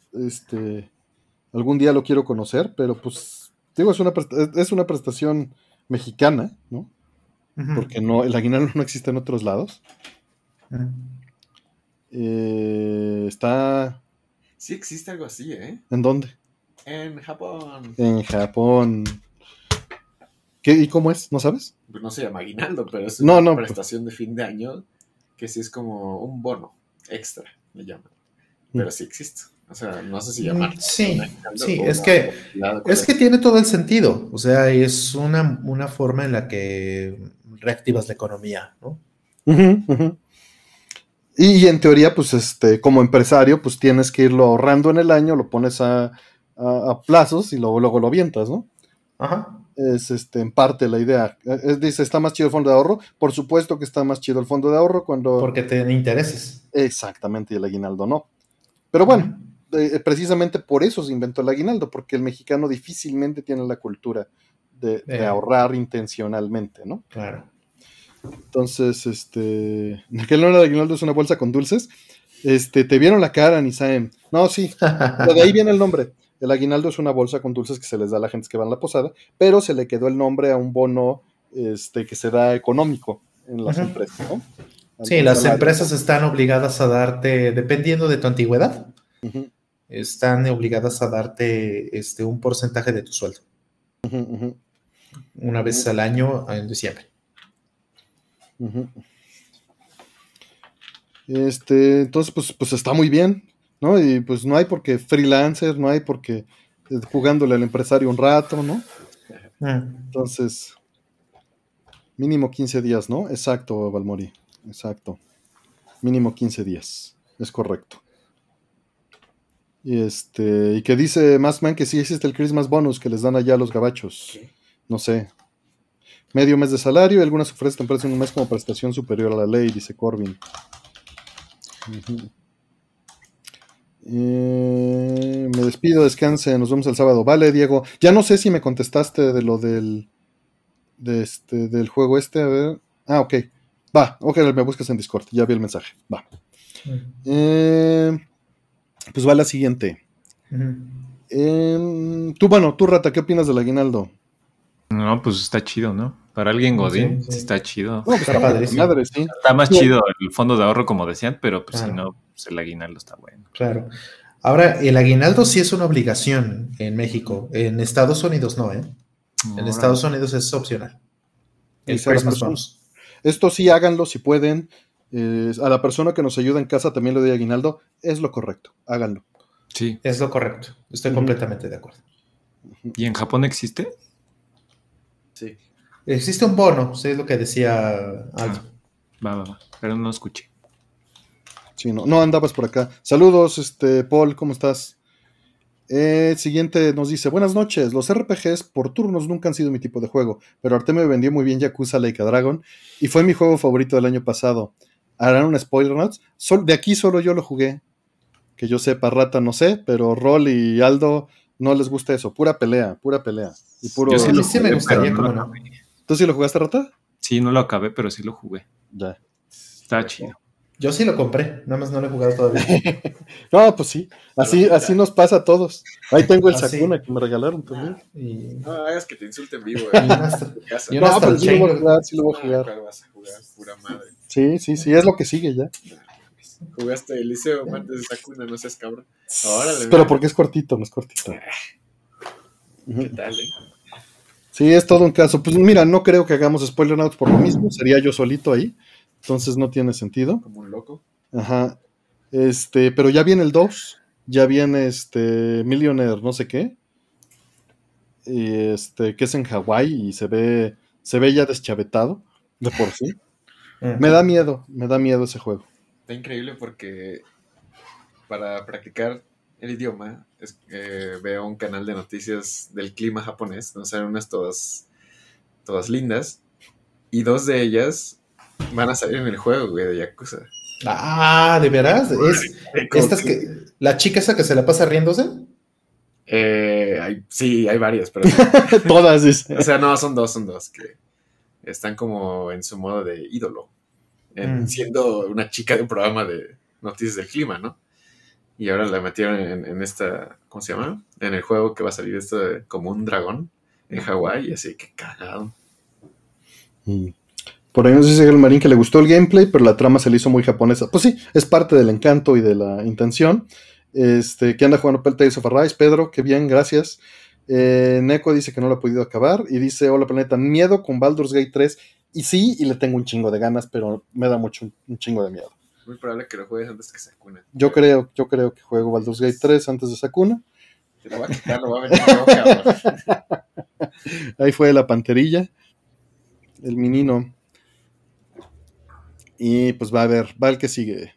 Algún día lo quiero conocer, pero pues, digo, es una prestación mexicana, ¿no? Uh-huh. Porque el aguinaldo no existe en otros lados. Uh-huh. Está Sí existe algo así, ¿eh? ¿En dónde? En Japón. En Japón. ¿Qué, y cómo es? ¿No sabes? Pues no se llama aguinaldo, pero es No, una no. prestación de fin de año que sí es como un bono extra, le llaman. Pero sí existe. O sea, no sé si llamar. Sí, sí, o es una que oportunidad, Es que tiene todo el sentido, o sea, es una forma en la que reactivas la economía, ¿no? Ujú, ujú. Y en teoría, pues, como empresario, pues tienes que irlo ahorrando en el año, lo pones a plazos y luego lo avientas, ¿no? Ajá. Es en parte la idea. Dice, ¿está más chido el fondo de ahorro? Por supuesto que está más chido el fondo de ahorro cuando... Porque te den intereses. Exactamente, y el aguinaldo no. Pero bueno, precisamente por eso se inventó el aguinaldo, porque el mexicano difícilmente tiene la cultura de ahorrar intencionalmente, ¿no? Claro. Entonces, ¿que no era el aguinaldo es una bolsa con dulces? Te vieron la cara, Nisaem. No, sí, pero de ahí viene el nombre. El aguinaldo es una bolsa con dulces que se les da a la gente que va en la posada, pero se le quedó el nombre a un bono que se da económico en las empresas, ¿no? Sí, las empresas están obligadas a darte, dependiendo de tu antigüedad, están obligadas a darte un porcentaje de tu sueldo. Una vez al año en diciembre. Entonces, pues está muy bien, ¿no? Y pues no hay porque freelancer, no hay porque jugándole al empresario un rato, ¿no? Entonces, mínimo 15 días, ¿no? Exacto, Valmori, exacto. Mínimo 15 días, es correcto. Y que dice Massman que sí existe el Christmas bonus que les dan allá a los gabachos. ¿Qué? No sé. Medio mes de salario y algunas ofrecen empresas un mes como prestación superior a la ley, dice Corbin. Me despido, descanse, nos vemos el sábado. Vale, Diego. Ya no sé si me contestaste de lo del juego a ver. Ah, ok. Va, ok, me buscas en Discord. Ya vi el mensaje. Va. Pues va la siguiente. Tú, Rata, ¿qué opinas del aguinaldo? No, pues está chido, ¿no? Para alguien godín, sí está chido. No, pues está padrísimo. Madre, sí. Está más chido el fondo de ahorro, como decían, pero pues si no, pues el aguinaldo está bueno. Claro. Ahora, el aguinaldo sí es una obligación en México. En Estados Unidos no, ¿eh? En Estados Unidos es opcional. El Christmas bonus. Esto sí, háganlo si pueden. A la persona que nos ayuda en casa también le doy aguinaldo. Es lo correcto. Háganlo. Sí. Es lo correcto. Estoy completamente de acuerdo. ¿Y en Japón existe? Sí. Existe un bono, sí, es lo que decía Aldo. Va. Pero no escuché. Sí, no andabas por acá. Saludos, Paul, ¿cómo estás? Siguiente nos dice, buenas noches, los RPGs por turnos nunca han sido mi tipo de juego, pero Artemio me vendió muy bien Yakuza Like a Dragon y fue mi juego favorito del año pasado. ¿Harán un spoiler notes? De aquí solo yo lo jugué. Que yo sepa, Rata no sé, pero Rol y Aldo no les gusta eso, pura pelea. Y puro... Yo sí me gustaría, como no. ¿Tú sí lo jugaste, Rata? Sí, no lo acabé, pero sí lo jugué. Ya. Está chido. Yo sí lo compré, nada más no lo he jugado todavía. No, pues sí, así nos pasa a todos. Ahí tengo el Sakuna que me regalaron también. No hagas que te insulte en vivo. Sí lo voy a jugar. ¿Cuál vas a jugar? Pura madre. Sí, es lo que sigue ya. Jugaste el liceo antes de Sakuna, no seas cabrón. Órale, pero porque es cortito, no es cortito. ¿Qué tal, Sí, es todo un caso. Pues mira, no creo que hagamos spoiler notes por lo mismo. Sería yo solito ahí. Entonces no tiene sentido. Como un loco. Ajá. Pero ya viene el 2. Ya viene Millionaire, no sé qué. Que es en Hawái y se ve ya deschavetado de por sí. Me da miedo ese juego. Está increíble porque para practicar el idioma veo un canal de noticias del clima japonés, donde salen unas todas lindas, y 2 de ellas van a salir en el juego, güey, de Yakuza. Ah, ¿de veras? ¿La chica esa que se la pasa riéndose? Sí, hay varias, pero todas dicen. O sea, no, son dos que están como en su modo de ídolo, siendo una chica de un programa de noticias del clima, ¿no? Y ahora la metieron en esta, ¿cómo se llama? En el juego que va a salir esto como un dragón en Hawái, así que cagado. Por ahí nos dice el Marín que le gustó el gameplay, pero la trama se le hizo muy japonesa. Pues sí, es parte del encanto y de la intención. Que anda jugando Tales of Arise. Pedro, qué bien, gracias. Neko dice que no lo ha podido acabar y dice, hola planeta, miedo con Baldur's Gate 3. Y sí, y le tengo un chingo de ganas, pero me da mucho un chingo de miedo. Muy probable que lo juegues antes que Sakuna. Yo creo que juego Baldur's Gate 3 antes de Sakuna. Te lo va a quitar, lo va a venir yo, cabrón. Ahí fue la panterilla, el menino. Y pues va el que sigue.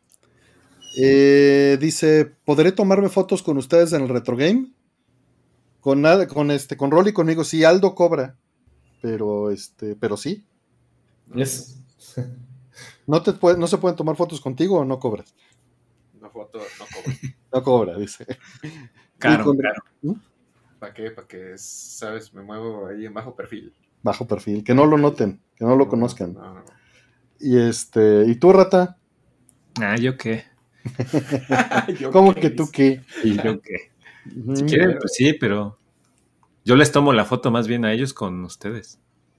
Dice, ¿podré tomarme fotos con ustedes en el Retro Game? Con Rolly y conmigo, sí, Aldo cobra. Pero sí. Yes. ¿No se pueden tomar fotos contigo o no cobras? Una foto no cobra. No cobra, dice. Claro. ¿Mm? ¿Para qué? ¿Sabes? Me muevo ahí en bajo perfil. Bajo perfil, que no lo noten, que no lo conozcan. No. ¿Y tú, Rata? ¿Yo qué? ¿Cómo que tú qué? ¿Y yo qué? Si quieren, pues sí, pero yo les tomo la foto más bien a ellos con ustedes.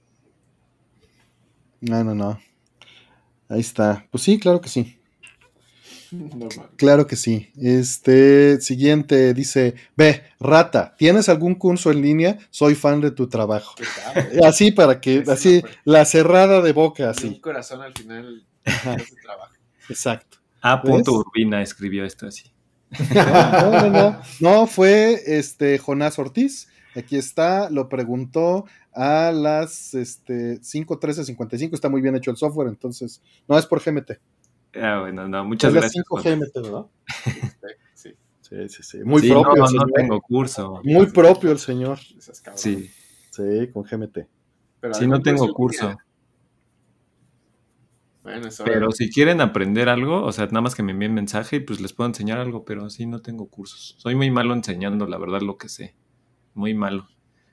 No. Ahí está. Pues sí, claro que sí. No, claro que sí. Siguiente dice, Rata, ¿tienes algún curso en línea? Soy fan de tu trabajo. Así para que, así, la cerrada de boca, así. Un corazón al final de ese trabajo. Exacto. A. Urbina escribió esto así. No, fue Jonás Ortiz. Aquí está, lo preguntó a las 5:13:55. Está muy bien hecho el software, entonces, no es por GMT. Bueno, no, muchas gracias. 5 GMT, ¿verdad? Sí. Muy propio. No tengo curso. Muy propio el señor. Sí, con GMT. Pero sí, no tengo curso. Bueno, pero si quieren aprender algo, o sea, nada más que me envíen mensaje y pues les puedo enseñar algo, pero sí no tengo cursos. Soy muy malo enseñando, la verdad, lo que sé. Muy malo.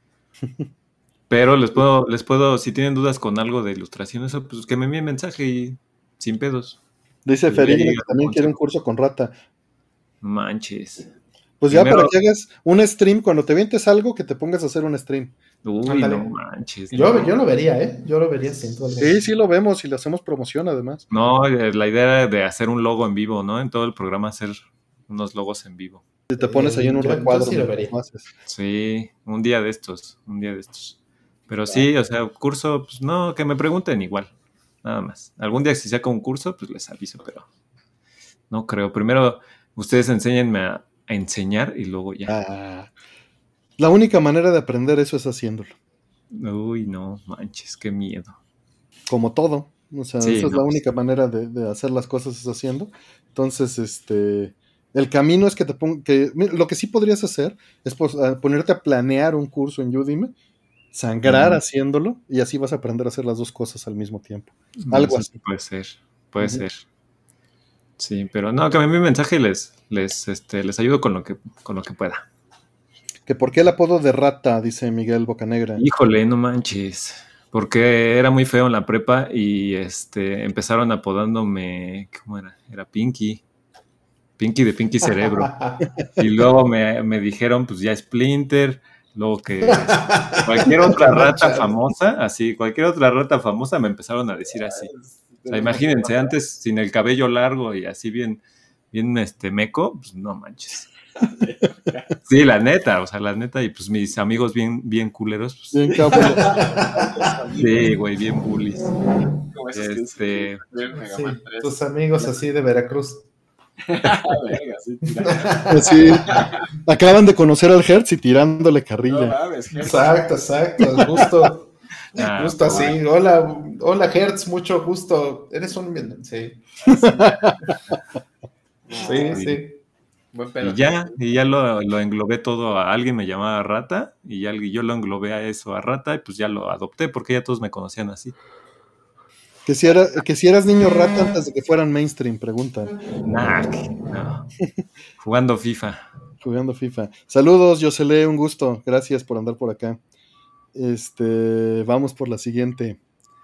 Pero les puedo, si tienen dudas con algo de ilustración, eso, pues que me envíen mensaje y sin pedos. Dice Ferina que también quiere un curso con Rata. Manches. Pues primero, ya para que hagas un stream, cuando te vientes algo, que te pongas a hacer un stream. Uy, no manches. Yo lo vería, Yo lo vería sin duda. Sí, lo vemos y le hacemos promoción además. No, la idea de hacer un logo en vivo, ¿no? En todo el programa hacer unos logos en vivo. Si te pones ahí en un recuadro. Sí, lo vería. Sí, un día de estos. Pero sí, o sea, curso, pues no, que me pregunten igual, nada más. Algún día si saca un curso, pues les aviso, pero no creo. Primero, ustedes enséñenme a enseñar y luego ya. La única manera de aprender eso es haciéndolo. Uy, no, manches, qué miedo. Como todo, o sea, esa es la única manera de hacer las cosas es haciendo. Entonces, el camino es que lo que sí podrías hacer es ponerte a planear un curso en Udemy, sangrar haciéndolo y así vas a aprender a hacer las dos cosas al mismo tiempo. Algo así. Puede ser. Sí, pero no, que me envíen mensaje y les ayudo con lo que pueda. ¿Que por qué el apodo de Rata? Dice Miguel Bocanegra. Híjole, no manches. Porque era muy feo en la prepa y empezaron apodándome, ¿cómo era? Era Pinky. Pinky de Pinky Cerebro. Y luego me dijeron, pues ya Splinter. Luego que cualquier otra rata famosa me empezaron a decir así. O sea, imagínense, antes sin el cabello largo y así bien meco, pues no manches. Sí, la neta, y pues mis amigos bien culeros. Pues, bien cabrón. Sí, güey, bien bullies. Sí, tus amigos así de Veracruz. Sí, acaban de conocer al Hertz y tirándole carrilla. Exacto, justo así. Hola Hertz, mucho gusto. Eres un sí. Sí. Buen pedo. Y ya lo englobé todo a alguien, me llamaba Rata, y yo lo englobé a eso, a Rata, y pues ya lo adopté, porque ya todos me conocían así. Que si eras niño rata antes de que fueran mainstream, pregunta. No. Jugando FIFA. Saludos, Yosele, un gusto. Gracias por andar por acá. Vamos por la siguiente.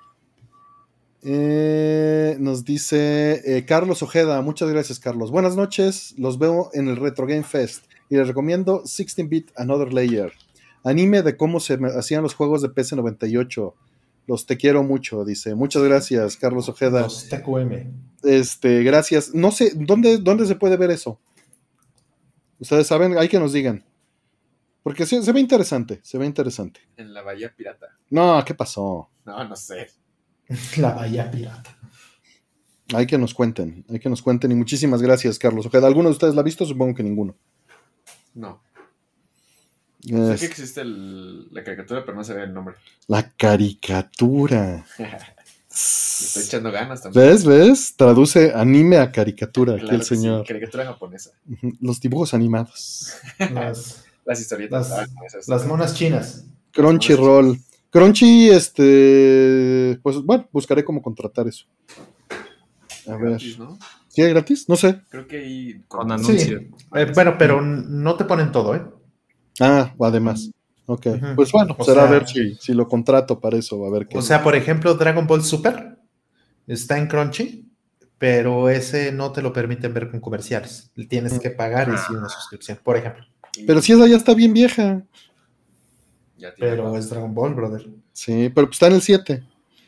Nos dice Carlos Ojeda. Muchas gracias, Carlos. Buenas noches. Los veo en el Retro Game Fest y les recomiendo 16-Bit Another Layer. Anime de cómo se hacían los juegos de PC98. Los te quiero mucho, dice. Muchas gracias, Carlos Ojeda. Los TQM. Gracias. No sé, ¿dónde se puede ver eso? Ustedes saben, hay que nos digan. Porque se ve interesante, se ve interesante. En la Bahía Pirata. No, ¿qué pasó? No sé. La Bahía Pirata. Hay que nos cuenten y muchísimas gracias, Carlos Ojeda. ¿Alguno de ustedes la ha visto? Supongo que ninguno. No. Sé que existe la caricatura, pero no sabía el nombre. La caricatura. Le estoy echando ganas también. ¿Ves? Traduce anime a caricatura Claro aquí el que señor. sí, caricatura japonesa. Los dibujos animados. Las historietas. Las monas chinas. Crunchyroll. Crunchy, pues bueno, buscaré cómo contratar eso. A Gratis, ver. ¿no? ¿Sí hay gratis? No sé. Creo que ahí Con Sí. anuncios. Bueno, pero no te ponen todo, ¿eh? Además. Ok. Ujú. Pues bueno, O será sea, a ver si lo contrato para eso, a ver qué. O sea, por ejemplo, Dragon Ball Super está en Crunchy, pero ese no te lo permiten ver con comerciales. Tienes que pagar y sí una suscripción, por ejemplo. Pero si esa ya está bien vieja. Ya tiene Pero rato. es Dragon Ball, brother. Sí, pero pues está en el 7.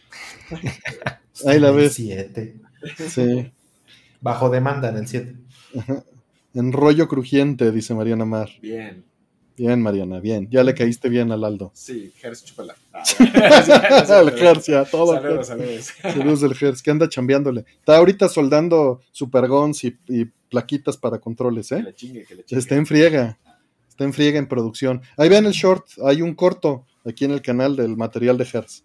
Ahí la ves. 7. Sí. Bajo demanda en el 7. Ajá. En rollo crujiente, dice Mariana Mar. Bien. Bien, Mariana, bien. Ya le caíste bien al Aldo. Sí, Gers, chúpala. El Hercia, todo. Saludos. Saludos del Hertz, que anda chambeándole. Está ahorita soldando supergons y plaquitas para controles, Que ¿eh? le chingue. Está en friega en producción. Ahí vean el short, hay un corto aquí en el canal del material de Hertz.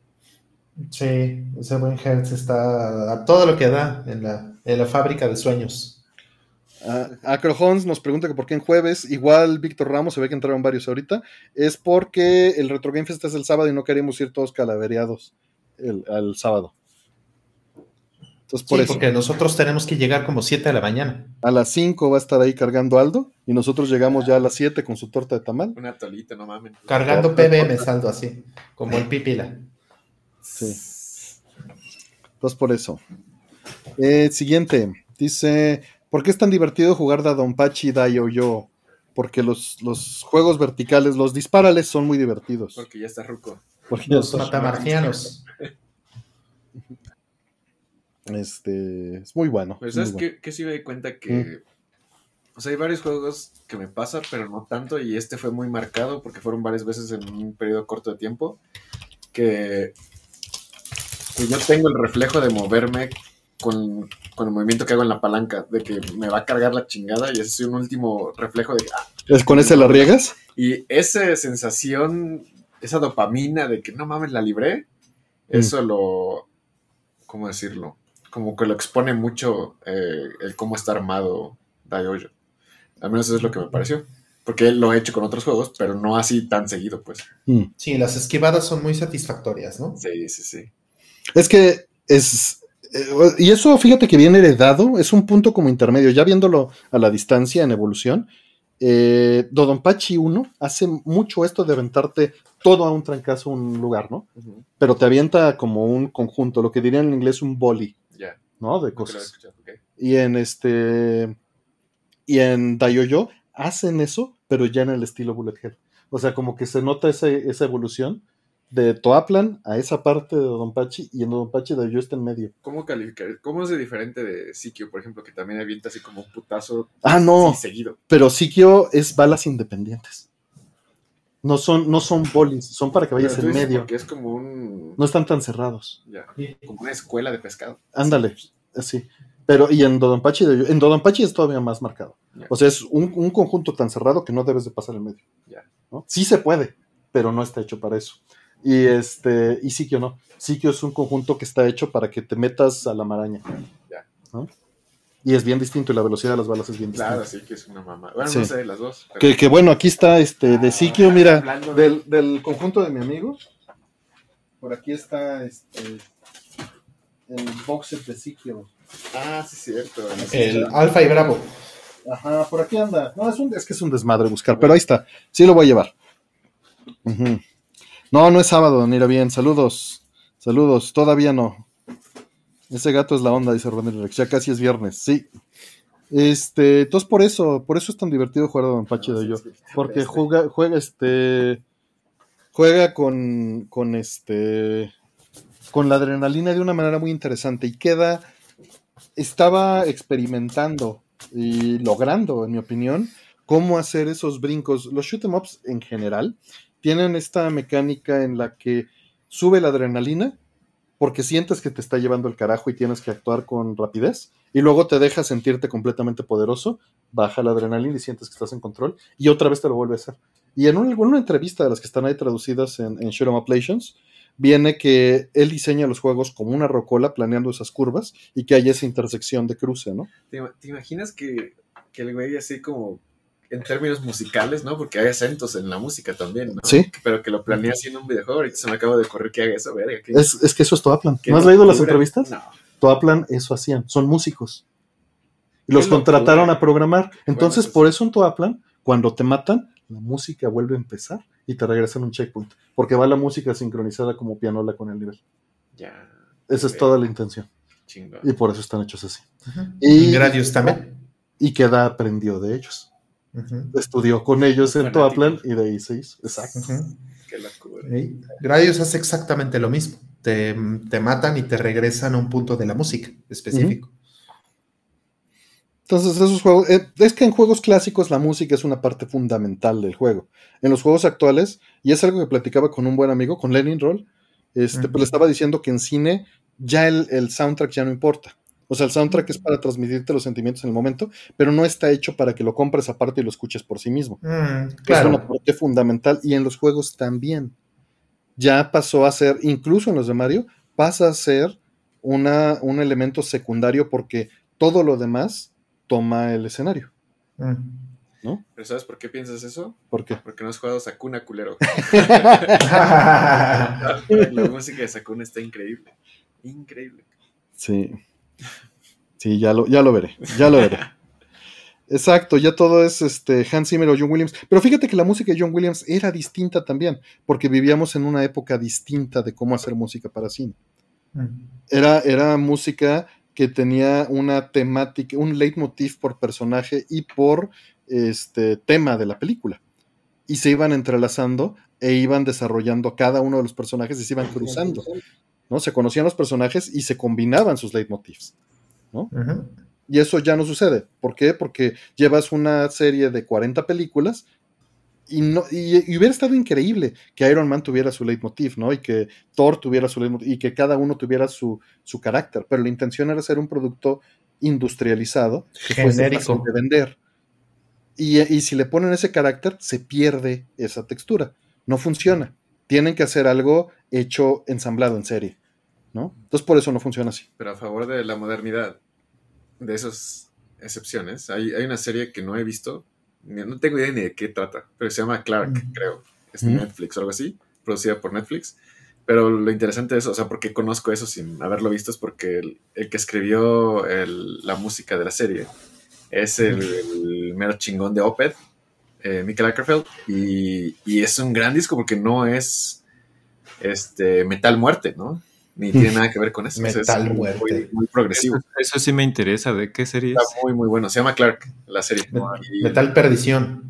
Sí, ese buen Hertz está a todo lo que da en la fábrica de sueños. Acrojons nos pregunta que por qué en jueves, igual Víctor Ramos, se ve que entraron varios ahorita, es porque el Retro Game Fest es el sábado y no queremos ir todos calavereados al sábado. Entonces, por eso. Porque nosotros tenemos que llegar como 7 de la mañana. A las 5 va a estar ahí cargando Aldo y nosotros llegamos ya a las 7 con su torta de tamal. Un atolito, no mames. Cargando PBM saldo así, como el Pipila. Sí. Entonces, por eso. Siguiente. Dice, ¿por qué es tan divertido jugar Dodonpachi y Daioyo? Porque los juegos verticales, los dispárales son muy divertidos. Porque ya está ruco. Porque ya Los está- matamarcianos. es muy bueno. Pero es ¿sabes muy bueno. qué sí me di cuenta que... O sea, hay varios juegos que me pasa, pero no tanto, y este fue muy marcado porque fueron varias veces en un periodo corto de tiempo, que yo tengo el reflejo de moverme con el movimiento que hago en la palanca, de que me va a cargar la chingada, y ese es un último reflejo de que... ¿Es con ese la riegas? Y esa sensación, esa dopamina de que no mames, la libré, eso lo... ¿Cómo decirlo? Como que lo expone mucho el cómo está armado Daioyo. Al menos eso es lo que me pareció. Porque lo he hecho con otros juegos, pero no así tan seguido, pues. Sí, las esquivadas son muy satisfactorias, ¿no? Sí. Es que y eso fíjate que viene heredado, es un punto como intermedio, ya viéndolo a la distancia en evolución. Dodonpachi 1 hace mucho esto de aventarte todo a un trancazo a un lugar, ¿no? Uh-huh. Pero te avienta como un conjunto, lo que dirían en inglés un volley, Ya. ¿no? De Nunca lo he cosas. escuchado, ok. Y en Daioyo hacen eso, pero ya en el estilo Bullet Hell. O sea, como que se nota esa evolución de Toaplan a esa parte de Dodonpachi, y en Dodonpachi Daioyo está en medio. ¿Cómo calificar? ¿Cómo es de diferente de Sikio, por ejemplo, que también avienta así como un putazo No, seguido? pero Sikio es balas independientes. No son bolis, son para que vayas Pero tú en dices medio. porque es como un... No están tan cerrados. Ya, como una escuela de pescado. Ándale, así. Pero, y en Dodonpachi es todavía más marcado. Ya. O sea, es un conjunto tan cerrado que no debes de pasar en medio. Ya. ¿No? Sí se puede, pero no está hecho para eso. Y Sikio no. Sikio es un conjunto que está hecho para que te metas a la maraña. Ya. ¿No? Y es bien distinto, y la velocidad de las balas es bien Claro, distinta. sí que es una mamá. Bueno, Sí. no sé, las dos. Pero... Que bueno, aquí está de Sikio, mira, hablando de- del conjunto de mi amigo. Por aquí está el boxer de Sikio. Ah, sí, cierto. El Alfa y Bravo. Ajá, por aquí anda. No, es que es un desmadre buscar, pero ahí está. Sí lo voy a llevar. Uh-huh. No es sábado, mira bien. Saludos. Todavía no. Ese gato es la onda, dice Rodríguez Rex. Ya casi es viernes, sí. Entonces por eso es tan divertido jugar a Dodonpachi de yo. Porque juega con la adrenalina de una manera muy interesante, y estaba experimentando y logrando, en mi opinión, cómo hacer esos brincos. Los shoot 'em ups en general tienen esta mecánica en la que sube la adrenalina porque sientes que te está llevando el carajo y tienes que actuar con rapidez, y luego te deja sentirte completamente poderoso, baja la adrenalina y sientes que estás en control, y otra vez te lo vuelve a hacer. Y en una entrevista de las que están ahí traducidas en Shoot 'em Up Legends, viene que él diseña los juegos como una rocola, planeando esas curvas, y que hay esa intersección de cruce, ¿no? ¿Te imaginas que el güey así como en términos musicales, ¿no? Porque hay acentos en la música también, ¿no? Sí. Pero que lo planea haciendo un videojuego. Ahorita se me acaba de ocurrir que haga eso, verga. Es que eso es Toaplan. ¿No has leído las entrevistas? No. Toaplan eso hacían, son músicos. Y los contrataron a programar. Entonces, Bueno, por eso en Toaplan, cuando te matan, la música vuelve a empezar y te regresan un checkpoint. Porque va la música sincronizada como pianola con el nivel. Ya. Esa es toda la intención. Chingón. Y por eso están hechos así. Y Gradius también. Y Queda aprendió de ellos. Estudió con ellos en Toaplan y de ahí se hizo. Exacto. Qué locura. Gradius hace exactamente lo mismo. Te matan y te regresan a un punto de la música específico. Entonces, esos juegos, es que en juegos clásicos la música es una parte fundamental del juego. En los juegos actuales, y es algo que platicaba con un buen amigo, con Lenin Roll, pues le estaba diciendo que en cine ya el soundtrack ya no importa. O sea, el soundtrack es para transmitirte los sentimientos en el momento, pero no está hecho para que lo compres aparte y lo escuches por sí mismo. Claro. Es una parte fundamental, y en los juegos también. Ya pasó a ser, incluso en los de Mario, pasa a ser un elemento secundario porque todo lo demás toma el escenario. ¿No? ¿Pero sabes por qué piensas eso? ¿Por qué? Porque no has jugado Sakuna, culero. La música de Sakuna está increíble. Increíble. Sí. Sí, ya lo veré. Ya lo veré. Exacto, ya todo es Hans Zimmer o John Williams. Pero fíjate que la música de John Williams era distinta también, porque vivíamos en una época distinta de cómo hacer música para cine. Era música que tenía una temática, un leitmotiv por personaje y por tema de la película. Y se iban entrelazando e iban desarrollando cada uno de los personajes y se iban cruzando, ¿no? Se conocían los personajes y se combinaban sus leitmotivs, ¿no? Y eso ya no sucede. ¿Por qué? Porque llevas una serie de 40 películas y hubiera estado increíble que Iron Man tuviera su leitmotiv, ¿no? Y que Thor tuviera su leitmotiv y que cada uno tuviera su carácter. Pero la intención era hacer un producto industrializado que fuese fácil de vender. Y si le ponen ese carácter, se pierde esa textura. No funciona. Tienen que hacer algo hecho, ensamblado en serie, ¿no? Entonces por eso no funciona así. Pero a favor de la modernidad, de esas excepciones, hay una serie que no he visto, no tengo idea ni de qué trata, pero se llama Clark, creo. Es de Netflix o algo así, producida por Netflix. Pero lo interesante de eso, o sea, porque conozco eso sin haberlo visto, es porque el que escribió la música de la serie es el mero chingón de Opeth, Michael Ackerfeld, y es un gran disco porque no es metal muerte, ¿no? Ni tiene nada que ver con eso. Metal muerte. Muy, muy progresivo. Eso sí me interesa. ¿De qué serie Está es? muy, muy bueno. Se llama Clark, la serie. Metal perdición.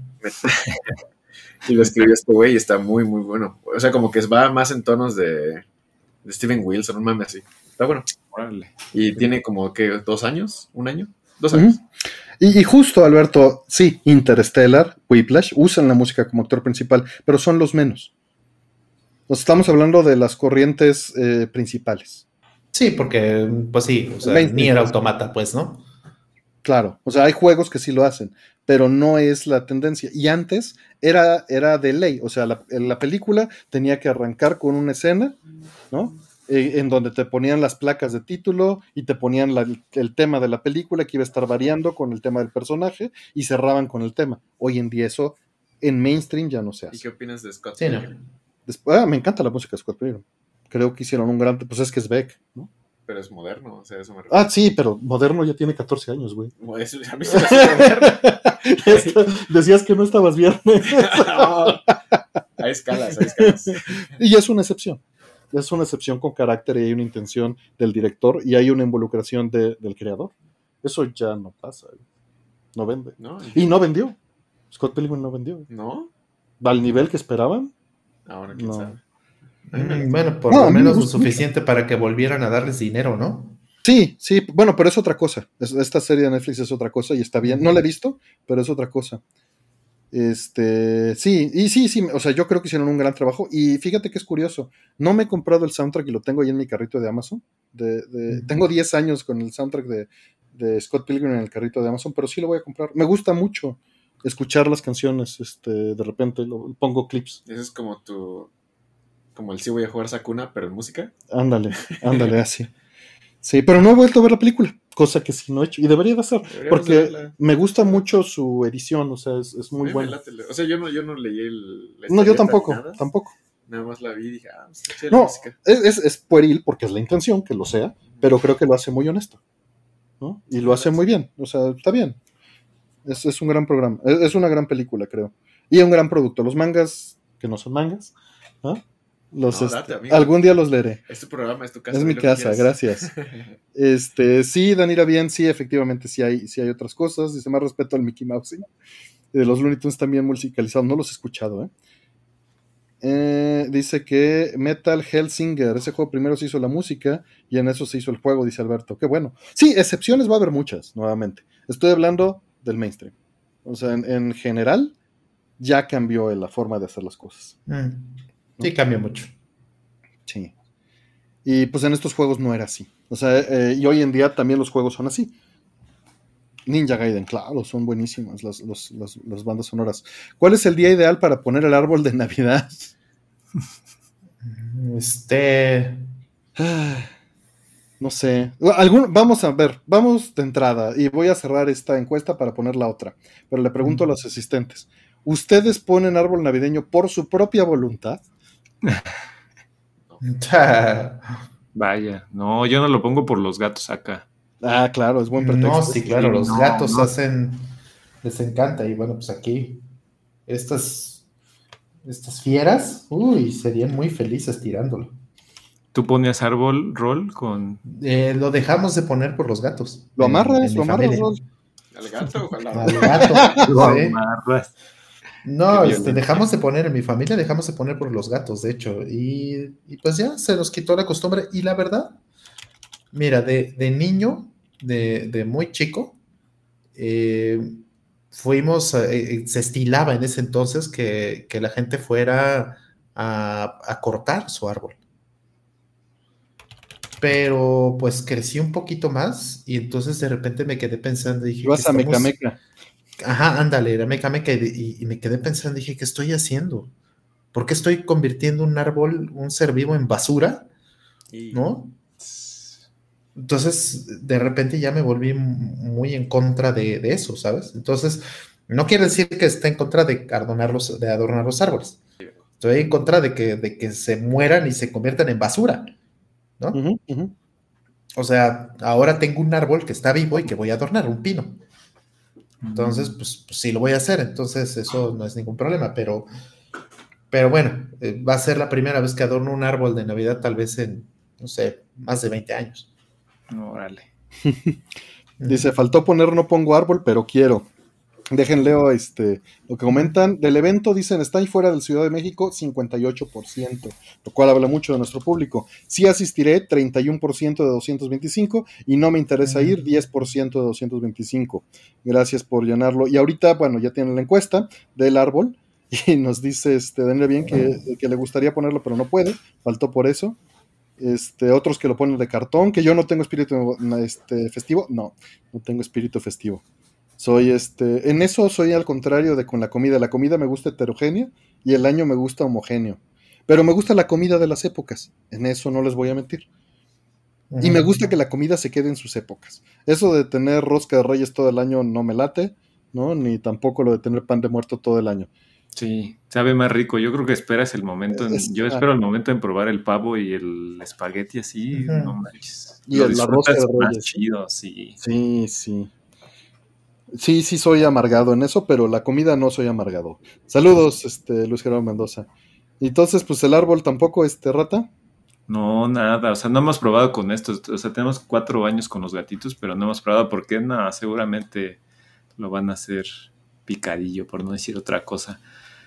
Y lo escribió este güey y está muy, muy bueno. O sea, como que va más en tonos de Steven Wilson, un mame así. Está bueno. Órale. Y tiene como que 2 años, 1 año, 2 años. Y justo, Alberto, sí, Interstellar, Whiplash, usan la música como actor principal, pero son los menos. Nos estamos hablando de las corrientes principales. Sí, porque, pues sí, o sea, ni era automata, pues, ¿no? Claro, o sea, hay juegos que sí lo hacen, pero no es la tendencia. Y antes era de ley, o sea, la película tenía que arrancar con una escena, ¿no? En donde te ponían las placas de título y te ponían el tema de la película que iba a estar variando con el tema del personaje y cerraban con el tema. Hoy en día eso en mainstream ya no se hace. ¿Y qué opinas de Scott? Sí, no. Me encanta la música de Scott Pilgrim. Creo que hicieron un gran... Pues es que es Beck, ¿no? Pero es moderno, o sea, eso me refiero. Sí, pero moderno ya tiene 14 años, güey. A mí se me hace moderno. Decías que no estabas viernes. No, hay escalas. Y es una excepción. Es una excepción con carácter y hay una intención del director y hay una involucración del creador. Eso ya no pasa. No vende. ¿No? Y no vendió. Scott Pilgrim no vendió. ¿No? ¿Al nivel que esperaban? Ahora, quién sabe. Bueno, por lo menos lo suficiente para que volvieran a darles dinero, ¿no? Sí, bueno, pero es otra cosa. Esta serie de Netflix es otra cosa y está bien. No la he visto, pero es otra cosa. Sí, o sea, yo creo que hicieron un gran trabajo. Y fíjate que es curioso, no me he comprado el soundtrack y lo tengo ahí en mi carrito de Amazon. Tengo 10 años con el soundtrack de Scott Pilgrim en el carrito de Amazon, pero sí lo voy a comprar. Me gusta mucho escuchar las canciones, de repente pongo clips. Eso es como como el sí voy a jugar Sakuna, pero en música. Ándale, así. Sí, pero no he vuelto a ver la película, cosa que sí no he hecho, y debería de hacer, porque me gusta mucho su edición, o sea, es muy buena. O sea, yo no leí la No, yo historieta tampoco. Nada más la vi y dije, está chida la No, música. es pueril, porque es la intención que lo sea, pero creo que lo hace muy honesto, ¿no? Y lo hace muy bien, o sea, está bien. Es un gran programa, es una gran película, creo. Y un gran producto. Los mangas, que no son mangas, ¿no? Date, amigo. Algún día los leeré. Es tu programa, es tu casa. Es mi casa, gracias. Sí, Danira, bien, sí, efectivamente, sí hay otras cosas. Dice, más respeto al Mickey Mouse, ¿sí? De los Looney Tunes también musicalizados, no los he escuchado, dice que Metal Hellsinger, ese juego primero se hizo la música y en eso se hizo el juego, dice Alberto. Qué bueno. Sí, excepciones va a haber muchas, nuevamente. Estoy hablando del mainstream. O sea, en general, ya cambió la forma de hacer las cosas. Sí, cambió mucho. Sí. Y pues en estos juegos no era así. O sea, y hoy en día también los juegos son así. Ninja Gaiden, claro, son buenísimas las bandas sonoras. ¿Cuál es el día ideal para poner el árbol de Navidad? No sé. Vamos a ver, vamos de entrada y voy a cerrar esta encuesta para poner la otra. Pero le pregunto a los asistentes, ¿ustedes ponen árbol navideño por su propia voluntad? Vaya, no, yo no lo pongo por los gatos acá. Ah, claro, es buen pretexto. No, sí, claro, los gatos les encanta. Y bueno, pues aquí, estas fieras, serían muy felices tirándolo. ¿Tú ponías árbol, Rol, con...? Lo dejamos de poner por los gatos. ¿Lo amarras, Rol? ¿Al gato o al gato? Lo amarras. No, dejamos de poner, en mi familia dejamos de poner por los gatos, de hecho, y pues ya se nos quitó la costumbre, y la verdad, mira, de niño, de muy chico, fuimos, se estilaba en ese entonces que la gente fuera a cortar su árbol, pero pues crecí un poquito más, y entonces de repente me quedé pensando, dije, vas a Mecameca. Ajá, ándale, era Mecameca y me quedé pensando, dije, ¿qué estoy haciendo? ¿Por qué estoy convirtiendo un árbol, un ser vivo en basura? ¿No? Entonces, de repente ya me volví muy en contra de eso, ¿sabes? Entonces, no quiere decir que esté en contra de adornar los árboles. Estoy en contra de que se mueran y se conviertan en basura, ¿no? Uh-huh. O sea, ahora tengo un árbol que está vivo y que voy a adornar, un pino. Entonces, pues sí lo voy a hacer, entonces eso no es ningún problema, pero bueno, va a ser la primera vez que adorno un árbol de Navidad, tal vez en, no sé, más de 20 años. Órale. Dice, faltó poner no pongo árbol, pero quiero. Leo lo que comentan. Del evento, dicen, está ahí fuera del Ciudad de México, 58%, lo cual habla mucho de nuestro público. Sí asistiré, 31% de 225, y no me interesa ir, 10% de 225. Gracias por llenarlo. Y ahorita, bueno, ya tienen la encuesta del árbol, y nos dice Daniel bien que le gustaría ponerlo, pero no puede, faltó por eso. Otros que lo ponen de cartón, que yo no tengo espíritu festivo. No tengo espíritu festivo. Soy en eso soy al contrario de con la comida. La comida me gusta heterogénea y el año me gusta homogéneo. Pero me gusta la comida de las épocas. En eso no les voy a mentir. Y me gusta que la comida se quede en sus épocas. Eso de tener rosca de reyes todo el año no me late, ¿no? Ni tampoco lo de tener pan de muerto todo el año. Sí, sabe más rico. Yo creo que esperas el momento. Yo espero el momento en probar el pavo y el espagueti así. No manches. Y la rosca de reyes. Más chido, sí. Sí. Sí, soy amargado en eso, pero la comida no soy amargado. Saludos, Luis Gerardo Mendoza. Entonces, pues el árbol tampoco, Rata. No, nada. O sea, no hemos probado con esto. O sea, tenemos 4 años con los gatitos, pero no hemos probado porque nada, seguramente lo van a hacer picadillo, por no decir otra cosa.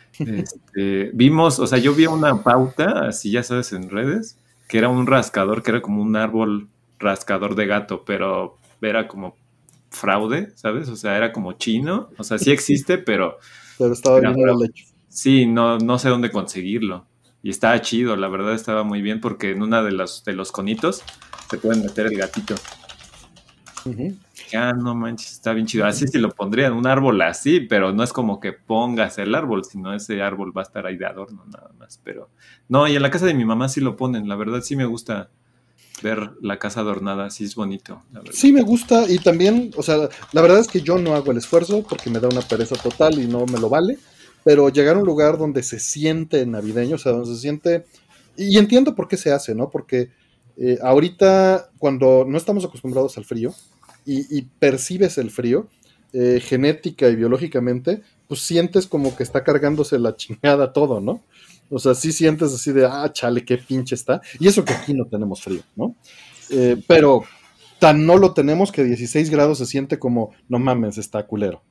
Vimos, o sea, yo vi una pauta, así ya sabes, en redes, que era un rascador, que era como un árbol rascador de gato, pero era como fraude, ¿sabes? O sea, era como chino, o sea, sí existe, pero estaba era bien mal hecho. sí, no sé dónde conseguirlo. Y estaba chido, la verdad estaba muy bien porque en una de los conitos se pueden meter el gatito. Ujú. No manches, está bien chido. Así sí lo pondría en un árbol así, pero no es como que pongas el árbol, sino ese árbol va a estar ahí de adorno nada más. Pero no, y en la casa de mi mamá sí lo ponen. La verdad sí me gusta ver la casa adornada, sí es bonito, la verdad. Sí me gusta y también, o sea, la verdad es que yo no hago el esfuerzo porque me da una pereza total y no me lo vale, pero llegar a un lugar donde se siente navideño, o sea, donde se siente, y entiendo por qué se hace, ¿no? Porque ahorita cuando no estamos acostumbrados al frío y percibes el frío, genética y biológicamente, pues sientes como que está cargándose la chingada todo, ¿no? O sea, sí sientes así de, chale, qué pinche está. Y eso que aquí no tenemos frío, ¿no? Pero tan no lo tenemos que 16 grados se siente como, no mames, está culero.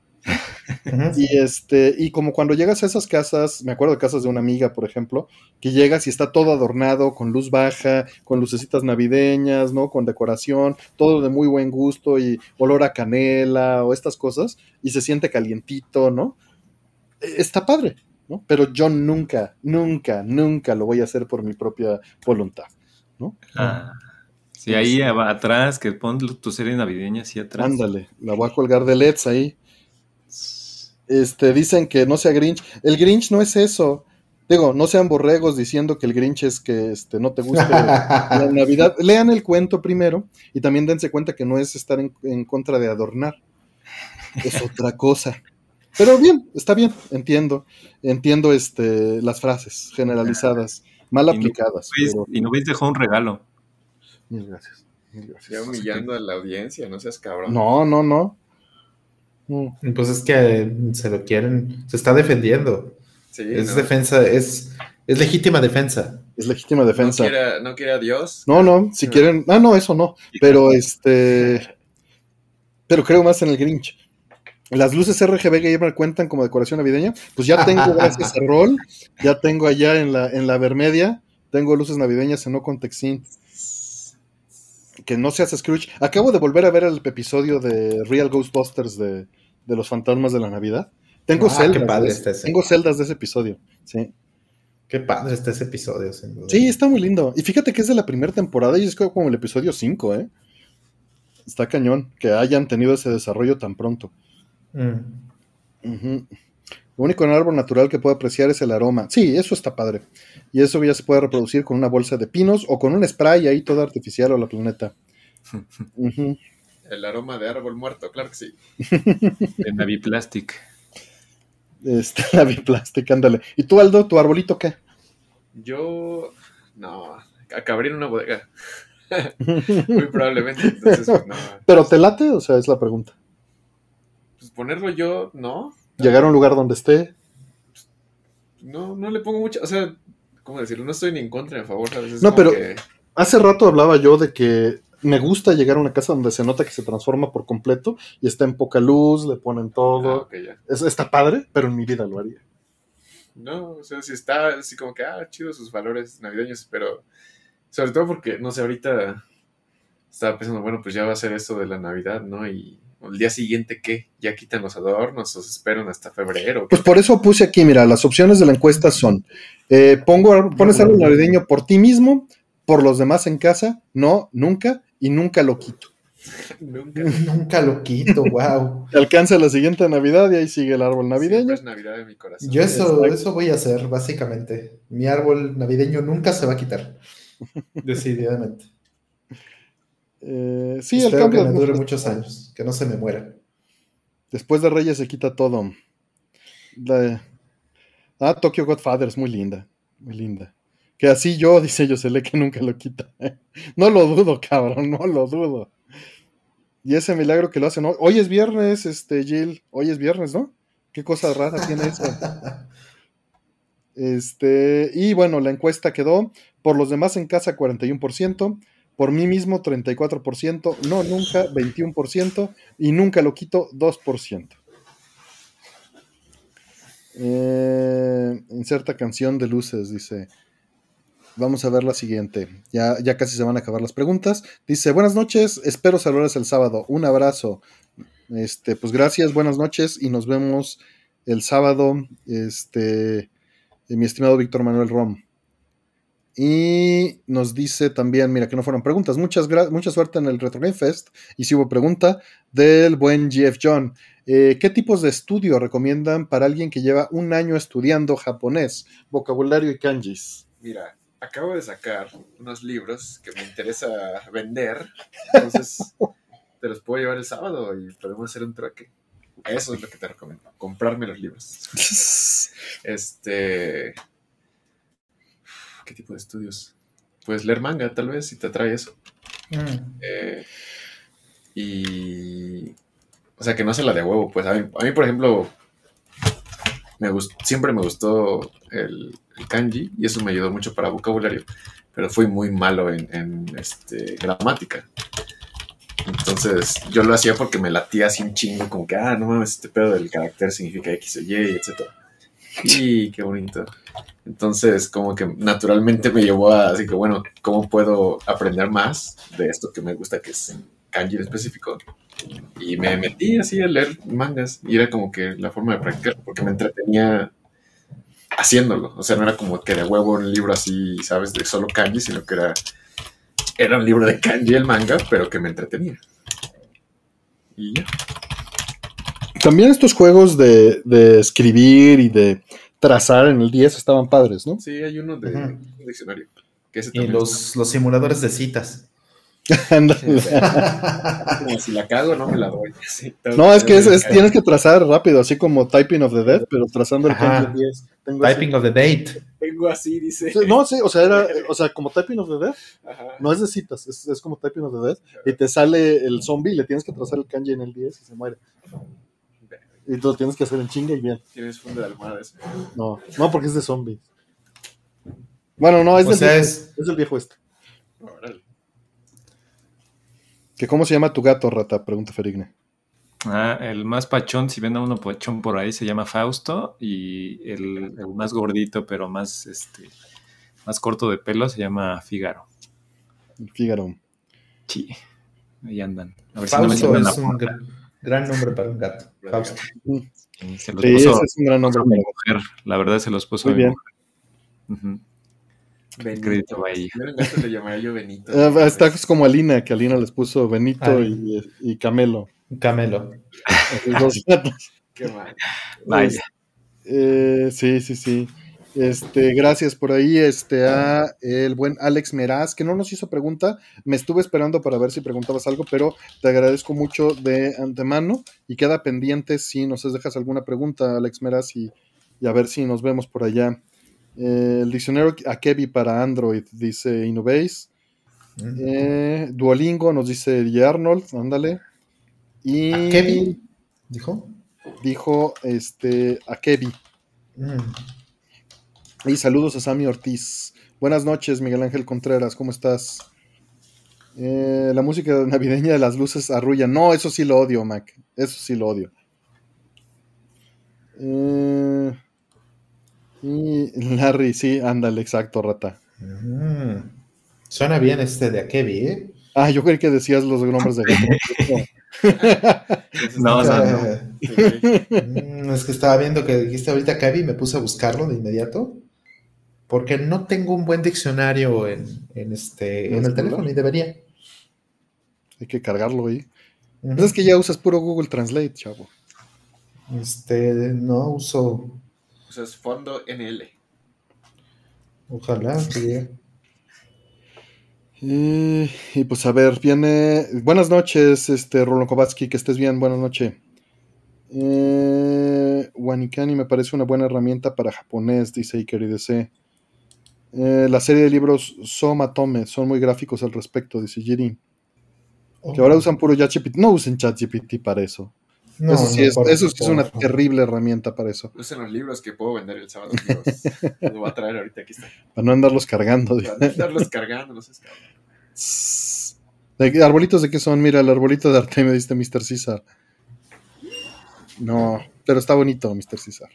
Y como cuando llegas a esas casas, me acuerdo de casas de una amiga, por ejemplo, que llegas y está todo adornado, con luz baja, con lucecitas navideñas, ¿no? Con decoración, todo de muy buen gusto y olor a canela o estas cosas, y se siente calientito, ¿no? Está padre, ¿no? Pero yo nunca lo voy a hacer por mi propia voluntad, ¿no? Sí, ahí atrás, que pon tu serie navideña así atrás. Ándale, la voy a colgar de LEDs ahí. Dicen que no sea Grinch. El Grinch no es eso. Digo, no sean borregos diciendo que el Grinch es que no te guste la Navidad. Lean el cuento primero y también dense cuenta que no es estar en contra de adornar. Es otra cosa. Pero bien, está bien, entiendo las frases generalizadas, mal aplicadas. Y no dejó un regalo. Mil gracias. Ya humillando a la audiencia, no seas cabrón. No. Pues es que se lo quieren, se está defendiendo. Sí, es defensa, es legítima defensa. Es legítima defensa. ¿No quiere a Dios? No, si quieren. No, eso no. Pero pero creo más en el Grinch. Las luces RGB Gamer cuentan como decoración navideña. Pues ya tengo, gracias a Rol, ya tengo allá en la Vermedia, tengo luces navideñas en No Contexin. Que no seas Scrooge. Acabo de volver a ver el episodio de Real Ghostbusters de los fantasmas de la Navidad. Tengo celdas. Qué padre está ese. Tengo celdas de ese episodio. Sí. Qué padre está ese episodio, sin duda. Sí, está muy lindo. Y fíjate que es de la primera temporada y es como el episodio 5, ¿eh? Está cañón que hayan tenido ese desarrollo tan pronto. Uh-huh. Lo único en el árbol natural que puedo apreciar es el aroma. Sí, eso está padre. Y eso ya se puede reproducir con una bolsa de pinos o con un spray ahí todo artificial o la planeta. Uh-huh. El aroma de árbol muerto, claro que sí. De Naviplastic. Naviplastic, ándale. ¿Y tú, Aldo, tu arbolito qué? Yo, no, acabaré en una bodega. Muy probablemente, entonces, pues no. ¿Pero te late? O sea, es la pregunta. Pues ponerlo yo, no. Llegar a un lugar donde esté. No le pongo mucho, o sea, ¿cómo decirlo? No estoy ni en contra ni a favor, ¿sabes? Es no, pero que... hace rato hablaba yo de que me gusta llegar a una casa donde se nota que se transforma por completo y está en poca luz, le ponen todo. Okay, ya. Está padre, pero en mi vida lo haría. No, o sea, sí está así como que, chido sus valores navideños, pero sobre todo porque, no sé, ahorita estaba pensando, bueno, pues ya va a ser esto de la Navidad, ¿no? Y el día siguiente, ¿qué? ¿Ya quitan los adornos o se esperan hasta febrero? Pues por eso puse aquí, mira, las opciones de la encuesta son, pones árbol navideño por ti mismo, por los demás en casa, no, nunca, y nunca lo quito. Nunca lo quito, wow. Alcanza la siguiente Navidad y ahí sigue el árbol navideño. Siempre es Navidad en mi corazón. Yo eso voy a hacer, básicamente. Mi árbol navideño nunca se va a quitar. Decididamente. Sí, espero el cambio que me dure muchos años, que no se me muera. Después de Reyes se quita todo. Tokyo Godfather es muy linda, muy linda. Que así dice Yosele que nunca lo quita. No lo dudo, cabrón, no lo dudo. Y ese milagro que lo hace, ¿no? Hoy es viernes, Jill, hoy es viernes, ¿no? Qué cosa rara tiene eso. Y bueno, la encuesta quedó, por los demás en casa 41%, por mí mismo 34%, no, nunca 21%, y nunca lo quito 2%. Inserta canción de luces, dice. Vamos a ver la siguiente. Ya casi se van a acabar las preguntas. Dice, buenas noches, espero saludarles el sábado. Un abrazo. Pues gracias, buenas noches y nos vemos el sábado, mi estimado Víctor Manuel Rom. Y nos dice también, mira que no fueron preguntas, mucha suerte en el Retro Game Fest. Y si hubo pregunta del buen GF John. ¿Qué tipos de estudio recomiendan para alguien que lleva un año estudiando japonés, vocabulario y kanjis? Mira, acabo de sacar unos libros que me interesa vender, entonces te los puedo llevar el sábado y podemos hacer un trueque. Eso es lo que te recomiendo, comprarme los libros. ¿Qué tipo de estudios? Puedes leer manga, tal vez, si te atrae eso. O sea, que no sea la de huevo, pues a mí por ejemplo, siempre me gustó el kanji y eso me ayudó mucho para vocabulario, pero fui muy malo en gramática. Entonces yo lo hacía porque me latía así un chingo, como que, no mames, este pedo del carácter significa X o Y, etc. Y qué bonito. Entonces como que naturalmente me llevó a, así que bueno, ¿cómo puedo aprender más de esto que me gusta, que es kanji en específico? Y me metí así a leer mangas y era como que la forma de practicar, porque me entretenía haciéndolo. O sea, no era como que de huevo un libro así, ¿sabes? De solo kanji, sino que era un libro de kanji el manga, pero que me entretenía. Y ya. También estos juegos de escribir y de trazar en el 10 estaban padres, ¿no? Sí, hay uno de un diccionario. Que ese y los simuladores de citas. Como si la cago, no me la doy. Sí, no, es que tienes que trazar rápido, así como Typing of the Dead, pero trazando el kanji 10. Typing of the Date. Tengo así, dice. No, sí, o sea, como Typing of the Dead. Ajá. No es de citas, es como Typing of the Dead. Ajá. Y te sale el zombie y le tienes que trazar el kanji en el 10 y se muere. Y tú lo tienes que hacer en chinga y bien. ¿Tienes fondo de almohada eso? No, porque es de zombies. Bueno, no, es del viejo este. Órale. ¿Que cómo se llama tu gato, Rata? Pregunta Ferigne. El más pachón, si ven a uno pachón por ahí, se llama Fausto. Y el más gordito, pero más corto de pelo, se llama Fígaro. Fígaro. Sí, ahí andan. A ver Fausto si no me es un gran nombre para un gato. Fausto. Se los puso, ese es un gran nombre para mujer. La verdad se los puso muy bien. Uh-huh. Benito. Si un gato le llamaría yo Benito. Está como Alina, que Alina les puso Benito y Camelo. Camelo. Dos gatos. Qué mal. Vaya. Sí. Gracias por ahí a el buen Alex Meraz, que no nos hizo pregunta. Me estuve esperando para ver si preguntabas algo, pero te agradezco mucho de antemano y queda pendiente si nos dejas alguna pregunta, Alex Meraz, y a ver si nos vemos por allá. El diccionario Akebi para Android, dice Inubase. Duolingo nos dice J. Arnold, ándale. Y ¿Akebi? ¿Dijo? Akebi. Y saludos a Sammy Ortiz. Buenas noches, Miguel Ángel Contreras, ¿cómo estás? La música navideña de las luces arrulla. No, eso sí lo odio, Mac. Eso sí lo odio. Y Larry, sí, ándale, exacto, Rata. Suena bien de Akebi, ¿eh? Yo creí que decías los nombres de No. Es que estaba viendo que dijiste ahorita Akebi y me puse a buscarlo de inmediato. Porque no tengo un buen diccionario en el teléfono y debería. Hay que cargarlo ahí. Uh-huh. Es que ya usas puro Google Translate, chavo. No uso. Usas fondo NL. Ojalá. Y pues a ver, viene. Buenas noches, Rolón Kovatsky, que estés bien, buenas noches. Wanikani me parece una buena herramienta para japonés, dice Iker IDC. La serie de libros Somatome son muy gráficos al respecto, dice Jirin. Que ahora usan puro ChatGPT. No usen ChatGPT para eso. No, eso sí es una terrible herramienta para eso. Usen los libros que puedo vender el sábado. Los voy a traer ahorita, aquí está. Para no andarlos cargando. Para no andarlos cargando, no sé. ¿Arbolitos de qué son? Mira, el arbolito de Artemio, dice Mr. César. No, pero está bonito, Mr. César.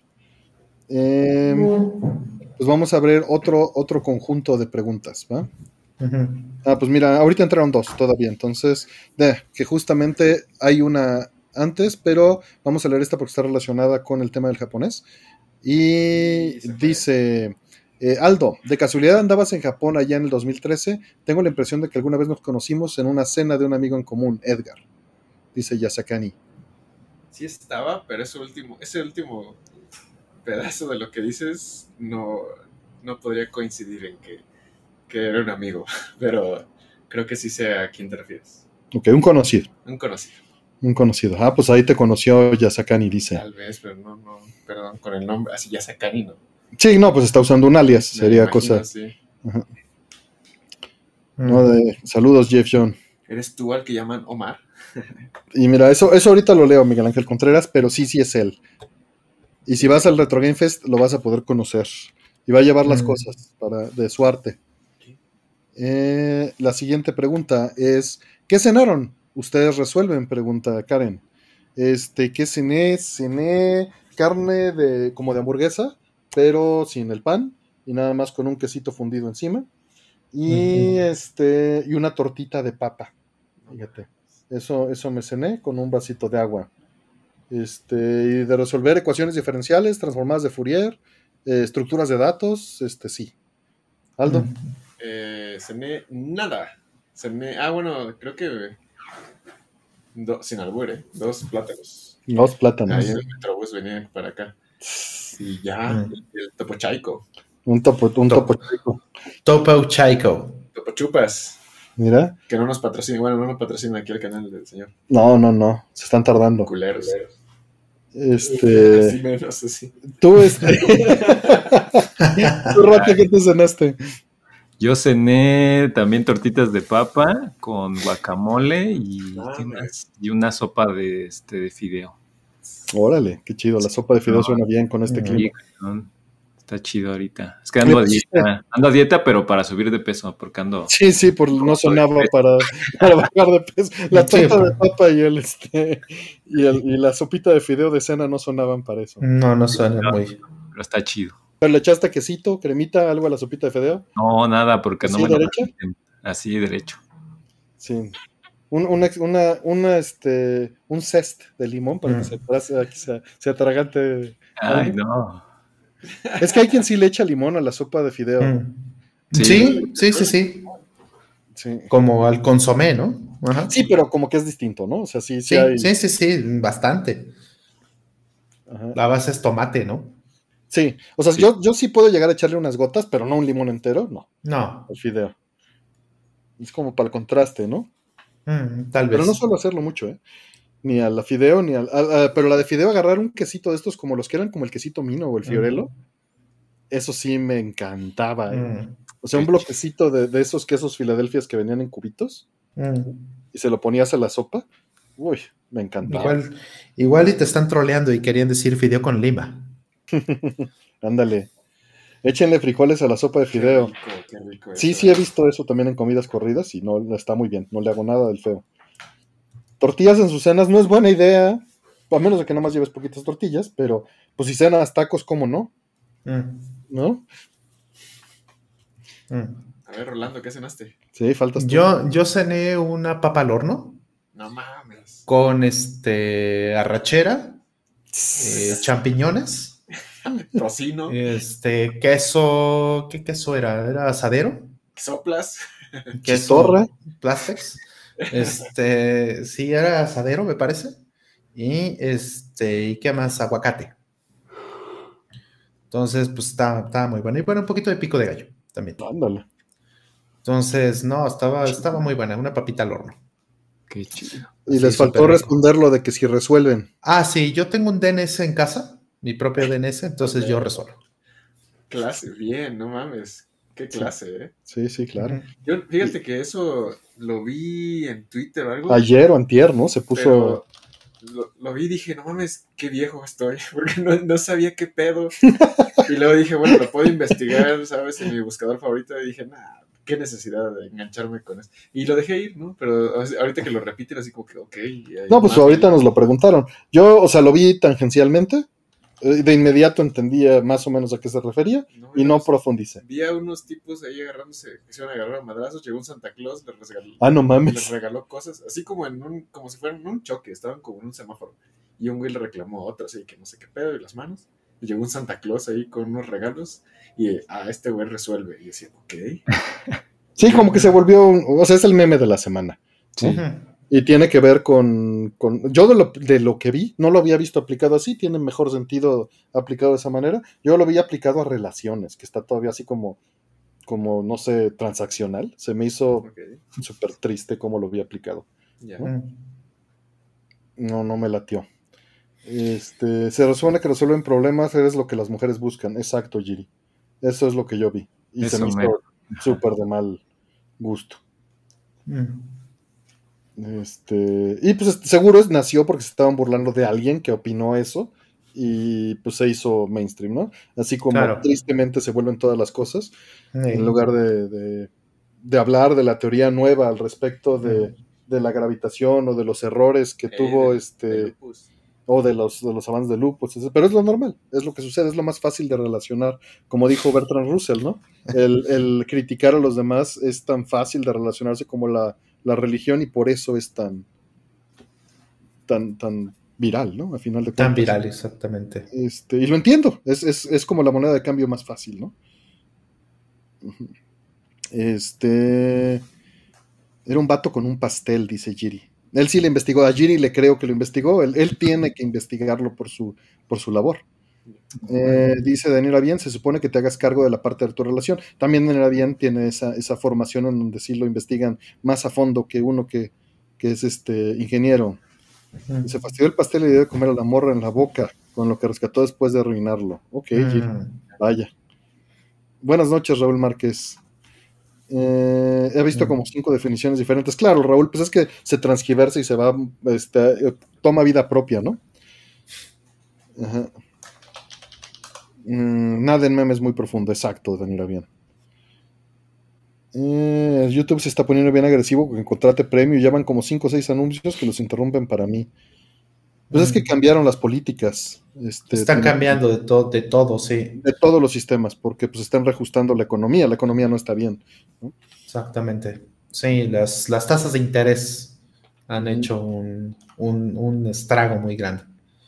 Pues vamos a abrir otro conjunto de preguntas, ¿va? Uh-huh. Pues mira, ahorita entraron 2 todavía, entonces que justamente hay una antes, pero vamos a leer esta porque está relacionada con el tema del japonés. Y dice... Aldo, ¿de casualidad andabas en Japón allá en el 2013? Tengo la impresión de que alguna vez nos conocimos en una cena de un amigo en común, Edgar, dice Yasakani. Sí estaba, pero ese último pedazo de lo que dices no podría coincidir en que era un amigo, pero creo que sí sé a quién te refieres. Ok, un conocido. Un conocido. Ah, pues ahí te conoció Yasakani, dice. Tal vez, pero no, perdón, con el nombre, así Yasakani no. Sí, no, pues está usando un alias, sería imagino, cosa. Sí. Ajá. No, saludos, Jeff John. ¿Eres tú al que llaman Omar? Y mira, eso ahorita lo leo, Miguel Ángel Contreras, pero sí es él. Y si vas al Retro Game Fest, lo vas a poder conocer. Y va a llevar las cosas de su arte. La siguiente pregunta es, ¿qué cenaron? Ustedes resuelven, pregunta Karen. ¿Qué cené? Cené carne como de hamburguesa, pero sin el pan, y nada más con un quesito fundido encima. Y y una tortita de papa. Fíjate. Eso me cené con un vasito de agua. Y de resolver ecuaciones diferenciales, transformadas de Fourier, estructuras de datos, sí. Aldo. Cené nada. Bueno, creo que sin albur, 2 plátanos. 2 plátanos. Ahí en el Metrobús venían para acá. Y ya, el Topo Chaico. Un topo chico. Topo Chaico. Topo Chupas. Mira. Que no nos patrocina. Bueno, no nos patrocina aquí el canal del señor. No. Se están tardando. Culeros. Sí, menos así. Tú, ¿Tú, Rata, qué te cenaste? Yo cené también tortitas de papa con guacamole y una sopa de fideo. Órale, qué chido. La sopa de fideo suena bien con este clima. Está chido ahorita. Es que ando a dieta, pero para subir de peso, porque ando... Sí, no sonaba para bajar de peso. La torta de papa y la sopita de fideo de cena no sonaban para eso. No suena muy... Pero está chido. ¿Pero le echaste quesito, cremita, algo a la sopita de fideo? No, nada, porque no me lo derecha? Así derecho. Sí. Un zest de limón para que se atragante. Ay, no. Es que hay quien sí le echa limón a la sopa de fideo. Sí. Como al consomé, ¿no? Ajá. Sí, pero como que es distinto, ¿no? O sea, sí hay... Sí, bastante. Ajá. La base es tomate, ¿no? Sí, o sea, yo sí puedo llegar a echarle unas gotas, pero no un limón entero, no. Al fideo. Es como para el contraste, ¿no? Tal vez. Pero no suelo hacerlo mucho, ¿eh? Ni a la fideo, ni pero la de fideo, agarrar un quesito de estos como los que eran como el quesito Mino o el Fiorello, eso sí me encantaba, ¿eh? O sea, un bloquecito de esos quesos Filadelfias que venían en cubitos y se lo ponías a la sopa. Uy, me encantaba. Igual y te están troleando y querían decir fideo con lima. Ándale. Échenle frijoles a la sopa de fideo. Qué rico sí he visto eso también en comidas corridas y no está muy bien, no le hago nada del feo. Tortillas en sus cenas no es buena idea, a menos de que nada más lleves poquitas tortillas, pero pues si cenas tacos, ¿cómo no? ¿No? A ver, Rolando, ¿qué cenaste? Sí, faltas tú. Yo cené una papa al horno. No mames. Con arrachera, champiñones, tocino, queso, ¿qué queso era? ¿Era asadero? Soplas, queso Plastex. Sí, era asadero, me parece. Y ¿y qué más? Aguacate. Entonces, pues estaba muy bueno. Y bueno, un poquito de pico de gallo también. Ándale. Entonces, no, estaba muy buena, una papita al horno. Qué chido. Y les faltó responder lo de que si resuelven. Sí, yo tengo un DNS en casa, mi propio DNS, entonces yo resuelvo. Clase, bien, no mames. Qué clase, ¿eh? Sí, claro. Yo, fíjate que eso lo vi en Twitter o algo. Ayer o antier, ¿no? Se puso... Lo vi y dije, no mames, qué viejo estoy, porque no sabía qué pedo. Y luego dije, bueno, lo puedo investigar, ¿sabes? En mi buscador favorito. Y dije, qué necesidad de engancharme con eso. Y lo dejé ir, ¿no? Pero ahorita que lo repiten, así como que, ok. No, pues ahorita nos lo preguntaron. Yo, o sea, lo vi tangencialmente, De inmediato entendía más o menos a qué se refería y no profundicé. Vi a unos tipos ahí agarrándose, que se iban a agarrar a madrazos, llegó un Santa Claus, No mames. les regaló cosas, así como como si fueran un choque, estaban como en un semáforo. Y un güey le reclamó a otro, así que no sé qué pedo, y las manos. Y llegó un Santa Claus ahí con unos regalos, y este güey resuelve. Y decía, ok. Sí, como que se volvió, o sea, es el meme de la semana. ¿No? Sí. Y tiene que ver con yo de lo que vi, no lo había visto aplicado así, tiene mejor sentido aplicado de esa manera. Yo lo vi aplicado a relaciones, que está todavía así como no sé, transaccional. Se me hizo súper triste cómo lo vi aplicado. Yeah. No me latió. Se resuena que resuelven problemas, es lo que las mujeres buscan. Exacto, Giri. Eso es lo que yo vi. Y Eso se me hizo súper de mal gusto. Y pues seguro nació porque se estaban burlando de alguien que opinó eso y pues se hizo mainstream, ¿no? Así como tristemente se vuelven todas las cosas, en lugar de hablar de la teoría nueva al respecto de la gravitación o de los errores que tuvo o de los avances de lupus, pero es lo normal, es lo que sucede, es lo más fácil de relacionar, como dijo Bertrand Russell, ¿no? El criticar a los demás es tan fácil de relacionarse como la religión y por eso es tan viral, ¿no? A final de cuentas. Tan viral, exactamente. Y lo entiendo, es como la moneda de cambio más fácil, ¿no? Era un vato con un pastel, dice Giri. Él sí le investigó, a Giri le creo que lo investigó, él tiene que investigarlo por su labor. Dice Daniel Avian, se supone que te hagas cargo de la parte de tu relación. También Daniel Avian tiene esa formación en donde sí lo investigan más a fondo que uno que es ingeniero. Se fastidió el pastel y le dio de comer a la morra en la boca, con lo que rescató después de arruinarlo. Ok, Giri, vaya. Buenas noches, Raúl Márquez. He visto como 5 definiciones diferentes. Claro, Raúl, pues es que se transgiversa y se va, toma vida propia, ¿no? Ajá. Nada en memes muy profundo, exacto, Daniela bien. YouTube se está poniendo bien agresivo con contrate premio y ya van como 5 o 6 anuncios que los interrumpen para mí. Pues es que cambiaron las políticas. Están cambiando de todo, sí. De todos los sistemas, porque pues están reajustando la economía no está bien, ¿no? Exactamente. Sí, las tasas de interés han hecho un estrago muy grande.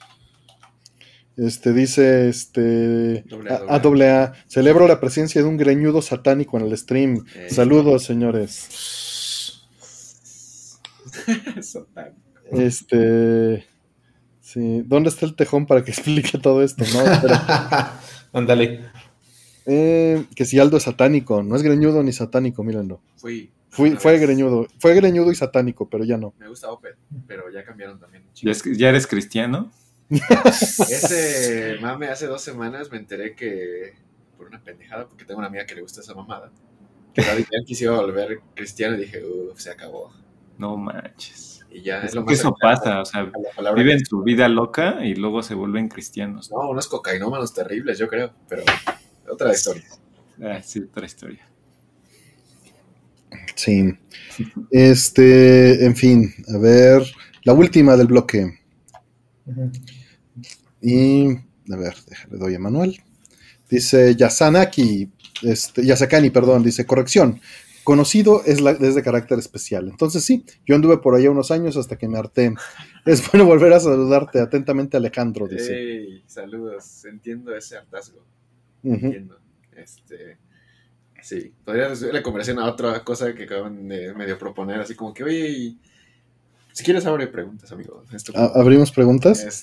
Dice AA, celebro la presencia de un greñudo satánico en el stream. Saludos, señores. Satánico. Sí, ¿dónde está el tejón para que explique todo esto? No, ándale. Que si Aldo es satánico, no es greñudo ni satánico, mírenlo. Fue greñudo y satánico, pero ya no. Me gusta Opel, pero ya cambiaron también. ¿Ya eres cristiano? Ese mame, hace 2 semanas me enteré que, por una pendejada, porque tengo una amiga que le gusta esa mamada, que Daddy Yankee se iba a volver cristiano y dije, se acabó. No manches. Y ya es lo más eso pasa, o sea, viven su vida loca y luego se vuelven cristianos. No, unos cocainómanos terribles, yo creo, pero otra historia. Sí, otra historia. Sí. En fin, a ver, la última del bloque. Y, a ver, le doy a Manuel. Dice Yasakani, perdón, dice, corrección, conocido es de carácter especial. Entonces sí, yo anduve por allá unos años hasta que me harté. Es bueno volver a saludarte atentamente, Alejandro, dice. Hey, saludos, entiendo ese hartazgo. Entiendo. Sí, podría subir la conversación a otra cosa que acaban de medio proponer, así como que, oye, si quieres abre preguntas, amigo. ¿Abrimos preguntas?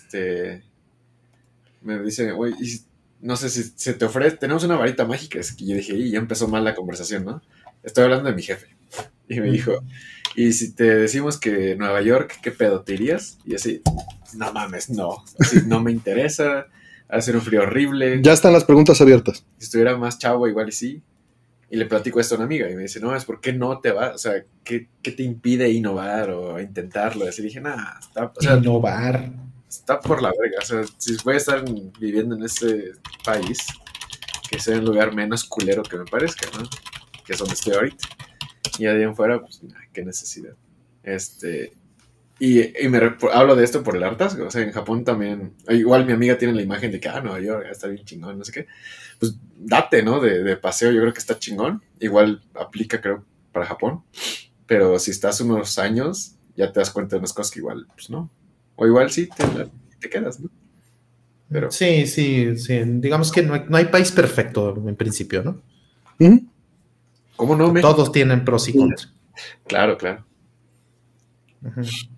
Me dice, oye, no sé si se te ofrece, tenemos una varita mágica, y yo dije, y ya empezó mal la conversación, ¿no? Estoy hablando de mi jefe. Y me dijo, ¿y si te decimos que Nueva York, qué pedo, te irías? Y así, no mames, no. Así, no me interesa, hacer un frío horrible. Ya están las preguntas abiertas. Si estuviera más chavo, igual y sí. Y le platico esto a una amiga y me dice, no, es porque no te va, o sea, ¿qué te impide innovar o intentarlo? Y así dije, nada, innovar. Está por la verga, o sea, si voy a estar viviendo en este país, que sea un lugar menos culero que me parezca, ¿no? Que es donde estoy ahorita. Y de ahí en fuera, pues, qué necesidad. Hablo de esto por el hartazgo. O sea, en Japón también. Igual mi amiga tiene la imagen de que, Nueva York está bien chingón, no sé qué. Pues date, ¿no? De paseo, yo creo que está chingón. Igual aplica, creo, para Japón. Pero si estás unos años, ya te das cuenta de unas cosas que igual, pues no. O igual sí te quedas, ¿no? Pero... Sí. Digamos que no hay país perfecto en principio, ¿no? ¿Mm? ¿Cómo no, México? Todos tienen pros y contras. Claro, claro. Uh-huh.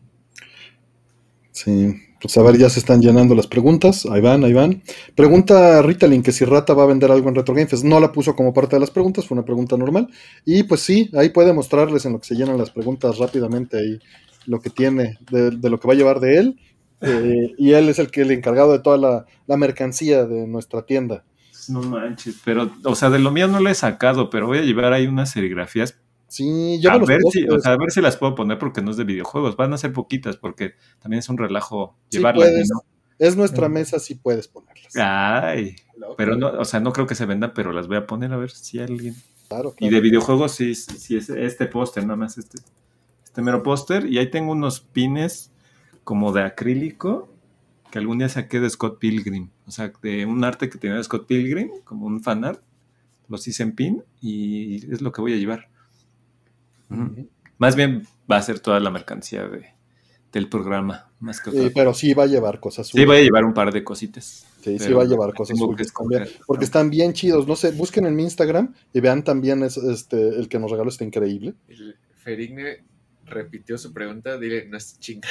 Sí, pues a ver, ya se están llenando las preguntas. Ahí van. Pregunta Ritalin que si Rata va a vender algo en Retro Game Fest. No la puso como parte de las preguntas, fue una pregunta normal. Y pues sí, ahí puede mostrarles en lo que se llenan las preguntas rápidamente ahí lo que tiene, de lo que va a llevar de él. Y él es el encargado de toda la mercancía de nuestra tienda. No manches, pero, o sea, de lo mío no lo he sacado, pero voy a llevar ahí unas serigrafías. Sí, a ver si las puedo poner porque no es de videojuegos. Van a ser poquitas porque también es un relajo sí llevarlas, puedes, ¿no? Es nuestra mesa, sí puedes ponerlas. Ay, pero no, o sea, no creo que se vendan, pero las voy a poner a ver si alguien. Claro. Y de videojuegos sí es este póster, nada más este mero póster. Y ahí tengo unos pines como de acrílico que algún día saqué de Scott Pilgrim. O sea, de un arte que tenía de Scott Pilgrim, como un fanart. Los hice en pin y es lo que voy a llevar. Uh-huh. Más bien va a ser toda la mercancía del programa. Más que pero sí va a llevar cosas suyas. Sí, voy a llevar un par de cositas. Sí va a llevar cosas suyas también. Porque están bien chidos. No sé, busquen en mi Instagram y vean también el que nos regaló, está increíble. El Ferigne repitió su pregunta, dile, no es chingando.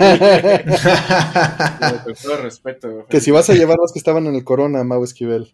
Con todo respeto. Ferigne. Que si vas a llevar las que estaban en el Corona, Mau Esquivel.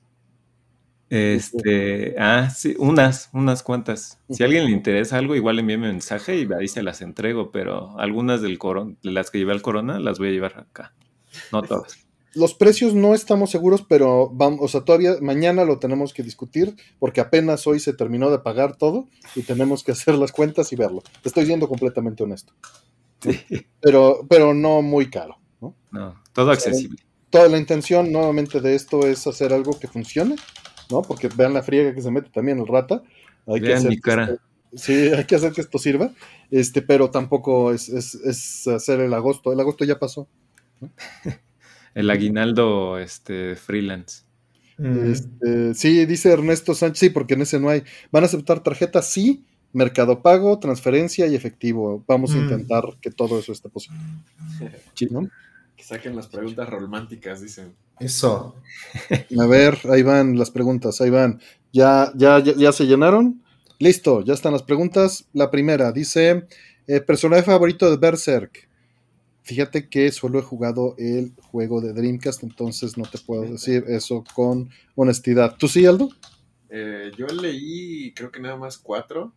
Sí, unas cuantas. Si a alguien le interesa algo, igual envíeme un mensaje y ahí se las entrego, pero algunas de las que llevé al Corona las voy a llevar acá. No todas. Los precios no estamos seguros, pero vamos, o sea, todavía mañana lo tenemos que discutir, porque apenas hoy se terminó de pagar todo y tenemos que hacer las cuentas y verlo. Te estoy siendo completamente honesto. Sí. Pero no muy caro, ¿no? No, todo accesible. Toda la intención nuevamente de esto es hacer algo que funcione, ¿no? Porque vean la friega que se mete también el Rata. Vean mi cara. Sí, hay que hacer que esto sirva, pero tampoco es hacer el agosto. El agosto ya pasó, ¿no? El aguinaldo freelance. Sí, dice Ernesto Sánchez, sí, porque en ese no hay. ¿Van a aceptar tarjetas? Sí, Mercado Pago, transferencia y efectivo. Vamos a intentar que todo eso esté posible, ¿no? Que saquen las preguntas románticas, dicen. Eso. A ver, ahí van las preguntas, ahí van. ¿Ya se llenaron? Listo, ya están las preguntas. La primera dice, personaje favorito de Berserk. Fíjate que solo he jugado el juego de Dreamcast, entonces no te puedo decir eso con honestidad. ¿Tú sí, Aldo? Yo leí, creo que nada más 4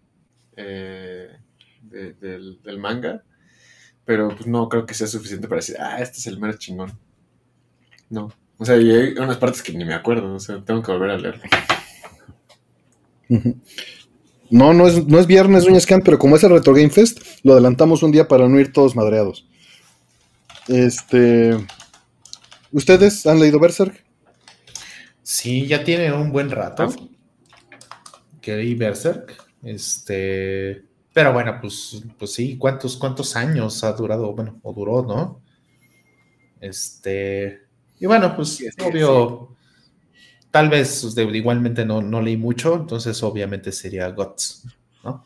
del manga, pero pues no creo que sea suficiente para decir, este es el mero chingón. No. O sea, y hay unas partes que ni me acuerdo, o sea, tengo que volver a leerlo. Uh-huh. No es viernes, Uñascan, pero como es el Retro Game Fest, lo adelantamos un día para no ir todos madreados. ¿Ustedes han leído Berserk? Sí, ya tiene un buen rato que leí Berserk. Pero bueno, pues sí, ¿cuántos años ha durado? Bueno, o duró, ¿no? Y bueno, pues obvio, tal vez igualmente no leí mucho, entonces obviamente sería Guts, ¿no?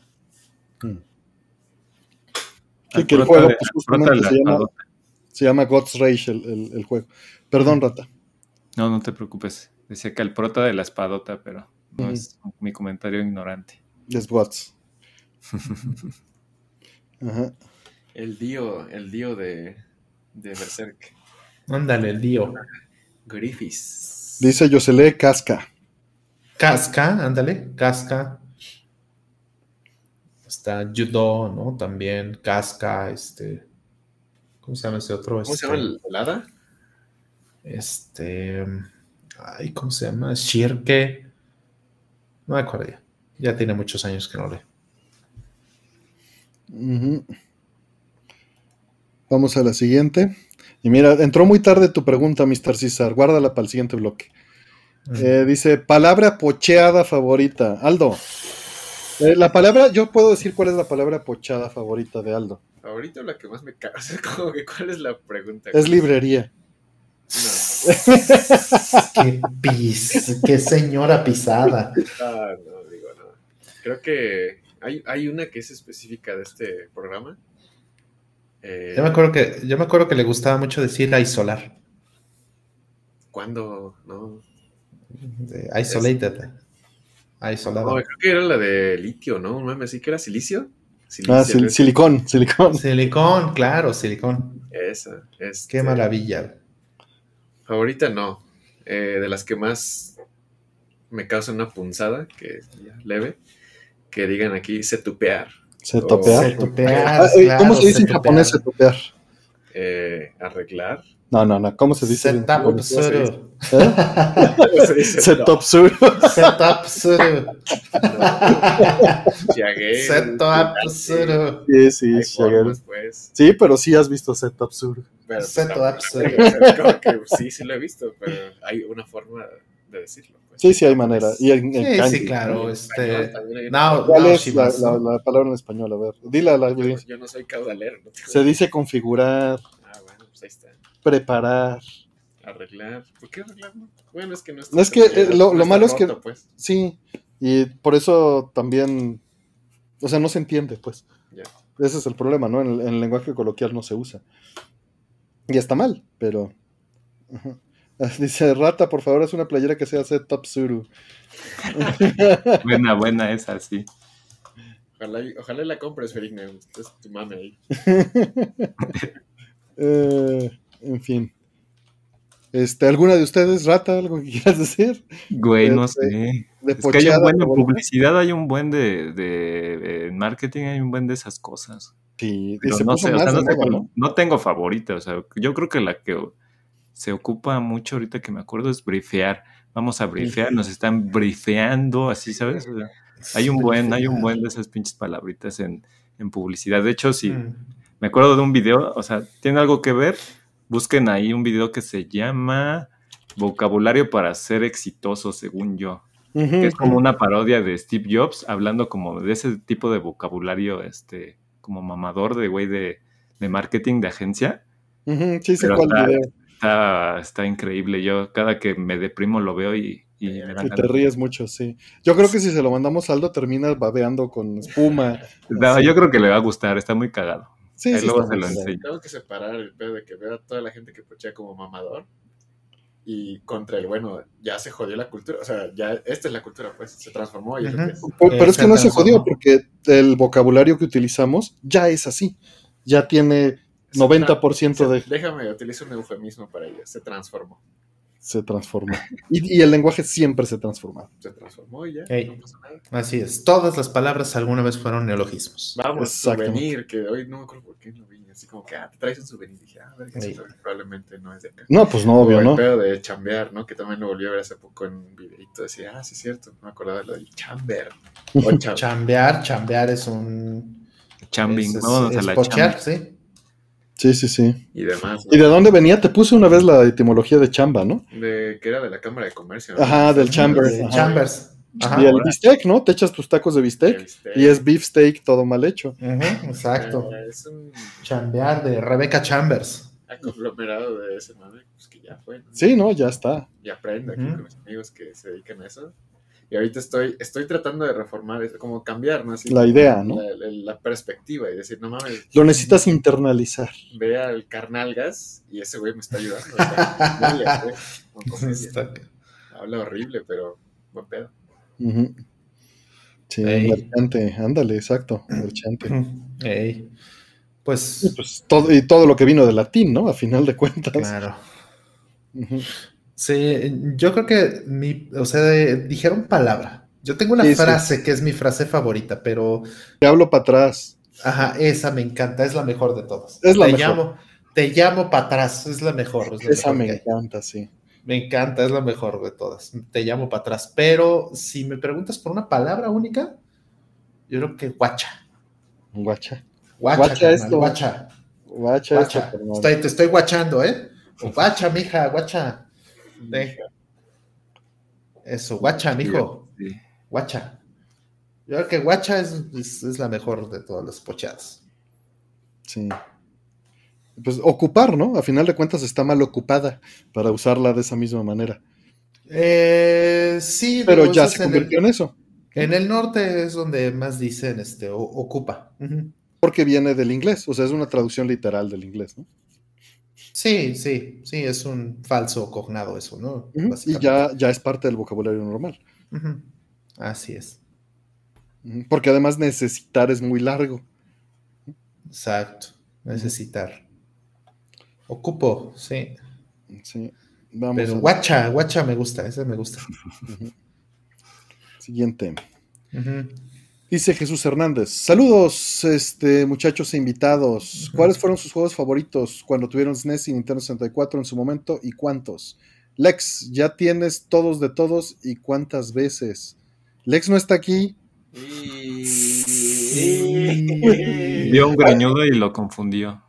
Sí, que el juego pues, justamente se llama God's Rage el juego. Perdón, Rata. No te preocupes. Decía que el prota de la espadota, pero no es mi comentario ignorante. Es Guts. Ajá. El Dio de Berserk. Ándale, el Dio. Griffiths. Dice Yosele Casca. Casca, ándale, Casca. Está Judo, ¿no? También Casca, ¿cómo se llama ese otro? ¿Cómo se llama el hada? ¿Cómo se llama? Shirke. No me acuerdo ya. Ya tiene muchos años que no leo. Uh-huh. Vamos a la siguiente. Y mira, entró muy tarde tu pregunta, Mr. César. Guárdala para el siguiente bloque. Dice, palabra pocheada favorita. Aldo. La palabra, yo puedo decir cuál es la palabra pochada favorita de Aldo. Ahorita la que más me caga, o sea, como que ¿cuál es la pregunta? Es librería. No, Qué señora pisada. no, digo, no. Creo que hay una que es específica de este programa. Yo me acuerdo que le gustaba mucho decir aislar. ¿Cuándo? No. Isolated. No, Aislado. creo que era la de litio, ¿no? Un meme, ¿sí que era silicio? Silicón. Silicón, claro, silicón. Esa. Qué maravilla. Favorita no. De las que más me causan una punzada, que es ya leve, que digan aquí setupear. Setupear. ¿Cómo se dice en japonés setupear? Arreglar. No. ¿Cómo se dice? Setup suru. Setup suru. Setup suru. Shiage. Setup suru. Sí, Hay formas, pues. Sí, pero sí has visto Setup suru. Pero, Setup suru. Como que sí lo he visto, pero hay una forma de decirlo. Pues. Sí, hay manera. Y en kanji, sí, claro. ¿no? ¿Cuál es la palabra en español? A ver, dila la Yo no soy caudalero. No tengo... Se dice configurar. Bueno, pues ahí está. Preparar. Arreglar. ¿Por qué arreglar? Bueno, es que no es que lo malo es que pues. Sí, y por eso también, o sea, no se entiende, pues. Yeah. Ese es el problema, ¿no? En el lenguaje coloquial no se usa. Y está mal, pero... Uh-huh. Dice, Rata, por favor, haz una playera que sea Setup Suru. Buena esa, sí. Ojalá la compres, Ferigna. Es tu mame ahí. En fin. ¿Alguna de ustedes, Rata, algo que quieras decir? Güey, no sé. Es que hay un buen de publicidad, hay un buen de marketing, hay un buen de esas cosas. Sí, pero no sé, o sea, no tengo favorita, o sea, yo creo que la que se ocupa mucho ahorita que me acuerdo es brifear. Vamos a brifear, nos están brifeando, así, ¿sabes? O sea, hay un buen de esas pinches palabritas en publicidad. De hecho, sí, me acuerdo de un video, o sea, tiene algo que ver. Busquen ahí un video que se llama Vocabulario para ser exitoso, según yo. Que es como una parodia de Steve Jobs, hablando como de ese tipo de vocabulario, como mamador de güey de marketing de agencia. Sí, sé cuál video. Está increíble. Yo cada que me deprimo lo veo y me da te ríes mucho, sí. Yo creo que si se lo mandamos a Aldo termina babeando con espuma. No, yo creo que le va a gustar, está muy cagado. Sí, luego se lo enseño. Tengo que separar el pedo de que veo a toda la gente que pochea como mamador y contra el bueno, ya se jodió la cultura, o sea, ya esta es la cultura, pues, se transformó y es lo que es. Pero es que no se jodió porque el vocabulario que utilizamos ya es así, ya tiene 90% de... Déjame, utilizo un eufemismo para ello, se transformó. Se transformó. Y el lenguaje siempre se transforma. Se transformó y ya, no pasó nada. Así es, todas las palabras alguna vez fueron neologismos. Vamos, souvenir, que hoy no me acuerdo por qué lo vi, así como que, te traes un souvenir, y dije, a ver, que probablemente no es de acá. No, pues no, obvio, ¿no? El pedo de chambear, ¿no? Que también lo volví a ver hace poco en un videito, decía, sí es cierto, no me acordaba de lo del chamber. Chambear es un... Chambing, vamos a la pochear, sí. Sí. Y demás. ¿no? ¿Y de dónde venía? Te puse una vez la etimología de chamba, ¿no? Que era de la Cámara de Comercio. ¿no? Ajá, del chamber. Chambers. Ajá, y el bistec, ¿no? Te echas tus tacos de bistec y es beef steak todo mal hecho. Exacto. Es un chambear de Rebecca Chambers. Conglomerado de ese mame, pues que ya fue, ¿no? Sí, no, ya está. Y aprendo aquí con mis amigos que se dedican a eso. Y ahorita estoy tratando de reformar, como cambiar, ¿no? Así, la idea, ¿no? La perspectiva y decir, no mames. Lo necesitas internalizar. Ve al Carnalgas y ese güey me está ayudando. Habla horrible, pero buen pedo. Sí, merchante, ándale, exacto, merchante. Pues todo lo que vino de latín, ¿no? A final de cuentas. Claro. Sí, yo creo que dijeron palabra. Yo tengo una frase que es mi frase favorita, pero... Te hablo para atrás. Ajá, esa me encanta, es la mejor de todas. Es la mejor. Te llamo para atrás, es la mejor. Esa me encanta, sí. Me encanta, es la mejor de todas. Te llamo para atrás. Pero si me preguntas por una palabra única, yo creo que guacha. Guacha esto. Guacha esto. Te estoy guachando, ¿eh? Guacha, mija, guacha. Eso, guacha, mijo. Sí. Guacha. Yo creo que guacha es la mejor de todas las pocheadas. Sí. Pues ocupar, ¿no? A final de cuentas está mal ocupada para usarla de esa misma manera. Sí, Pero digo, ya eso se es convirtió en eso, en el norte es donde más dicen ocupa. Ujú. porque viene del inglés, o sea, es una traducción literal del inglés, ¿no? Sí, sí, sí, es un falso cognado eso, ¿no? Y Básicamente. ya es parte del vocabulario normal. Ujú. Así es. Porque además necesitar es muy largo. Exacto. Necesitar. Ocupo, sí. Sí. Vamos Pero a ver. guacha me gusta, ese me gusta. Ujú. Siguiente. Ujú, Dice Jesús Hernández. Saludos, muchachos e invitados. ujú. ¿Cuáles fueron sus juegos favoritos cuando tuvieron SNES y Nintendo 64 en su momento y cuántos? Lex, ya tienes todos de todos y cuántas veces. Lex no está aquí. Vio un greñudo y lo confundió.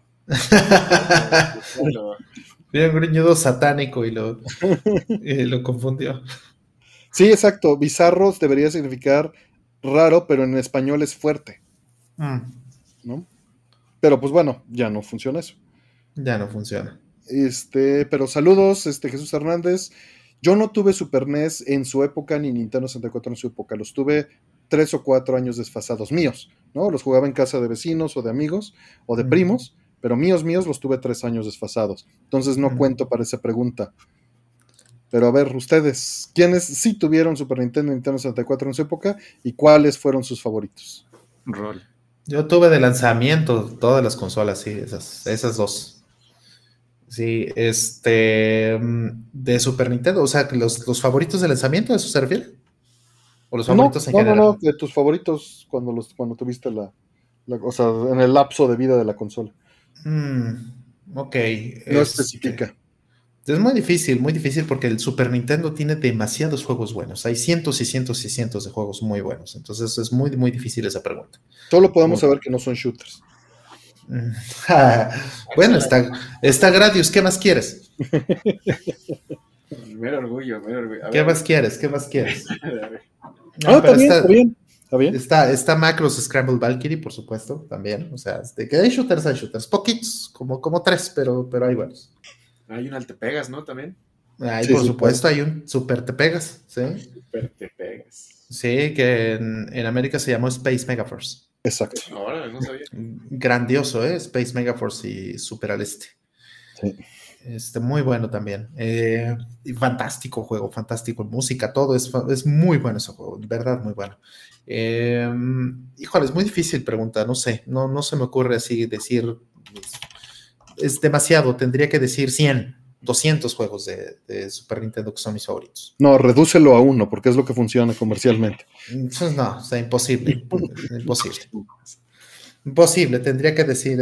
Vio un gruñido satánico y lo confundió. Sí, exacto. Bizarros debería significar raro, pero en español es fuerte, Mm, ¿no? Pero pues bueno, ya no funciona eso. ya no funciona. Pero saludos, Jesús Hernández. Yo no tuve Super NES en su época, ni Nintendo 64 en su época. Los tuve 3 o 4 años desfasados míos, ¿no? Los jugaba en casa de vecinos o de amigos o de primos, pero míos los tuve 3 años desfasados. Entonces no cuento para esa pregunta. Pero a ver, ustedes, ¿quiénes sí tuvieron Super Nintendo y Nintendo 64 en su época y cuáles fueron sus favoritos? Rol. Yo tuve de lanzamiento todas las consolas, sí, esas dos. Sí, de Super Nintendo, o sea, los favoritos de lanzamiento, ¿a eso se refiere? ¿O los favoritos en general? No, de tus favoritos cuando tuviste o sea, en el lapso de vida de la consola. Ok. No especifica. Es muy difícil porque el Super Nintendo tiene demasiados juegos buenos. Hay cientos y cientos y cientos de juegos muy buenos. Entonces es muy, muy difícil esa pregunta. Solo podemos saber que no son shooters. Bueno, está Gradius. ¿Qué más quieres? Mero orgullo. ¿Qué más quieres? No, está bien. Está Macros Scramble Valkyrie, por supuesto, también. O sea, que hay shooters. Poquitos, como 3, pero hay buenos. Hay un Te Pegas, ¿no? También. Por supuesto, hay un Super Te Pegas, ¿sí? Super Te Pegas. Sí, que en América se llamó Space Megaforce. Exacto. Ahora, no sabía. Grandioso, ¿eh? Space Megaforce y Super al Este. Sí. Muy bueno también. Y fantástico juego, fantástico música, todo es muy bueno ese juego, de verdad muy bueno. Híjole, es muy difícil pregunta, no sé, no se me ocurre así decir, es demasiado, tendría que decir 100, 200 juegos de Super Nintendo que son mis favoritos. No, redúcelo a 1 porque es lo que funciona comercialmente. Pues no, o sea, imposible. Imposible, tendría que decir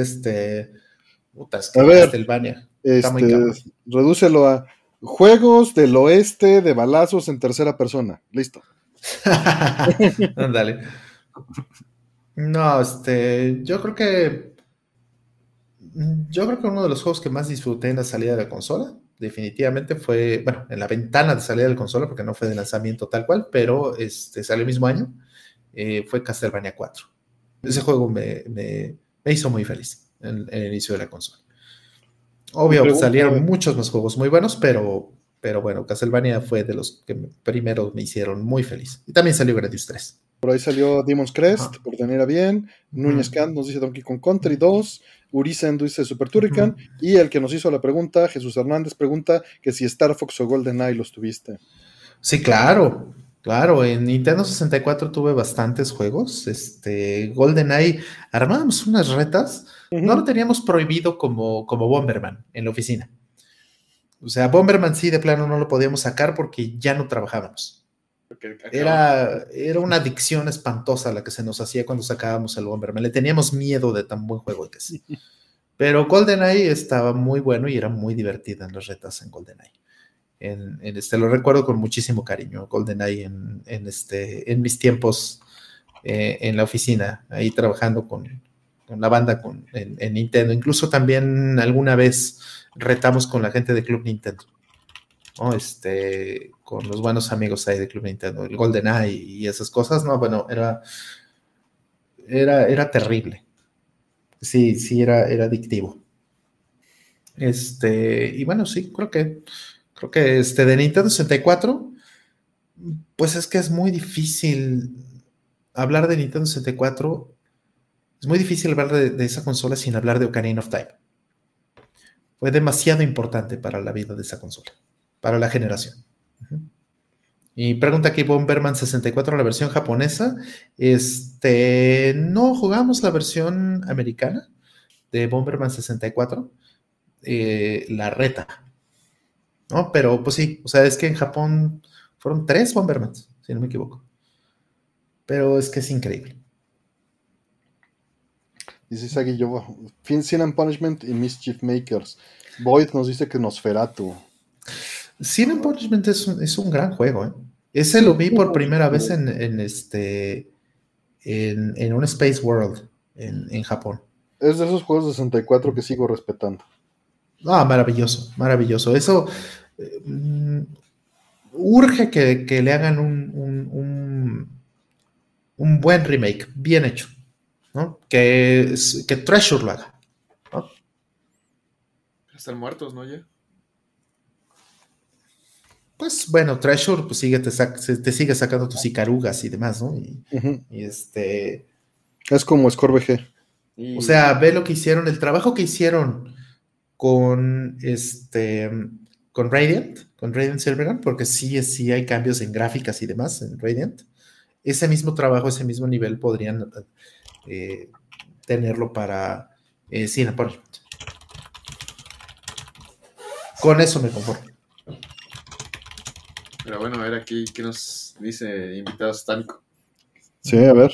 a ver, Castlevania. Redúcelo a juegos del oeste de balazos en tercera persona. Listo. Ándale. No, yo creo que uno de los juegos que más disfruté en la salida de la consola, definitivamente fue, bueno, en la ventana de salida de la consola, porque no fue de lanzamiento tal cual, pero salió el mismo año, fue Castlevania 4. Ese juego me hizo muy feliz en el inicio de la consola. Obvio, salieron muchos más juegos muy buenos, pero bueno, Castlevania fue de los que primero me hicieron muy feliz. Y también salió Gradius 3. Por ahí salió Demon's Crest, por tener a bien. Núñez Kant nos dice Donkey Kong Country 2. Urisen dice Super Turrican. Y el que nos hizo la pregunta, Jesús Hernández, pregunta que si Star Fox o GoldenEye los tuviste. Sí, claro. En Nintendo 64 tuve bastantes juegos. GoldenEye, armábamos unas retas. No lo teníamos prohibido como Bomberman en la oficina. O sea, Bomberman sí, de plano no lo podíamos sacar porque ya no trabajábamos. Era una adicción espantosa la que se nos hacía cuando sacábamos el Bomberman. Le teníamos miedo de tan buen juego que es. Pero GoldenEye estaba muy bueno y era muy divertida en las retas en GoldenEye. Lo recuerdo con muchísimo cariño, GoldenEye en mis tiempos en la oficina, ahí trabajando con la banda en Nintendo. Incluso también alguna vez retamos con la gente de Club Nintendo, ¿no? Con los buenos amigos ahí de Club Nintendo, el GoldenEye y esas cosas, no, bueno, era terrible. Sí, era adictivo. Y bueno, sí, creo que de Nintendo 64, pues es que es muy difícil hablar de Nintendo 64. Es muy difícil hablar de esa consola sin hablar de Ocarina of Time. Fue demasiado importante para la vida de esa consola, para la generación. Uh-huh. Y pregunta aquí Bomberman 64, la versión japonesa. No jugamos la versión americana de Bomberman 64, la reta, ¿no? Pero pues sí, o sea, es que en Japón fueron 3 Bombermans, si no me equivoco. Pero es que es increíble. Dice Sagi yo, Sin and Punishment y Mischief Makers. Void nos dice que Nosferatu. Sin and Punishment es un gran juego, ¿eh? Ese lo vi por primera vez en un Space World en Japón. Es de esos juegos de 64 que sigo respetando. Ah, maravilloso, maravilloso. Eso urge que le hagan un buen remake, bien hecho, ¿no? Que Treasure lo haga, ¿no? Están muertos, ¿no? Ya. Pues bueno, Treasure pues te sigue sacando tus Icarugas y demás, ¿no? Uh-huh. Y es como Score VG. O sea, ve lo que hicieron, el trabajo que hicieron con Radiant Silvergun, porque sí hay cambios en gráficas y demás en Radiant. Ese mismo trabajo, ese mismo nivel podrían tenerlo para Sin and Punishment. Con eso me conformo. Pero bueno, a ver aquí, ¿qué nos dice invitado Stánico? Sí, a ver.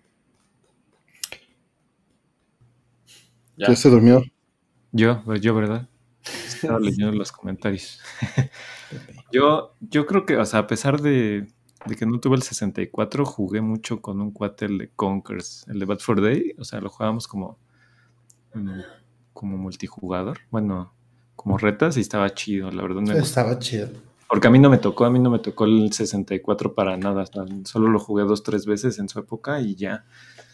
¿Ya se durmió? Yo, ¿verdad? Estaba leyendo los comentarios. Yo creo que, o sea, a pesar de que no tuve el 64, jugué mucho con un cuate, el de Conkers, el de Bad for Day. O sea, lo jugábamos como multijugador. Bueno, como retas y estaba chido, la verdad. Estaba chido. Porque a mí no me tocó el 64 para nada. O sea, solo lo jugué 2-3 veces en su época y ya.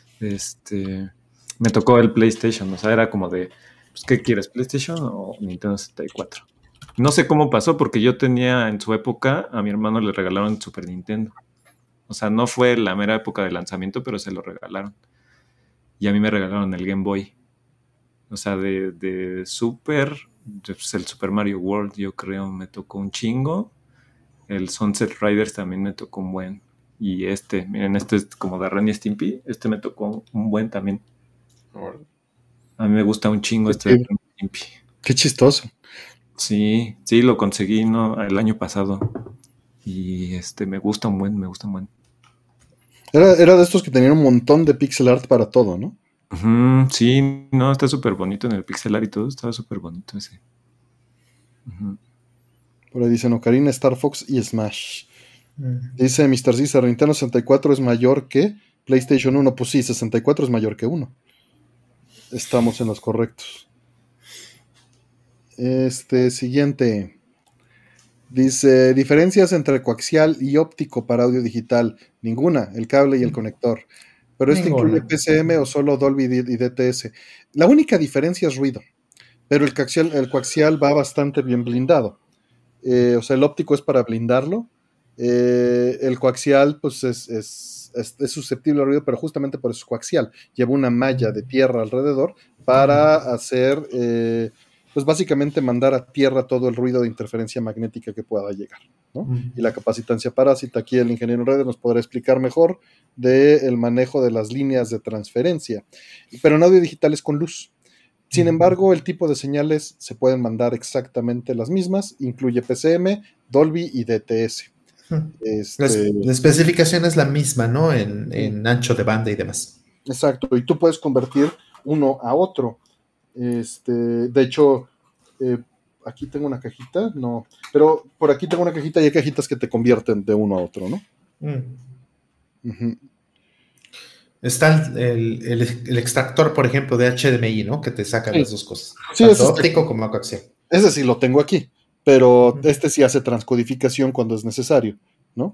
Me tocó el PlayStation. O sea, era como de, pues, ¿qué quieres? ¿PlayStation o Nintendo 64? No sé cómo pasó, porque yo tenía en su época, a mi hermano le regalaron el Super Nintendo. O sea, no fue la mera época de lanzamiento, pero se lo regalaron. Y a mí me regalaron el Game Boy. O sea, de Super, pues el Super Mario World, yo creo, me tocó un chingo. El Sunset Riders también me tocó un buen. Y miren, este es como de Ren y Stimpy. Este me tocó un buen también. A mí me gusta un chingo de Ren y Stimpy. Qué chistoso. Sí, lo conseguí el año pasado. Y me gusta un buen. Era de estos que tenían un montón de pixel art para todo, ¿no? Uh-huh, sí, no, está súper bonito en el pixel art y todo, estaba súper bonito ese. Uh-huh. Por ahí dicen Ocarina, Star Fox y Smash. Dice Mr. Cesar, Nintendo 64 es mayor que PlayStation 1. Pues sí, 64 es mayor que 1. Estamos en los correctos. Siguiente. Dice, diferencias entre coaxial y óptico para audio digital. Ninguna, el cable y el conector. Pero esto incluye PCM o solo Dolby y DTS. La única diferencia es ruido. Pero el coaxial va bastante bien blindado. O sea, el óptico es para blindarlo. El coaxial, pues, es susceptible al ruido, pero justamente por eso es coaxial. Lleva una malla de tierra alrededor para hacer, pues, básicamente mandar a tierra todo el ruido de interferencia magnética que pueda llegar, ¿no? Y la capacitancia parásita, aquí el ingeniero en redes nos podrá explicar mejor del manejo de las líneas de transferencia. Pero en audio digital es con luz. Sin embargo, el tipo de señales se pueden mandar exactamente las mismas, incluye PCM, Dolby y DTS. La especificación es la misma, ¿no? En ancho de banda y demás. Exacto, y tú puedes convertir uno a otro. De hecho, aquí tengo una cajita, no, pero por aquí tengo una cajita y hay cajitas que te convierten de uno a otro, ¿no? Uh-huh. Está el extractor, por ejemplo, de HDMI, ¿no? Que te saca las dos cosas. Sí, tanto óptico como coaxial. Ese sí lo tengo aquí, pero este sí hace transcodificación cuando es necesario, ¿no?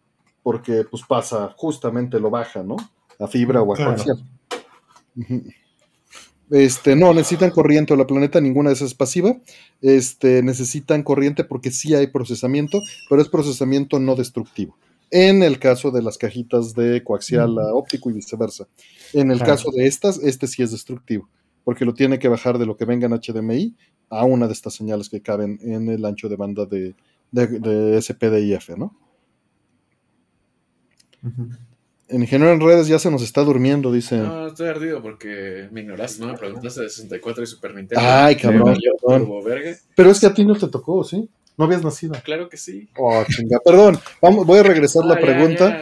Porque pues pasa, justamente lo baja, ¿no? A fibra o a coaxial. No, necesitan corriente o la planeta, ninguna de esas es pasiva. Necesitan corriente porque sí hay procesamiento, pero es procesamiento no destructivo. En el caso de las cajitas de coaxial a óptico y viceversa. En el caso de estas, sí es destructivo, porque lo tiene que bajar de lo que venga en HDMI a una de estas señales que caben en el ancho de banda de SPDIF, ¿no? El ingeniero en redes ya se nos está durmiendo, dice. No, estoy ardido porque me ignoraste, no me preguntaste de 64 y Super Nintendo. Ay, cabrón, perdón. Pero es que a ti no te tocó, ¿sí? ¿No habías nacido? Claro que sí. Oh, chinga, perdón. Voy a regresar la pregunta.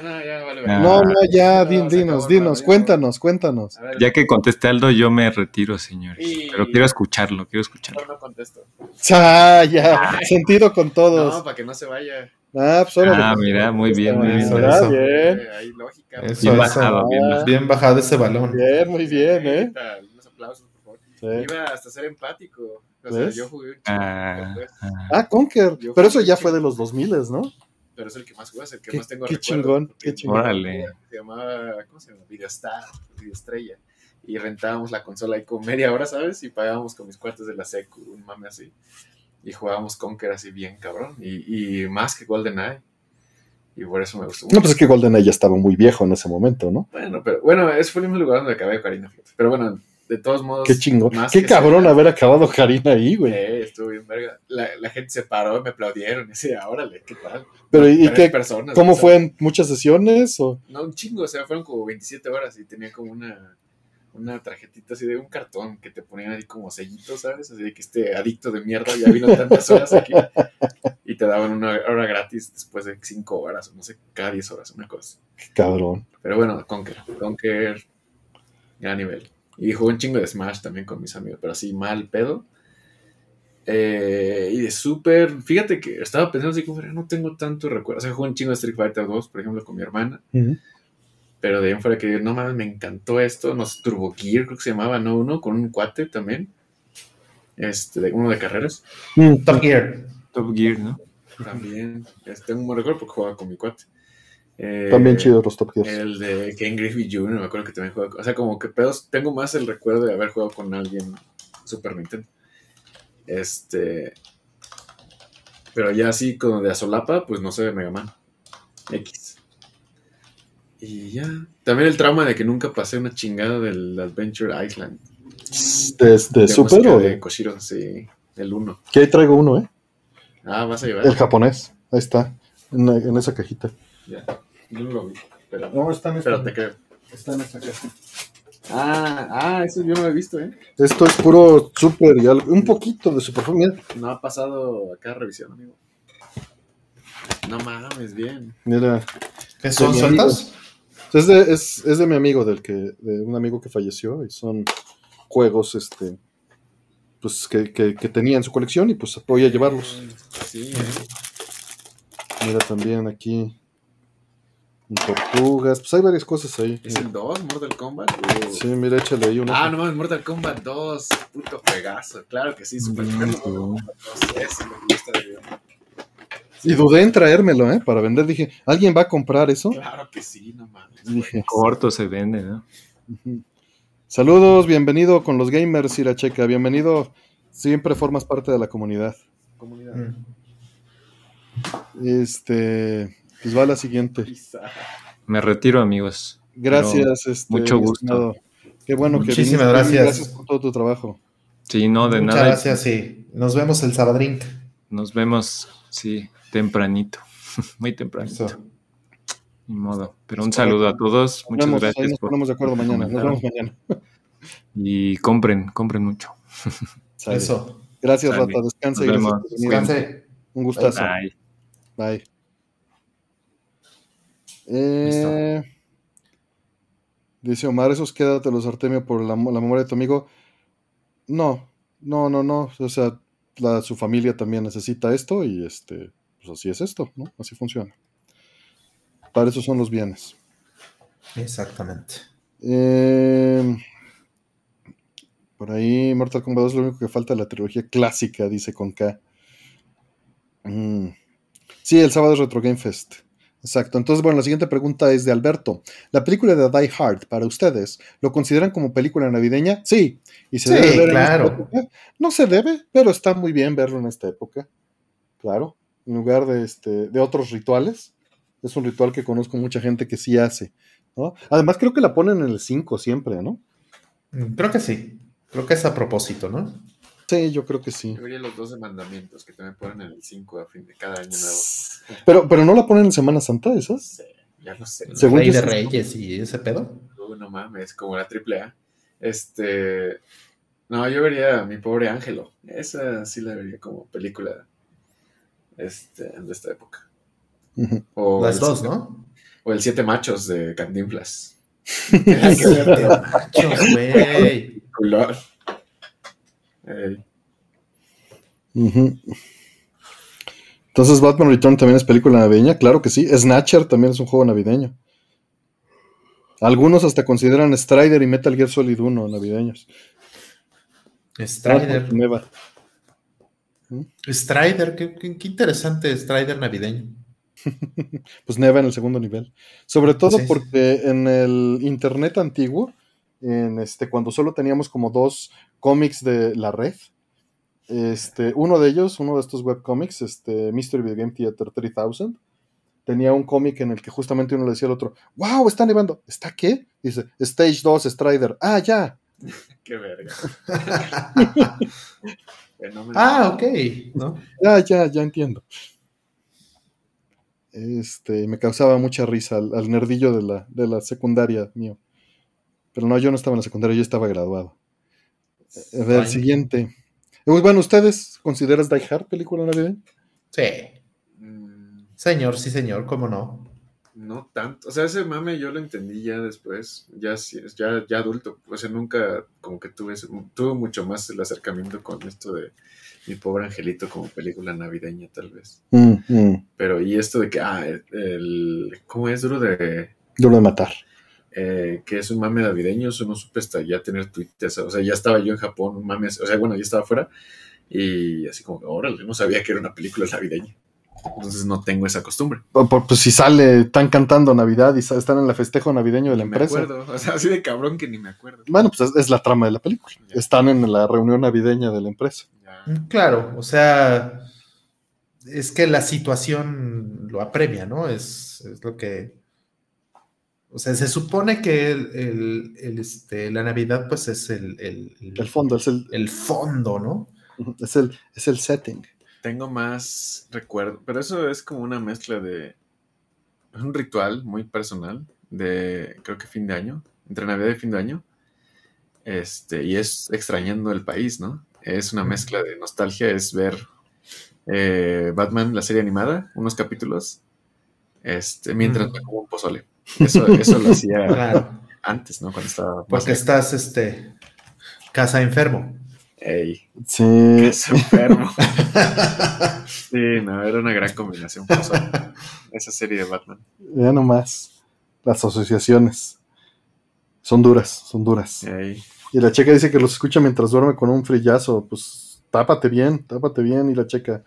Ya, dinos, cuéntanos. Ver, ya que contesté Aldo, yo me retiro, señores. Pero quiero escucharlo. No contesto. Ya, sentido con todos. No, para que no se vaya. Pues ahora mira, muy bien. Eso. Bien. Hay lógica. Eso, bien bajado ese balón. Bien, muy bien, Unos aplausos, por favor. Sí. Iba hasta ser empático. O sea, yo jugué un chingo. Conker. Pero eso ya fue de los 2000, ¿no? Pero es el que más jugué, es el que más tengo recuerdo. Qué chingón. Órale. Se llamaba, ¿cómo se llama? Videoestrella. Y rentábamos la consola ahí con media hora, ¿sabes? Y pagábamos con mis cuates de la secu, un mame así. Y jugábamos Conker así bien cabrón. Y más que GoldenEye. Y por eso me gustó mucho. No, pues es que GoldenEye ya estaba muy viejo en ese momento, ¿no? Bueno, ese fue el mismo lugar donde acabé Ocarina. Pero bueno, de todos modos. Qué chingón. Qué cabrón haber acabado Ocarina ahí, güey. Estuvo bien verga. La gente se paró y me aplaudieron. Y decía, órale, ¿qué tal? Pero ¿y qué? Personas, ¿Cómo fue en muchas sesiones? ¿O? No, un chingo. O sea, fueron como 27 horas y tenía como una tarjetita así de un cartón que te ponían ahí como sellitos, ¿sabes? Así de que este adicto de mierda ya vino tantas horas aquí. Y te daban una hora gratis después de 5 horas, o no sé, cada 10 horas, una cosa. Qué cabrón. Pero bueno, Conker, gran nivel. Y jugué un chingo de Smash también con mis amigos, pero así mal pedo. Y de Super, fíjate que estaba pensando así como, no tengo tanto recuerdo. O sea, jugué un chingo de Street Fighter 2, por ejemplo, con mi hermana. Pero de ahí fuera que, no mames, me encantó esto. No sé, Turbo Gear, creo que se llamaba, ¿no? Uno con un cuate también. Uno de carreras. Top Gear. Top Gear, ¿no? También. Tengo un buen recuerdo porque jugaba con mi cuate. También chidos los Top Gears. El de Ken Griffey Jr., me acuerdo que también jugaba. O sea, como que pedos. Tengo más el recuerdo de haber jugado con alguien Super Nintendo. Pero ya así, como de Azolapa, pues no sé, Mega Man X. Y ya. También el trauma de que nunca pasé una chingada del Adventure Island. ¿De Super o de Koshiro? Sí, el 1. Que ahí traigo uno, ¿eh? Vas a llevar. El japonés. Ahí está. En esa cajita. Ya. Yo no lo vi. Pero, no, está en esta. Pero te creo. Está en esa caja. Eso yo no lo he visto, ¿eh? Esto es puro Super y algo. Un poquito de Super. Mira. No ha pasado acá revisión, amigo. No mames, bien. Mira. ¿Qué son sueltas? Es de mi amigo, de un amigo que falleció, y son juegos pues que tenía en su colección y pues voy a llevarlos. Sí, Mira también aquí tortugas, pues hay varias cosas ahí. ¿Es el 2, Mortal Kombat? Sí, mira, échale ahí una. No mames, Mortal Kombat 2, puto juegazo, claro que sí, super juego. Eso me gusta de video. Y dudé en traérmelo, para vender. Dije, ¿alguien va a comprar eso? Claro que sí, no mames. Dije, corto se vende, ¿no? Saludos, bienvenido con los gamers, Iracheca. Bienvenido, siempre formas parte de la comunidad. Pues va la siguiente. Me retiro, amigos. Gracias, mucho gusto. Estimado. Qué bueno que viniste. Muchísimas gracias. Gracias por todo tu trabajo. Sí, no, de Muchas nada. Gracias, sí. Nos vemos el sabadrink. Nos vemos, sí, tempranito. Muy tempranito. Eso. Ni modo. Pero un saludo a todos. Muchas gracias. Ahí nos ponemos de acuerdo mañana. Nos vemos mañana. Y compren mucho. Eso. Gracias, Rata. Descanse. Descanse. Un gustazo. Bye. Dice Omar, esos quédatelos, Artemio, por la memoria de tu amigo. No. O sea, su familia también necesita esto y pues así es esto, ¿no? Así funciona. Para eso son los bienes. Exactamente. Por ahí, Mortal Kombat 2 es lo único que falta de la trilogía clásica, dice con K. Sí, el sábado es Retro Game Fest. Exacto. Entonces, bueno, la siguiente pregunta es de Alberto. ¿La película de Die Hard, para ustedes, lo consideran como película navideña? Sí. ¿Y se debe Sí, ver en esta claro. época? No se debe, pero está muy bien verlo en esta época. Claro. En lugar de otros rituales. Es un ritual que conozco mucha gente que sí hace, ¿no? Además, creo que la ponen en el 5 siempre, ¿no? Creo que sí. Creo que es a propósito, ¿no? Sí, yo creo que sí. Yo vería los 12 mandamientos que también ponen en el 5 a fin de cada año nuevo. Pero no la ponen en Semana Santa, ¿esas? Sí, ya lo sé. Según Rey yo de sí. Reyes y ese pedo. No mames, como la triple A. No, yo vería Mi Pobre Ángelo. Esa sí la vería como película de esta época. Ujú. O Las el dos, siete- ¿no? O el Siete Machos de Cantinflas. Siete machos, güey. Color. Ey, Ujú. Entonces, Batman Return también es película navideña, claro que sí. Snatcher también es un juego navideño. Algunos hasta consideran Strider y Metal Gear Solid 1 navideños. Strider. Neva. Strider, qué interesante Strider navideño. Pues Neva en el segundo nivel. Sobre todo Sí. porque en el internet antiguo, cuando solo teníamos como 2 cómics de la red, uno de estos webcomics, Mystery Video Game Theater 3000, tenía un cómic en el que justamente uno le decía al otro, ¡wow! Está nevando. ¿Está qué? Dice, Stage 2, Strider. ¡Ah, ya! qué verga. Fenómeno. Ok, ¿no? Ya entiendo. Me causaba mucha risa al nerdillo de la secundaria mío. Pero no, yo no estaba en la secundaria, yo estaba graduado. A ver, Fine. siguiente. Bueno, ¿ustedes consideras Die Hard película navideña? Sí. Mm, Señor, sí, señor, ¿cómo no? No tanto, o sea, ese mame yo lo entendí ya después, ya adulto, o sea, nunca como que tuve mucho más el acercamiento con esto de Mi Pobre Angelito como película navideña tal vez, pero y esto de que, ¿cómo es Duro Duro de matar. que es un mame navideño? Eso no supe hasta ya tener Twitter, o sea, ya estaba yo en Japón, un mame, o sea, bueno, ya estaba afuera y así como, órale, no sabía que era una película navideña. Entonces no tengo esa costumbre. Pues si están cantando Navidad y están en el festejo navideño de la empresa. Ni me acuerdo, o sea, así de cabrón que ni me acuerdo. Bueno, pues es la trama de la película. Ya. Están en la reunión navideña de la empresa. Ya. Claro, o sea, es que la situación lo apremia, ¿no? Es lo que... O sea, se supone que la Navidad, pues, es El fondo, el fondo, ¿no? es el setting. Tengo más recuerdo, pero eso es como una mezcla es un ritual muy personal de, creo que fin de año, entre Navidad y fin de año, y es extrañando el país, ¿no? Es una mezcla de nostalgia, es ver Batman, la serie animada, unos capítulos, mientras me como un pozole. Eso lo hacía Claro, antes, ¿no? Cuando estaba más porque estás, casa enfermo. Ey, Sí. es enfermo. Sí, no, era una gran combinación. Pozole. Esa serie de Batman. Ya nomás. Las asociaciones. Son duras. Ey. Y la checa dice que los escucha mientras duerme con un frillazo. Pues tápate bien. Y la checa.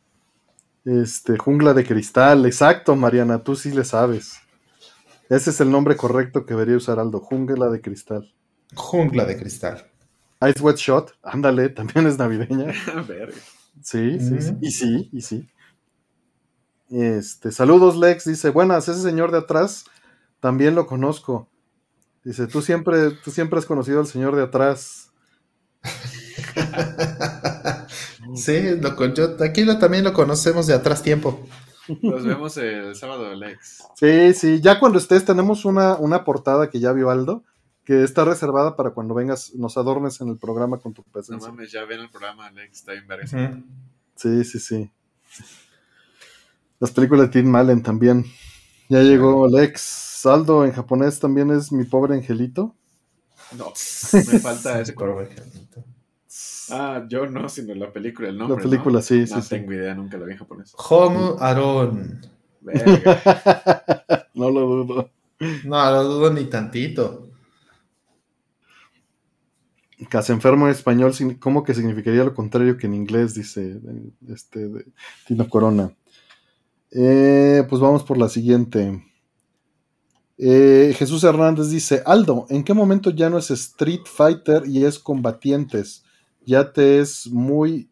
Jungla de cristal. Exacto, Mariana, tú sí le sabes. Ese es el nombre correcto que debería usar Aldo. Jungla de cristal. Jungla de cristal. Ice Wet Shot. Ándale, también es navideña. Verga. Sí. Y sí. Saludos, Lex. Dice, buenas, ese señor de atrás también lo conozco. Dice, tú siempre has conocido al señor de atrás. Sí, aquí también lo conocemos de atrás tiempo. Nos vemos el sábado, Alex. Sí, ya cuando estés tenemos una portada que ya vio Aldo, que está reservada para cuando vengas, nos adornes en el programa con tu No presencia. mames, ya ven el programa, Alex, está bien verga. Sí. Las películas de Tim Allen también. Ya llegó Alex. Aldo en japonés también es Mi Pobre Angelito. No, me falta ese Corvo. yo no, sino la película, el nombre. La película, ¿no? sí. No tengo idea, nunca la vi en japonés. Homo Aron. Verga. No lo dudo. No, lo dudo ni tantito. Casa enfermo en español, ¿cómo que significaría lo contrario que en inglés? Dice de Tino Corona. Pues vamos por la siguiente. Jesús Hernández dice: Aldo, ¿en qué momento ya no es Street Fighter y es Combatientes? Ya te es muy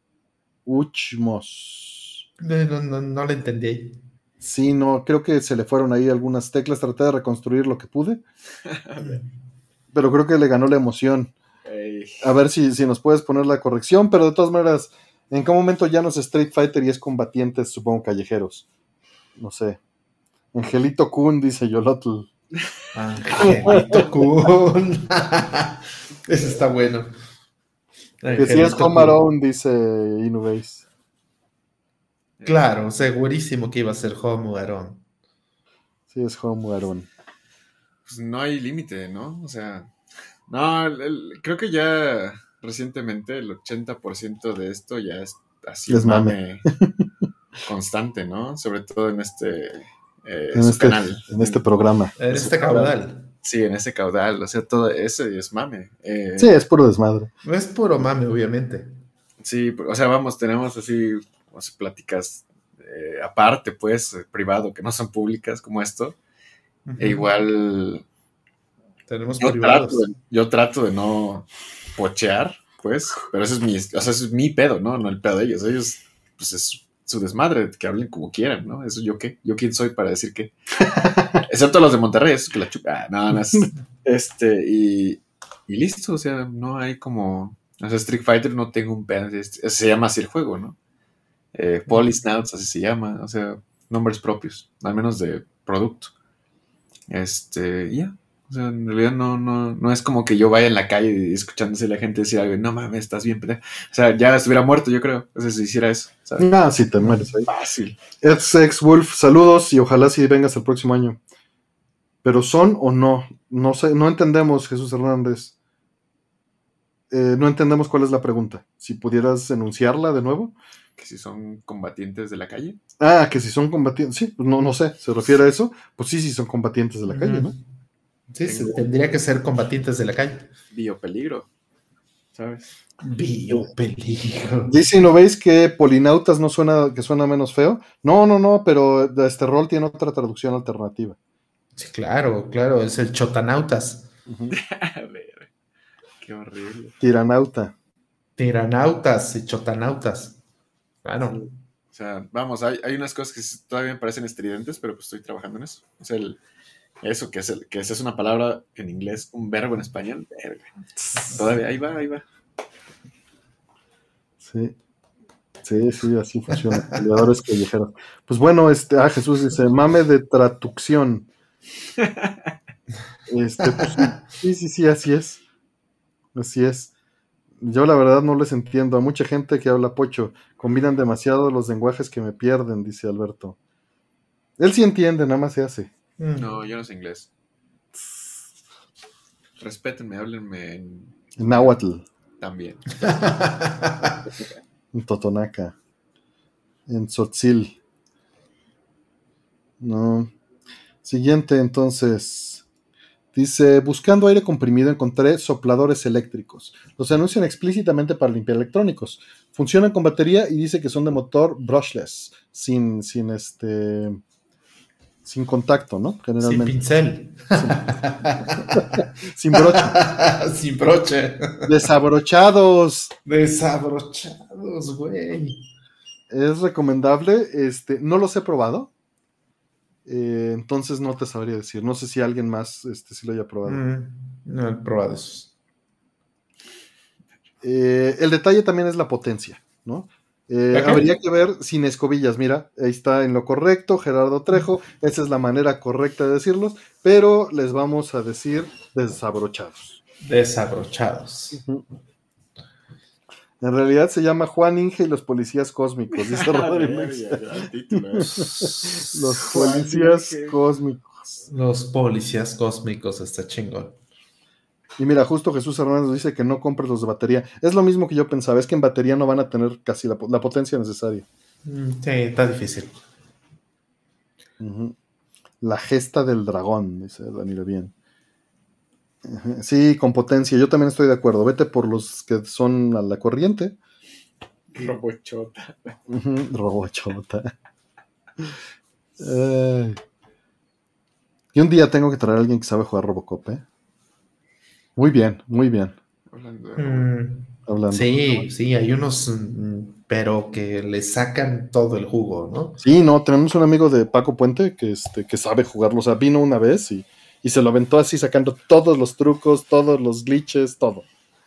uchmos. No lo entendí. Sí, no, creo que se le fueron ahí algunas teclas. Traté de reconstruir lo que pude, pero creo que le ganó la emoción. Ey. A ver si nos puedes poner la corrección, pero de todas maneras, ¿en qué momento ya no es Street Fighter y es Combatientes, supongo, callejeros? No sé. Angelito Kun, dice Yolotl. Angelito Kun. Ese está bueno. Que si es Home Alone, dice Inubase. Claro, segurísimo que iba a ser Home Alone. Sí, es Home Alone. Pues no hay límite, ¿no? O sea, no, creo que ya recientemente el 80% de esto ya es así Es mame constante, ¿no? Sobre todo en en canal. En este programa. En este caudal. Sí, en ese caudal, o sea, todo eso es mame. Sí, es puro desmadre. No es puro mame, obviamente. Sí, o sea, vamos, tenemos así pláticas aparte, pues, privado, que no son públicas como esto. Uh-huh. E igual tenemos privados. Yo trato de no pochear, pues, pero eso es mi pedo, ¿no? No el pedo de ellos. Ellos, pues, es su desmadre, que hablen como quieran, ¿no? Eso yo qué, yo quién soy para decir qué. Excepto los de Monterrey, esos que la chupan. No, y listo, o sea, no hay como, o sea, Street Fighter no tengo un pedo, se llama así el juego, ¿no? Polysnouts, así se llama, o sea, nombres propios, al menos de producto. Ya. O sea, en realidad no es como que yo vaya en la calle y escuchándose a la gente decir algo, no mames, estás bien, o sea, ya estuviera muerto, yo creo, o sea, si hiciera eso, ¿sabes? Ah, sí, te mueres ahí. Fácil. Ex Wolf, saludos y ojalá sí vengas el próximo año. Pero ¿son o no? No sé, no entendemos, Jesús Hernández. No entendemos cuál es la pregunta. Si pudieras enunciarla de nuevo. Que si son combatientes de la calle. Ah, que si son combatientes. Sí, pues no sé. ¿Se refiere a eso? Pues sí son combatientes de la calle, ¿no? Sí, tendría que ser combatientes de la calle. Biopeligro, ¿sabes? Biopeligro. Dice, ¿no veis que Polinautas no suena menos feo? No, pero este rol tiene otra traducción alternativa. Sí, claro, es el Chotanautas. Uh-huh. A ver, qué horrible. Tiranautas y Chotanautas. Claro. Sí. O sea, vamos, hay unas cosas que todavía me parecen estridentes, pero pues estoy trabajando en eso. O sea, eso que es una palabra en inglés, un verbo en español. Todavía, ahí va. Sí, así funciona. Peleadores callejeros. Pues bueno, Jesús dice, mame de traducción. Pues, sí, así es. Así es. Yo la verdad no les entiendo. A mucha gente que habla pocho combinan demasiado los lenguajes que me pierden, dice Alberto. Él sí entiende, nada más se hace. No, yo no sé inglés. Respétenme, háblenme en náhuatl. También. En Totonaca. En Tzotzil. No. Siguiente, entonces. Dice, buscando aire comprimido encontré sopladores eléctricos. Los anuncian explícitamente para limpiar electrónicos. Funcionan con batería y dice que son de motor brushless, sin contacto, ¿no? Generalmente. Sin pincel. Sin broche. Sin broche. Desabrochados, güey. Es recomendable. No los he probado. Entonces no te sabría decir. No sé si alguien más sí lo haya probado. No he probado esos. El detalle también es la potencia, ¿no? Habría que ver sin escobillas. Mira, ahí está en lo correcto, Gerardo Trejo. Esa es la manera correcta de decirlos, pero les vamos a decir desabrochados. Desabrochados. En realidad se llama Juan Inge y los policías cósmicos, dice Rodríguez. Los policías cósmicos. Los policías cósmicos, está chingón. Y mira, justo Jesús Hernández dice que no compres los de batería. Es lo mismo que yo pensaba, es que en batería no van a tener casi la potencia necesaria. Sí, está difícil. Uh-huh. La gesta del dragón, dice Daniel bien. Uh-huh. Sí, con potencia, yo también estoy de acuerdo. Vete por los que son a la corriente. Robochota. Uh-huh. Robochota. Y un día tengo que traer a alguien que sabe jugar Robocop, ¿eh? Muy bien, muy bien. Hablando de Hablando. Sí, hay unos, pero que le sacan todo el jugo, ¿no? Sí, no, tenemos un amigo de Paco Puente que sabe jugarlo. O sea, vino una vez y se lo aventó así sacando todos los trucos, todos los glitches, todo.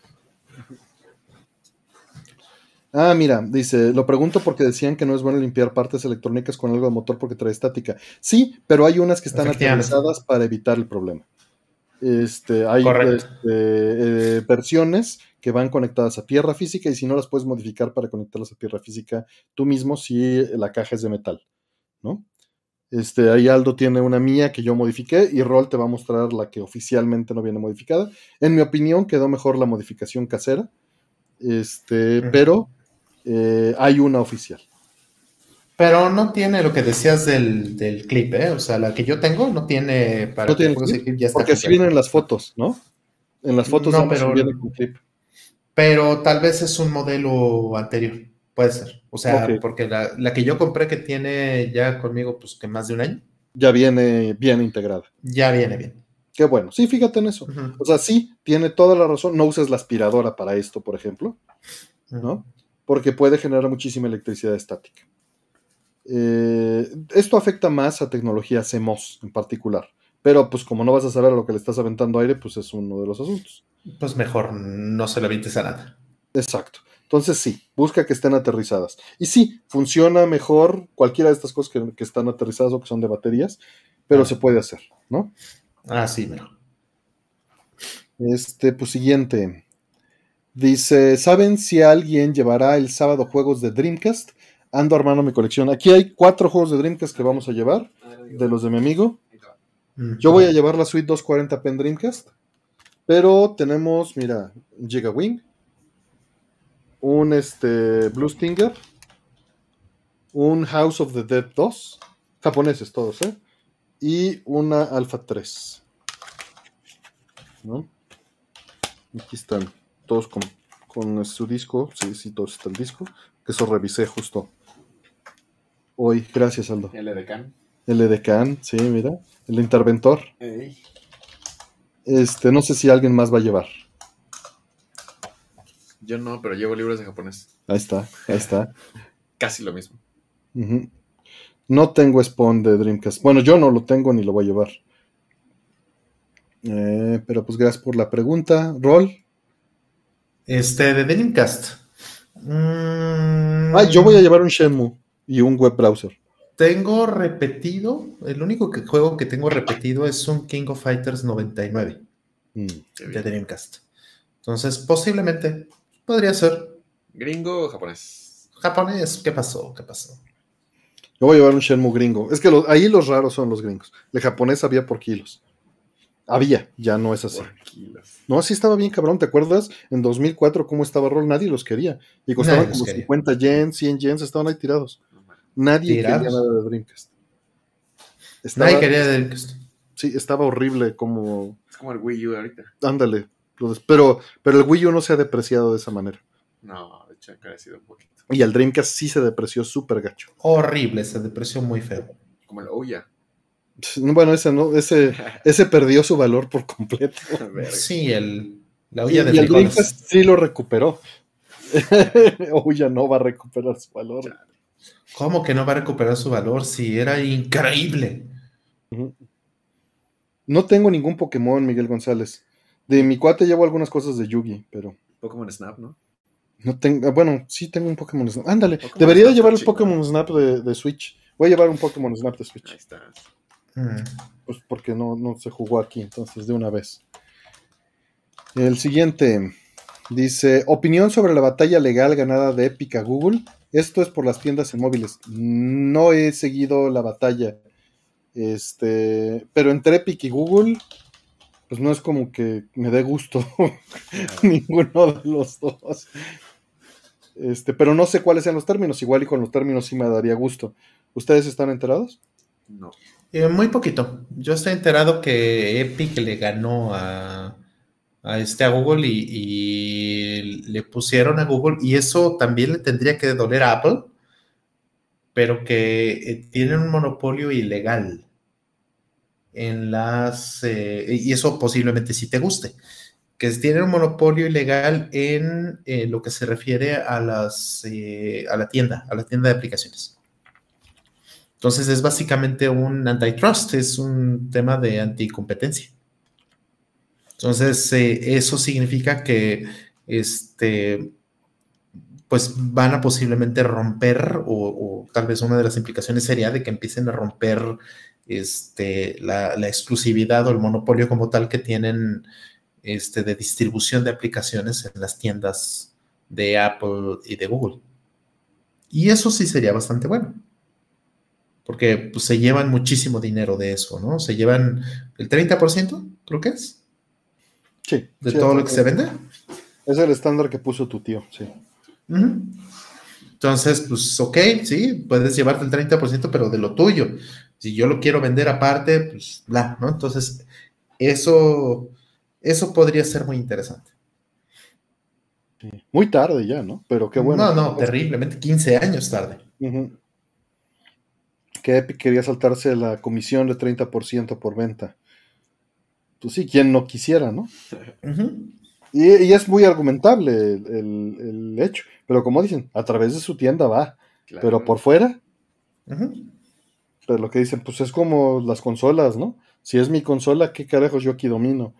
Ah, mira, dice, lo pregunto porque decían que no es bueno limpiar partes electrónicas con algo de motor porque trae estática. Sí, pero hay unas que están Efectivamente. aterrizadas para evitar el problema. Hay Correcto. versiones que van conectadas a tierra física y si no las puedes modificar para conectarlas a tierra física tú mismo si la caja es de metal, ¿no? Ahí Aldo tiene una mía que yo modifiqué y Rol te va a mostrar la que oficialmente no viene modificada. En mi opinión quedó mejor la modificación casera, pero hay una oficial. Pero no tiene lo que decías del clip, ¿eh? O sea, la que yo tengo no tiene para ¿No que tiene juegues el clip? clip, ya está Porque así completa. vienen las fotos, ¿no? En las fotos de No, Amazon viene con clip. pero tal vez es un modelo anterior, puede ser. O sea, Ok, porque la que yo compré que tiene ya conmigo, pues que más de un año, ya viene bien integrada. ya viene bien. Qué bueno. Sí, fíjate en eso. Uh-huh. O sea, sí, tiene toda la razón. No uses la aspiradora para esto, por ejemplo, ¿no? Porque puede generar muchísima electricidad estática. Esto afecta más a tecnología CMOS en particular. Pero pues como no vas a saber a lo que le estás aventando aire, pues es uno de los asuntos. Pues mejor no se lo avientes a nada. Exacto. Entonces sí, busca que estén aterrizadas. Y sí, funciona mejor cualquiera de estas cosas que están aterrizadas o que son de baterías, pero se puede hacer, ¿no? Sí, mejor. Pues siguiente. Dice, ¿saben si alguien llevará el sábado juegos de Dreamcast? Ando armando mi colección. Aquí hay 4 juegos de Dreamcast que vamos a llevar, de los de mi amigo. Yo voy a llevar la Suite 240p en Dreamcast, pero tenemos, mira, Giga Wing, un Blue Stinger, un House of the Dead 2, japoneses todos, y una Alpha 3. ¿No? Aquí están todos con su disco. Sí, todos está el disco. Que eso revisé justo hoy. Gracias, Aldo. El Edecán. El Edecán, sí, mira. El Interventor. Hey. No sé si alguien más va a llevar. Yo no, pero llevo libros de japonés. Ahí está. Casi lo mismo. Uh-huh. No tengo Spawn de Dreamcast. Bueno, yo no lo tengo ni lo voy a llevar. Pero pues gracias por la pregunta. ¿Rol? De Dreamcast. Yo voy a llevar un Shenmue y un web browser. Tengo repetido, el único juego que tengo repetido es un King of Fighters 99 de Dreamcast. Entonces, posiblemente podría ser. ¿Gringo o japonés? Japonés, ¿qué pasó? Yo voy a llevar un Shenmue gringo. Es que ahí los raros son los gringos. El japonés había por kilos. Ya no es así. No, sí estaba bien cabrón. ¿Te acuerdas? En 2004 cómo estaba Roll, nadie los quería. Y costaban como 50 yens, 100 yens, estaban ahí tirados. Nadie quería nada de Dreamcast. Nadie quería de Dreamcast. Sí, estaba horrible como... Es como el Wii U ahorita. Ándale. Pero el Wii U no se ha depreciado de esa manera. No, de hecho ha crecido un poquito. Y el Dreamcast sí se depreció súper gacho. Horrible, se depreció muy feo. Como el Ouya. Bueno, ese perdió su valor por completo. Sí, la olla de frijoles. Y el Dreamcast sí lo recuperó. Ouya no va a recuperar su valor. ¿Cómo que no va a recuperar su valor? Si era increíble. No tengo ningún Pokémon, Miguel González. De mi cuate llevo algunas cosas de Yugi, pero... Pokémon Snap, ¿no? No tengo, bueno, sí tengo un Pokémon Snap. Ándale, debería de llevar el Pokémon Snap de Switch. Voy a llevar un Pokémon Snap de Switch. Ahí está. Pues porque no se jugó aquí, entonces de una vez. El siguiente dice, opinión sobre la batalla legal ganada de Epic a Google. Esto es por las tiendas en móviles. No he seguido la batalla. Pero entre Epic y Google, pues no es como que me dé gusto ninguno de los dos. Pero no sé cuáles sean los términos. Igual y con los términos sí me daría gusto. ¿Ustedes están enterados? No. Muy poquito. Yo estoy enterado que Epic le ganó a Google y le pusieron a Google, y eso también le tendría que doler a Apple, pero que tienen un monopolio ilegal en y eso posiblemente sí te guste, que tienen un monopolio ilegal en lo que se refiere a a la tienda de aplicaciones. Entonces es básicamente un antitrust, es un tema de anticompetencia. Entonces eso significa que pues van a posiblemente romper, o tal vez una de las implicaciones sería de que empiecen a romper la exclusividad o el monopolio como tal que tienen de distribución de aplicaciones en las tiendas de Apple y de Google. Y eso sí sería bastante bueno, porque pues, se llevan muchísimo dinero de eso, ¿no? Se llevan el 30%, creo que es, Sí. de Sí, todo lo que se vende. Es el estándar que puso tu tío, sí. Uh-huh. Entonces, pues, ok, sí, puedes llevarte el 30%, pero de lo tuyo. Si yo lo quiero vender aparte, pues, bla, ¿no? Entonces, eso podría ser muy interesante. Sí. Muy tarde ya, ¿no? Pero qué bueno. No, terriblemente, 15 años tarde. Uh-huh. Que Epic quería saltarse la comisión de 30% por venta. Pues sí, quien no quisiera, ¿no? Uh-huh. Y es muy argumentable el hecho. Pero como dicen, a través de su tienda va. Claro. Pero por fuera, pues lo que dicen, pues es como las consolas, ¿no? Si es mi consola, ¿qué carajos yo aquí domino?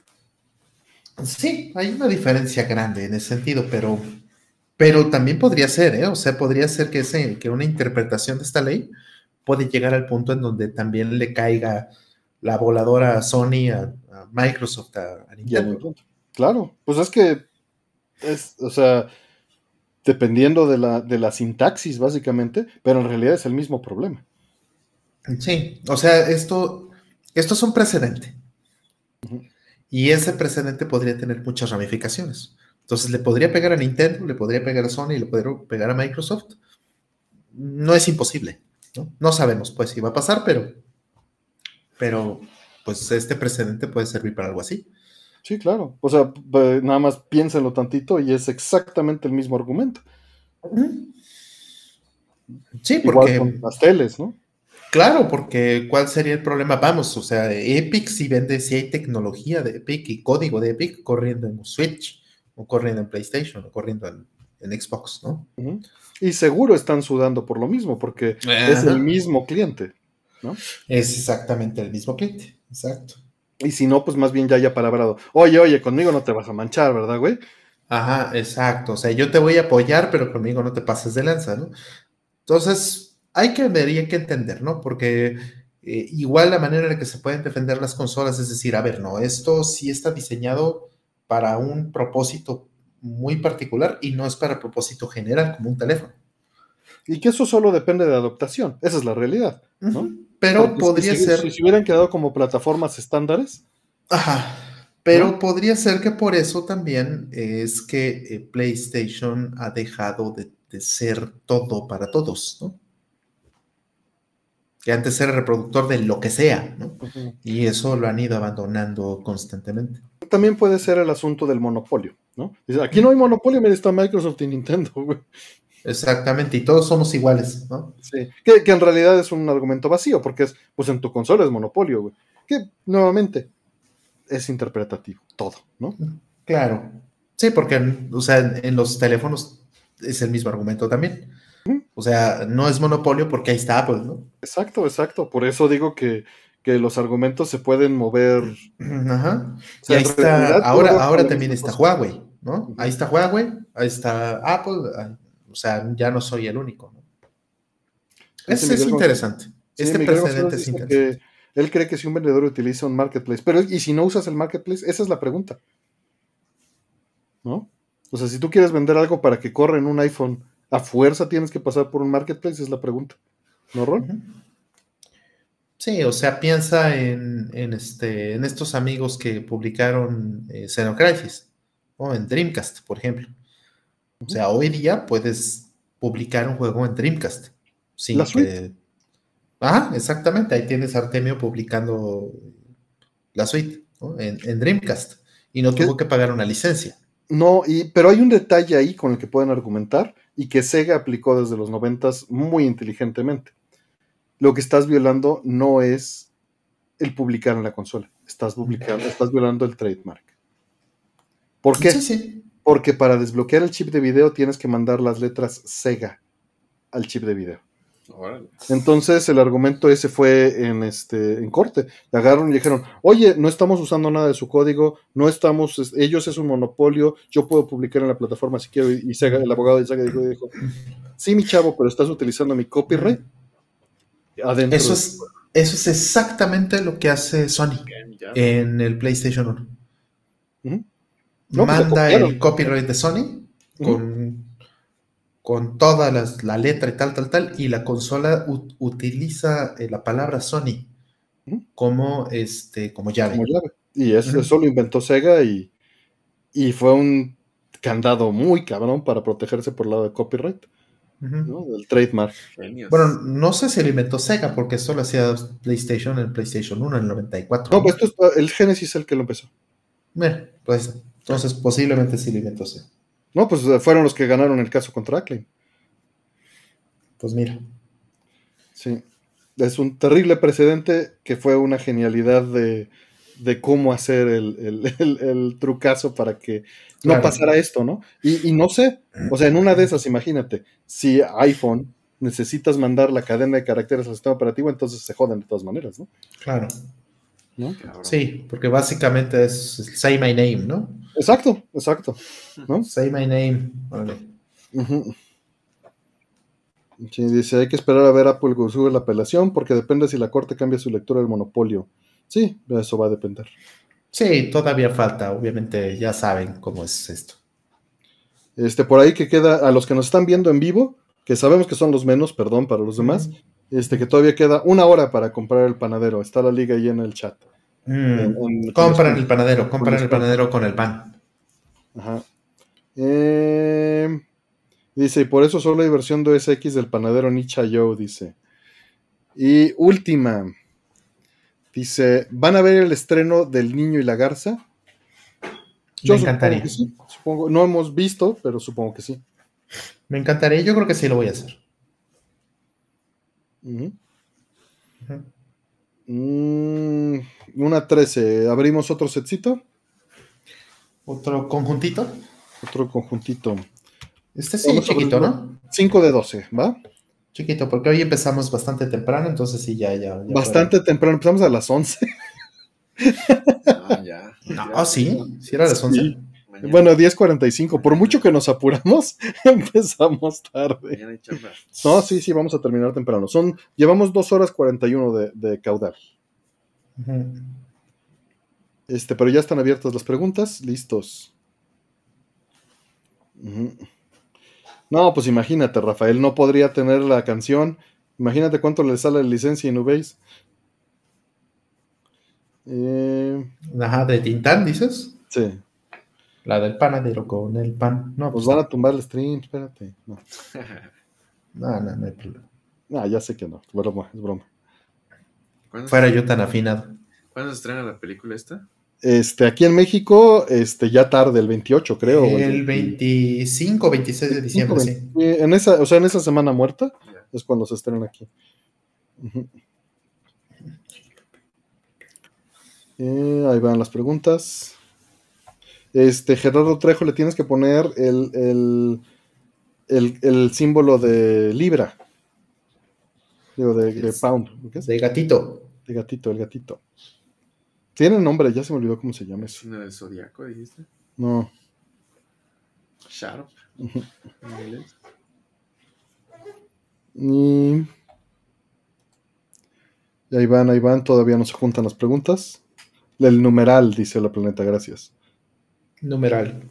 Sí, hay una diferencia grande en ese sentido, pero también podría ser, ¿eh? O sea, podría ser que una interpretación de esta ley puede llegar al punto en donde también le caiga la voladora a Sony, a Microsoft, a Nintendo. Claro, pues es que o sea, dependiendo de la sintaxis, básicamente, pero en realidad es el mismo problema. Sí, o sea, esto es un precedente. Uh-huh. Y ese precedente podría tener muchas ramificaciones. Entonces, le podría pegar a Nintendo, le podría pegar a Sony, le podría pegar a Microsoft. No es imposible, ¿no? No sabemos, pues, si va a pasar, pero pues, este precedente puede servir para algo así. Sí, claro. O sea, nada más piénsenlo tantito y es exactamente el mismo argumento. Sí, porque... Igual con las teles, ¿no? Claro, porque ¿cuál sería el problema? Vamos, o sea, Epic sí vende, sí hay tecnología de Epic y código de Epic corriendo en Switch, o corriendo en PlayStation, o corriendo en Xbox, ¿no? Uh-huh. Y seguro están sudando por lo mismo, porque es el mismo cliente, ¿no? Es exactamente el mismo cliente, exacto. Y si no, pues más bien ya haya palabrado. Oye, conmigo no te vas a manchar, ¿verdad, güey? Ajá, exacto. O sea, yo te voy a apoyar, pero conmigo no te pases de lanza, ¿no? Entonces, habría que entender, ¿no? Porque igual la manera en la que se pueden defender las consolas es decir, a ver, no, esto sí está diseñado para un propósito muy particular y no es para propósito general, como un teléfono. Y que eso solo depende de adaptación, esa es la realidad, ¿no? Uh-huh. Pero porque podría ser... Si hubieran quedado como plataformas estándares. Ajá, pero ¿no? Podría ser que por eso también es que PlayStation ha dejado de ser todo para todos, ¿no? Que antes era reproductor de lo que sea, ¿no? Uh-huh. Y eso lo han ido abandonando constantemente. También puede ser el asunto del monopolio, ¿no? Dice, aquí no hay monopolio, mira, está Microsoft y Nintendo, güey. Exactamente, y todos somos iguales, ¿no? Sí, que en realidad es un argumento vacío, porque es, pues en tu consola es monopolio, güey. Que, nuevamente, es interpretativo, todo, ¿no? Claro. Sí, porque, o sea, en los teléfonos es el mismo argumento también. O sea, no es monopolio porque ahí está Apple, ¿no? Exacto. Por eso digo que los argumentos se pueden mover. Ajá. O sea, y ahí está, ahora también está Huawei, ¿no? Uh-huh. Ahí está Huawei, ahí está Apple, o sea, ya no soy el único, ¿no? Ese es interesante. Sí, este precedente es interesante. Que él cree que si un vendedor utiliza un marketplace, pero ¿y si no usas el marketplace? Esa es la pregunta, ¿no? O sea, si tú quieres vender algo para que corra en un iPhone, ¿a fuerza tienes que pasar por un marketplace? Es la pregunta, ¿no, Ron? Uh-huh. Sí, o sea, piensa en estos amigos que publicaron Xenocrisis, o en Dreamcast, por ejemplo. O sea, hoy día puedes publicar un juego en Dreamcast. Sin la suite. Ajá, exactamente. Ahí tienes a Artemio publicando la suite, ¿no? en Dreamcast. Y no tuvo que pagar una licencia. No, pero hay un detalle ahí con el que pueden argumentar, y que Sega aplicó desde los 90s muy inteligentemente. Lo que estás violando no es el publicar en la consola, estás violando el trademark. ¿Por qué? Sí. Porque para desbloquear el chip de video tienes que mandar las letras Sega al chip de video. Órale. Entonces el argumento ese fue en corte. Le agarraron y dijeron, oye, no estamos usando nada de su código, ellos es un monopolio, yo puedo publicar en la plataforma si quiero. Y Sega, el abogado de Sega dijo, sí, mi chavo, pero estás utilizando mi copyright adentro. Eso es exactamente lo que hace Sony en el PlayStation 1. Uh-huh. No, manda pues el copyright de Sony con toda la letra y tal, y la consola utiliza la palabra Sony como llave. Como llave. Y eso lo inventó Sega y fue un candado muy cabrón para protegerse por el lado de copyright, ¿no? Del trademark. Genios. Bueno, no sé si lo inventó Sega porque esto lo hacía PlayStation en el PlayStation 1 en el 94. No, pues el Genesis es el que lo empezó. Pues entonces posiblemente sí lo inventó Sega. No, pues fueron los que ganaron el caso contra Acclaim. Pues mira. Sí. Es un terrible precedente que fue una genialidad de cómo hacer el trucazo para que no pasara esto, ¿no? Y no sé, o sea, en una de esas, imagínate, si iPhone necesitas mandar la cadena de caracteres al sistema operativo, entonces se joden de todas maneras, ¿no? Claro. ¿No? Sí, porque básicamente es Say My Name, ¿no? Exacto, ¿no? Say My Name. Vale. Uh-huh. Sí, dice, hay que esperar a ver Apple que sube la apelación porque depende si la corte cambia su lectura del monopolio. Sí, eso va a depender. Sí, todavía falta, obviamente ya saben cómo es esto. Por ahí que queda, a los que nos están viendo en vivo, que sabemos que son los menos, perdón para los demás, que todavía queda 1 hora para comprar el panadero. Está la liga ahí en el chat. Compran el panadero con el pan. Ajá. Dice, y por eso solo hay versión 2X del panadero Nicha Joe, dice. Y última. Dice, ¿van a ver el estreno del Niño y la Garza? Me encantaría. Supongo que sí. No hemos visto, pero supongo que sí. Me encantaría, yo creo que sí lo voy a hacer. Una 13. ¿Abrimos otro setcito? ¿Otro conjuntito? Otro conjuntito. Sí, chiquito, ¿no? 5 de 12, ¿va? Chiquito, porque hoy empezamos bastante temprano, entonces sí, ya bastante temprano, empezamos a las 11. Ya. ¿Sí? ¿Sí era a las 11? Sí. Bueno, 10:45. Por mucho que nos apuramos, empezamos tarde. No, sí, vamos a terminar temprano. Llevamos 2 horas 41 de caudal. Pero ya están abiertas las preguntas. Listos. No, pues imagínate, Rafael, no podría tener la canción. Imagínate cuánto le sale la licencia en Ubase. ¿De Tintán, dices? Sí. La del panadero con el pan. No, pues van a tumbar el stream, espérate. No hay problema. Ya sé que no, es broma. Fuera yo tan afinado. ¿Cuándo se estrena la película esta? Aquí en México, ya tarde, el 28, creo. El 25, 26 de diciembre, sí. En esa semana muerta es cuando se estrena aquí. Ahí van las preguntas. Gerardo Trejo, le tienes que poner el símbolo de libra. Digo, de pound. ¿Qué es? De gatito. De gatito, el gatito. Tiene nombre, ya se me olvidó cómo se llama eso. ¿Signo del zodiaco, dijiste? No. Sharp. Y ahí van, todavía no se juntan las preguntas. El numeral, dice la Planeta, gracias. Numeral.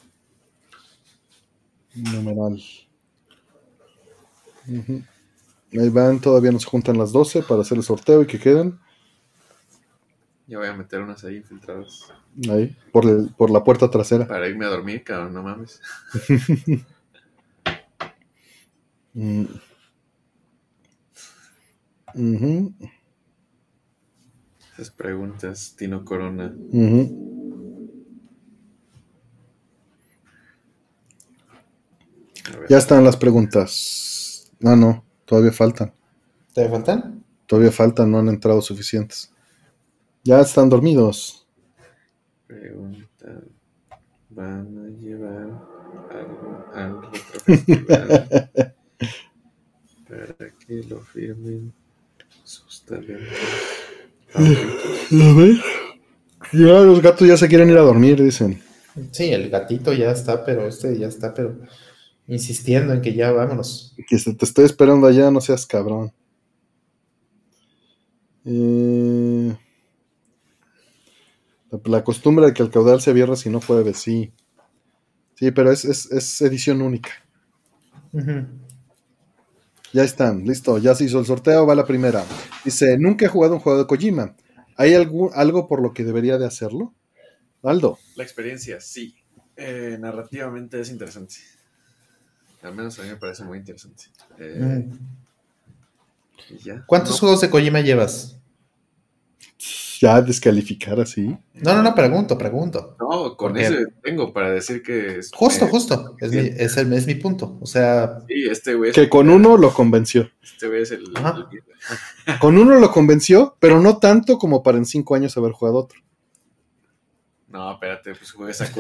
Ahí van, todavía no se juntan las 12 para hacer el sorteo y que queden. Ya voy a meter unas ahí infiltradas. Ahí, por la puerta trasera. Para irme a dormir, cabrón, no mames. Esas preguntas, Tino Corona. A ver. Ya están las preguntas. No, todavía faltan. ¿Te faltan? Todavía faltan, no han entrado suficientes. Ya están dormidos. Pregunta: ¿van a llevar algo al retrofestival para que lo firmen sus talentos favoritos? A ver. Ya los gatos ya se quieren ir a dormir, dicen. Sí, el gatito ya está, pero insistiendo en que ya vámonos. Que te estoy esperando allá, no seas cabrón. La costumbre de que el caudal sea viernes y no jueves, sí. Sí, pero es edición única. Ujú. Ya están, listo, ya se hizo el sorteo, va la primera. Dice, nunca he jugado un juego de Kojima. ¿Hay algo por lo que debería de hacerlo? Aldo. La experiencia, sí. Narrativamente es interesante. Al menos a mí me parece muy interesante. Y ya. ¿Cuántos juegos de Kojima llevas? Ya descalificar así. No, pregunto. No, con Porque- ese tengo para decir que... Justo. Es mi punto. O sea, Sí, este güey... Que con uno lo convenció. Este güey es el... Ajá. Con uno lo convenció, pero no tanto como para en 5 años haber jugado otro. No, espérate, pues jugué esa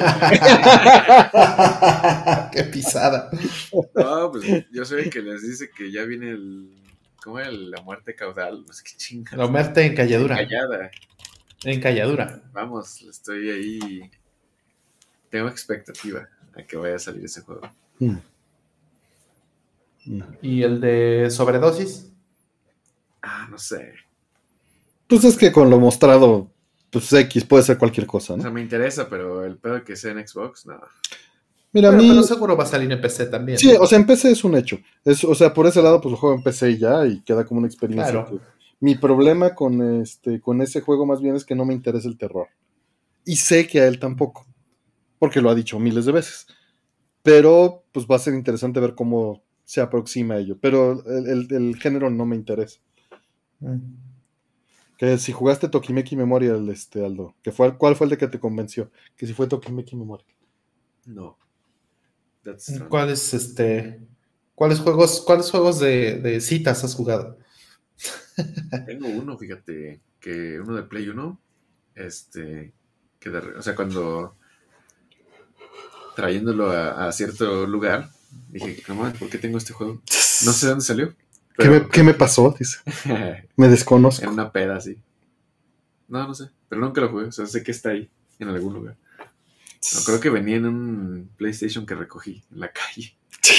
cosa. qué pisada. No, pues yo soy el que les dice que ya viene el... ¿Cómo era? La muerte caudal. No sé qué chingas. La muerte en calladura. Callada. En calladura. Vamos, estoy ahí. Tengo expectativa a que vaya a salir ese juego. ¿Y el de sobredosis? No sé. Pues es que con lo mostrado, pues X puede ser cualquier cosa, O sea, ¿no? me interesa, pero el pedo que sea en Xbox, no. Mira, a mí... Pero seguro va a salir en PC también. Sí, o sea, en PC es un hecho. O sea, por ese lado, pues lo juego en PC y ya, y queda como una experiencia. Claro. Mi problema con ese juego más bien es que no me interesa el terror. Y sé que a él tampoco, porque lo ha dicho miles de veces. Pero, pues va a ser interesante ver cómo se aproxima a ello. Pero el género no me interesa. Que si jugaste Tokimeki Memorial, Aldo, ¿cuál fue el de que te convenció? Que si fue Tokimeki Memorial. No. That's strange. ¿Cuáles juegos de citas has jugado? Tengo uno, fíjate, que uno de Play 1, o sea, cuando trayéndolo a cierto lugar, dije, no, ¿por qué tengo este juego? No sé dónde salió. ¿Qué me pasó? Dice. Me desconozco. En una peda, sí. No sé, pero nunca lo jugué, o sea, sé que está ahí, en algún lugar. No, creo que venía en un PlayStation que recogí en la calle.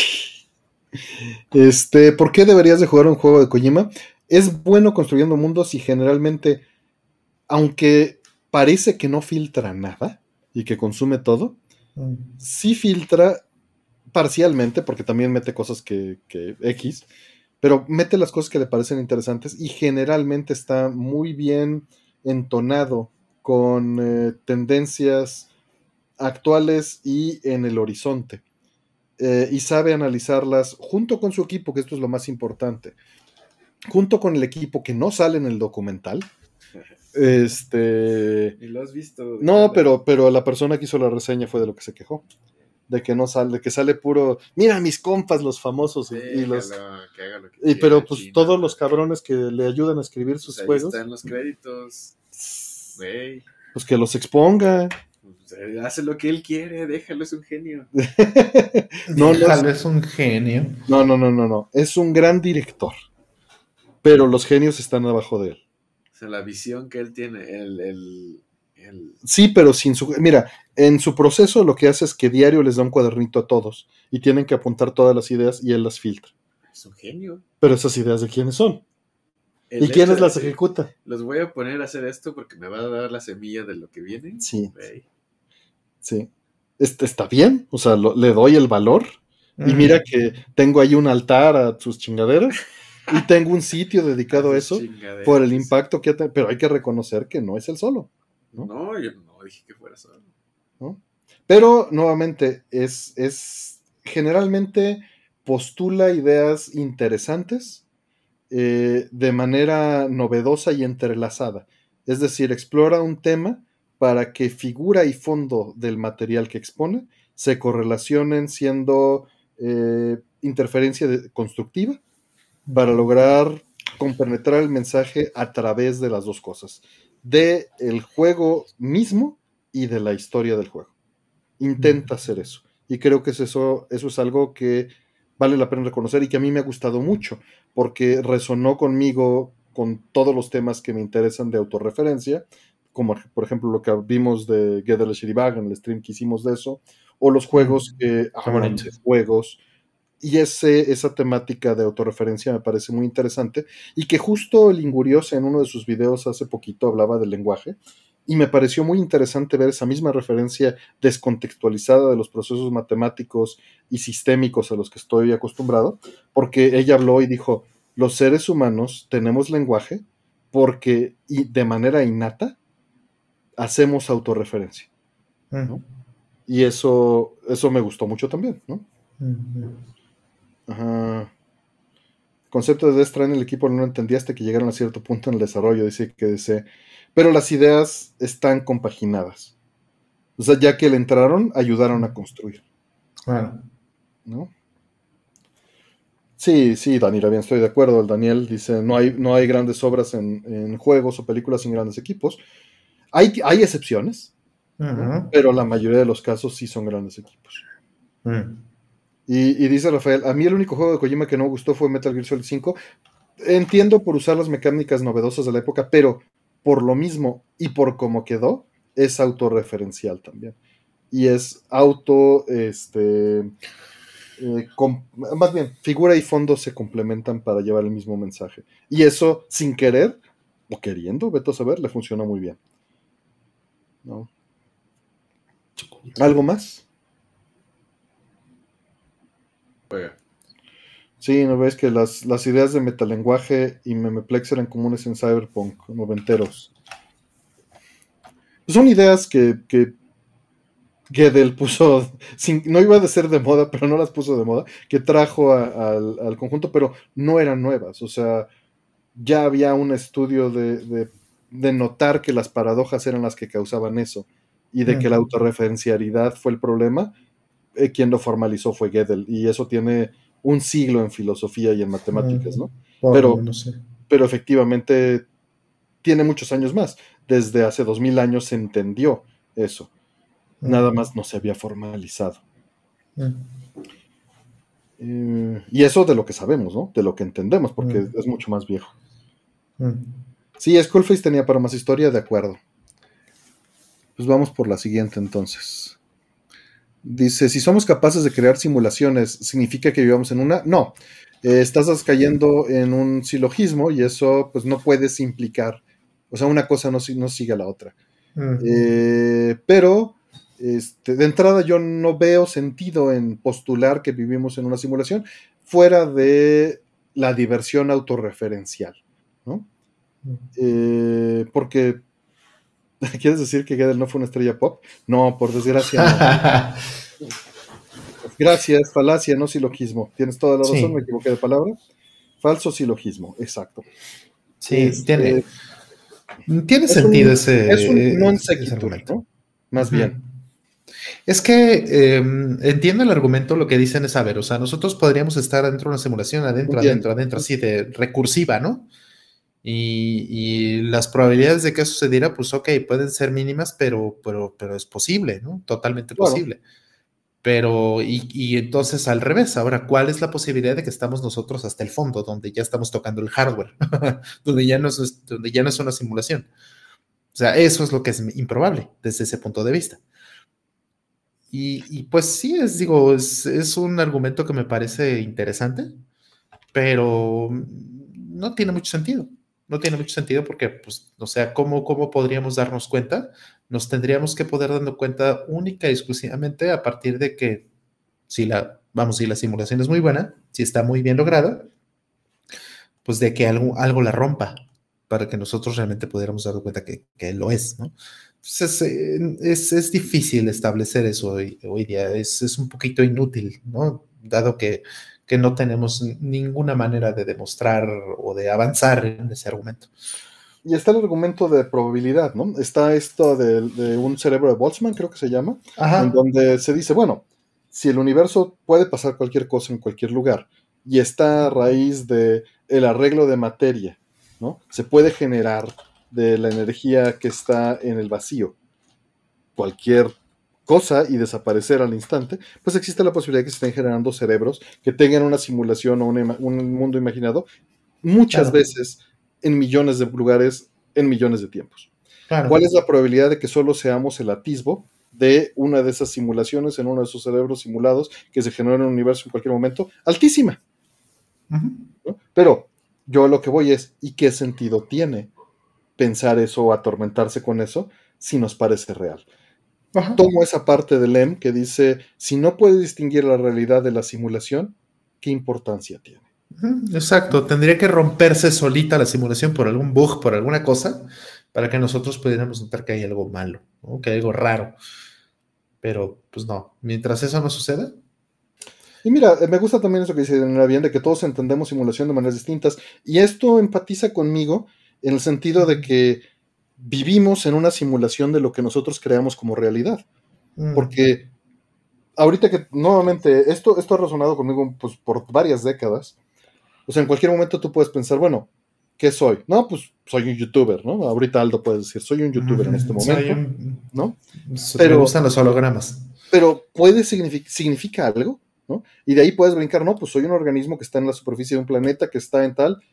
¿Por qué deberías de jugar un juego de Kojima? Es bueno construyendo mundos y generalmente, aunque parece que no filtra nada y que consume todo, sí filtra parcialmente, porque también mete cosas que X, pero mete las cosas que le parecen interesantes y generalmente está muy bien entonado con tendencias actuales y en el horizonte. Y sabe analizarlas junto con su equipo, que esto es lo más importante. Junto con el equipo que no sale en el documental. ¿Y lo has visto? No, pero la persona que hizo la reseña fue de lo que se quejó. De que no sale, de que sale puro. Mira mis compas, los famosos. Sí, y los. Que haga lo que Y pero quiera, pues China. todos los cabrones que le ayudan a escribir sus Pues ahí juegos. están los créditos. Güey. Pues que los exponga. Pues, hace lo que él quiere, déjalo, es un genio. No, Déjalo, es un genio. No. Es un gran director. Pero los genios están abajo de él. O sea, la visión que él tiene, Sí, pero sin su... Mira, en su proceso lo que hace es que diario les da un cuadernito a todos y tienen que apuntar todas las ideas y él las filtra. Es un genio. Pero esas ideas, ¿de quiénes son? El ¿Y quiénes hecho las de decir, ejecuta? los voy a poner a hacer esto porque me va a dar la semilla de lo que viene. Sí. Güey. Sí. Está bien, o sea, le doy el valor. Y mira que tengo ahí un altar a sus chingaderas y tengo un sitio dedicado a eso por el impacto que ha tenido. Pero hay que reconocer que no es el solo. No, yo no dije que fuera solo. ¿No? Pero nuevamente generalmente postula ideas interesantes de manera novedosa y entrelazada. Es decir, explora un tema para que figura y fondo del material que expone se correlacionen siendo interferencia constructiva para lograr compenetrar el mensaje a través de las dos cosas, de el juego mismo y de la historia del juego. Intenta hacer eso, y creo que eso es algo que vale la pena reconocer y que a mí me ha gustado mucho, porque resonó conmigo con todos los temas que me interesan de autorreferencia, como por ejemplo lo que vimos de Gedele Shiribag en el stream que hicimos de eso, o los juegos que hablan de juegos, y esa temática de autorreferencia me parece muy interesante, y que justo Lingurios en uno de sus videos hace poquito hablaba del lenguaje, y me pareció muy interesante ver esa misma referencia descontextualizada de los procesos matemáticos y sistémicos a los que estoy acostumbrado, porque ella habló y dijo, los seres humanos tenemos lenguaje porque de manera innata hacemos autorreferencia, ¿no? Y eso me gustó mucho también, ¿no? Ajá. El concepto de Death Stranding el equipo no lo entendía hasta que llegaron a cierto punto en el desarrollo, pero las ideas están compaginadas. O sea, ya que le entraron, ayudaron a construir. Claro. ¿No? Sí, Daniel, bien, estoy de acuerdo. El Daniel dice, no hay grandes obras en juegos o películas sin grandes equipos. Hay excepciones, ¿no? Pero la mayoría de los casos sí son grandes equipos. Y dice Rafael, a mí el único juego de Kojima que no me gustó fue Metal Gear Solid 5. Entiendo por usar las mecánicas novedosas de la época, pero por lo mismo y por cómo quedó, es autorreferencial también. Y es más bien, figura y fondo se complementan para llevar el mismo mensaje. Y eso, sin querer, o queriendo, vete a saber, le funciona muy bien. ¿No? ¿Algo más? Oiga. Sí, ¿no ves que las ideas de metalenguaje y memeplex eran comunes en Cyberpunk noventeros? Son ideas que Gedel puso, no iba a ser de moda, pero no las puso de moda, que trajo al conjunto, pero no eran nuevas. O sea, ya había un estudio de notar que las paradojas eran las que causaban eso, y de que la autorreferencialidad fue el problema. Quien lo formalizó fue Gödel, y eso tiene un siglo en filosofía y en matemáticas, ¿no? Pero efectivamente tiene muchos años más. Desde hace 2000 años se entendió eso. Nada más no se había formalizado. Y eso de lo que sabemos, ¿no? De lo que entendemos, porque es mucho más viejo. Sí, Skullface tenía para más historia, de acuerdo. Pues vamos por la siguiente entonces. Dice, si somos capaces de crear simulaciones, ¿significa que vivamos en una? No. Estás cayendo en un silogismo y eso pues no puedes implicar. O sea, una cosa no sigue a la otra. Pero de entrada yo no veo sentido en postular que vivimos en una simulación fuera de la diversión autorreferencial, ¿no? Porque ¿quieres decir que Gödel no fue una estrella pop? No, por desgracia no. Gracias, falacia, no silogismo. Tienes toda la razón, sí. Me equivoqué de palabra. Falso silogismo, exacto. Sí, tiene sentido ese. Es un non sequitur, ¿no? Más bien. Es que entiendo el argumento, lo que dicen es, a ver, o sea, nosotros podríamos estar dentro de una simulación, adentro, así de recursiva, ¿no? Y las probabilidades de que eso sucediera, pues ok, pueden ser mínimas, pero es posible, ¿no? Totalmente posible. Pero, y entonces al revés, ahora, ¿cuál es la posibilidad de que estamos nosotros hasta el fondo, donde ya estamos tocando el hardware, donde ya no es una simulación? O sea, eso es lo que es improbable desde ese punto de vista. Y pues sí, es un argumento que me parece interesante, pero no tiene mucho sentido. No tiene mucho sentido porque, pues, o sea, ¿cómo podríamos darnos cuenta? Nos tendríamos que poder darnos cuenta única y exclusivamente a partir de que si la simulación es muy buena, si está muy bien lograda, pues de que algo la rompa para que nosotros realmente pudiéramos darnos cuenta que lo es, ¿no? Entonces, es difícil establecer eso hoy día, es un poquito inútil, ¿no? Dado que no tenemos ninguna manera de demostrar o de avanzar en ese argumento. Y está el argumento de probabilidad, ¿no? Está esto de un cerebro de Boltzmann, creo que se llama, en donde se dice, bueno, si el universo puede pasar cualquier cosa en cualquier lugar y está a raíz de el arreglo de materia, ¿no? Se puede generar de la energía que está en el vacío cualquier cosa y desaparecer al instante, pues existe la posibilidad de que se estén generando cerebros que tengan una simulación o un mundo imaginado muchas veces en millones de lugares, en millones de tiempos. Claro. ¿Cuál es la probabilidad de que solo seamos el atisbo de una de esas simulaciones en uno de esos cerebros simulados que se generó en un universo en cualquier momento? Altísima. ¿No? Pero yo lo que voy es, ¿y qué sentido tiene pensar eso o atormentarse con eso si nos parece real? Tomo esa parte de Lem que dice, si no puede distinguir la realidad de la simulación, ¿qué importancia tiene? Exacto, tendría que romperse solita la simulación por algún bug, por alguna cosa, para que nosotros pudiéramos notar que hay algo malo, ¿no? Que hay algo raro. Pero, pues no, mientras eso no suceda. Y mira, me gusta también eso que dice Daniela bien, de que todos entendemos simulación de maneras distintas, y esto empatiza conmigo en el sentido de que vivimos en una simulación de lo que nosotros creamos como realidad. Porque ahorita que nuevamente, esto ha resonado conmigo pues, por varias décadas. O sea, en cualquier momento tú puedes pensar, bueno, ¿qué soy? No, pues soy un youtuber, ¿no? Ahorita Aldo puede decir, soy un youtuber en este momento, ¿no? Pero me gustan los hologramas. Pero puede significa algo, ¿no? Y de ahí puedes brincar, no, pues soy un organismo que está en la superficie de un planeta, que está en tal.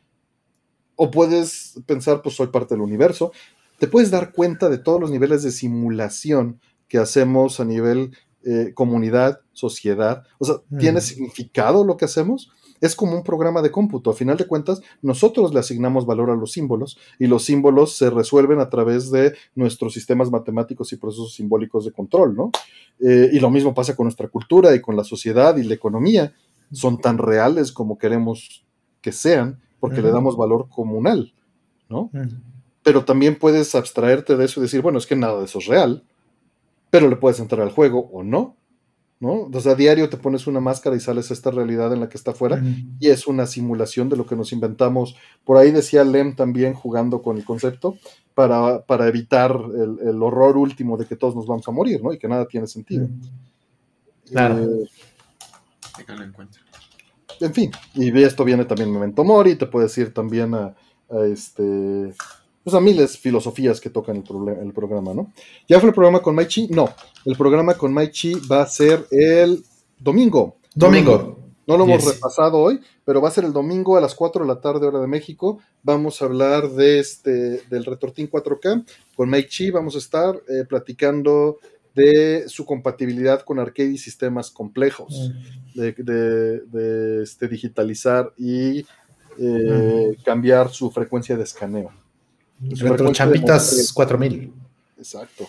O puedes pensar, pues soy parte del universo. Te puedes dar cuenta de todos los niveles de simulación que hacemos a nivel comunidad, sociedad. O sea, ¿tiene significado lo que hacemos? Es como un programa de cómputo. A final de cuentas, nosotros le asignamos valor a los símbolos y los símbolos se resuelven a través de nuestros sistemas matemáticos y procesos simbólicos de control, ¿no? Y lo mismo pasa con nuestra cultura y con la sociedad y la economía. Son tan reales como queremos que sean porque le damos valor comunal, ¿no? Pero también puedes abstraerte de eso y decir, bueno, es que nada de eso es real, pero le puedes entrar al juego o no, ¿no? O sea, a diario te pones una máscara y sales a esta realidad en la que está afuera y es una simulación de lo que nos inventamos. Por ahí decía Lem también jugando con el concepto para evitar el horror último de que todos nos vamos a morir, ¿no? Y que nada tiene sentido. Claro. Ténganlo en cuenta. En fin, y esto viene también Memento Mori, te puedes ir también a pues a miles de filosofías que tocan el programa, ¿no? ¿Ya fue el programa con Mai Chi? No, el programa con Mai Chi va a ser el domingo. No lo hemos repasado hoy, pero va a ser el domingo a las 4 de la tarde, hora de México. Vamos a hablar del Retortín 4K con Mai Chi. Vamos a estar platicando de su compatibilidad con arcade y sistemas complejos, de digitalizar y cambiar su frecuencia de escaneo. Retrochampitas 4000. Exacto.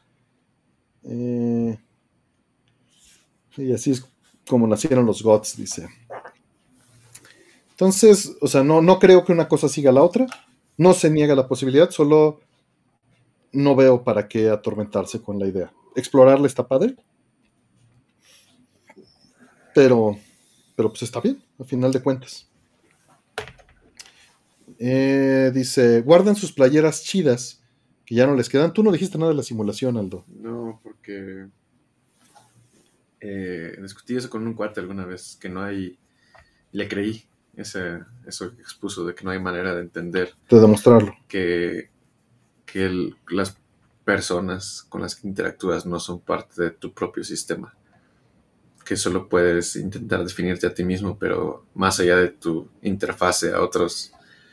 Y así es como nacieron los GOTS, dice. Entonces, o sea, no creo que una cosa siga a la otra. No se niega la posibilidad, solo no veo para qué atormentarse con la idea. Explorarla está padre, pero pues está bien, al final de cuentas. Dice, guarden sus playeras chidas, que ya no les quedan. Tú no dijiste nada de la simulación, Aldo. No, porque discutí eso con un cuate alguna vez, que no hay, le creí eso que expuso, de que no hay manera de entender. De demostrarlo. Que las personas con las que interactúas no son parte de tu propio sistema. Que solo puedes intentar definirte a ti mismo, pero más allá de tu interfase a otros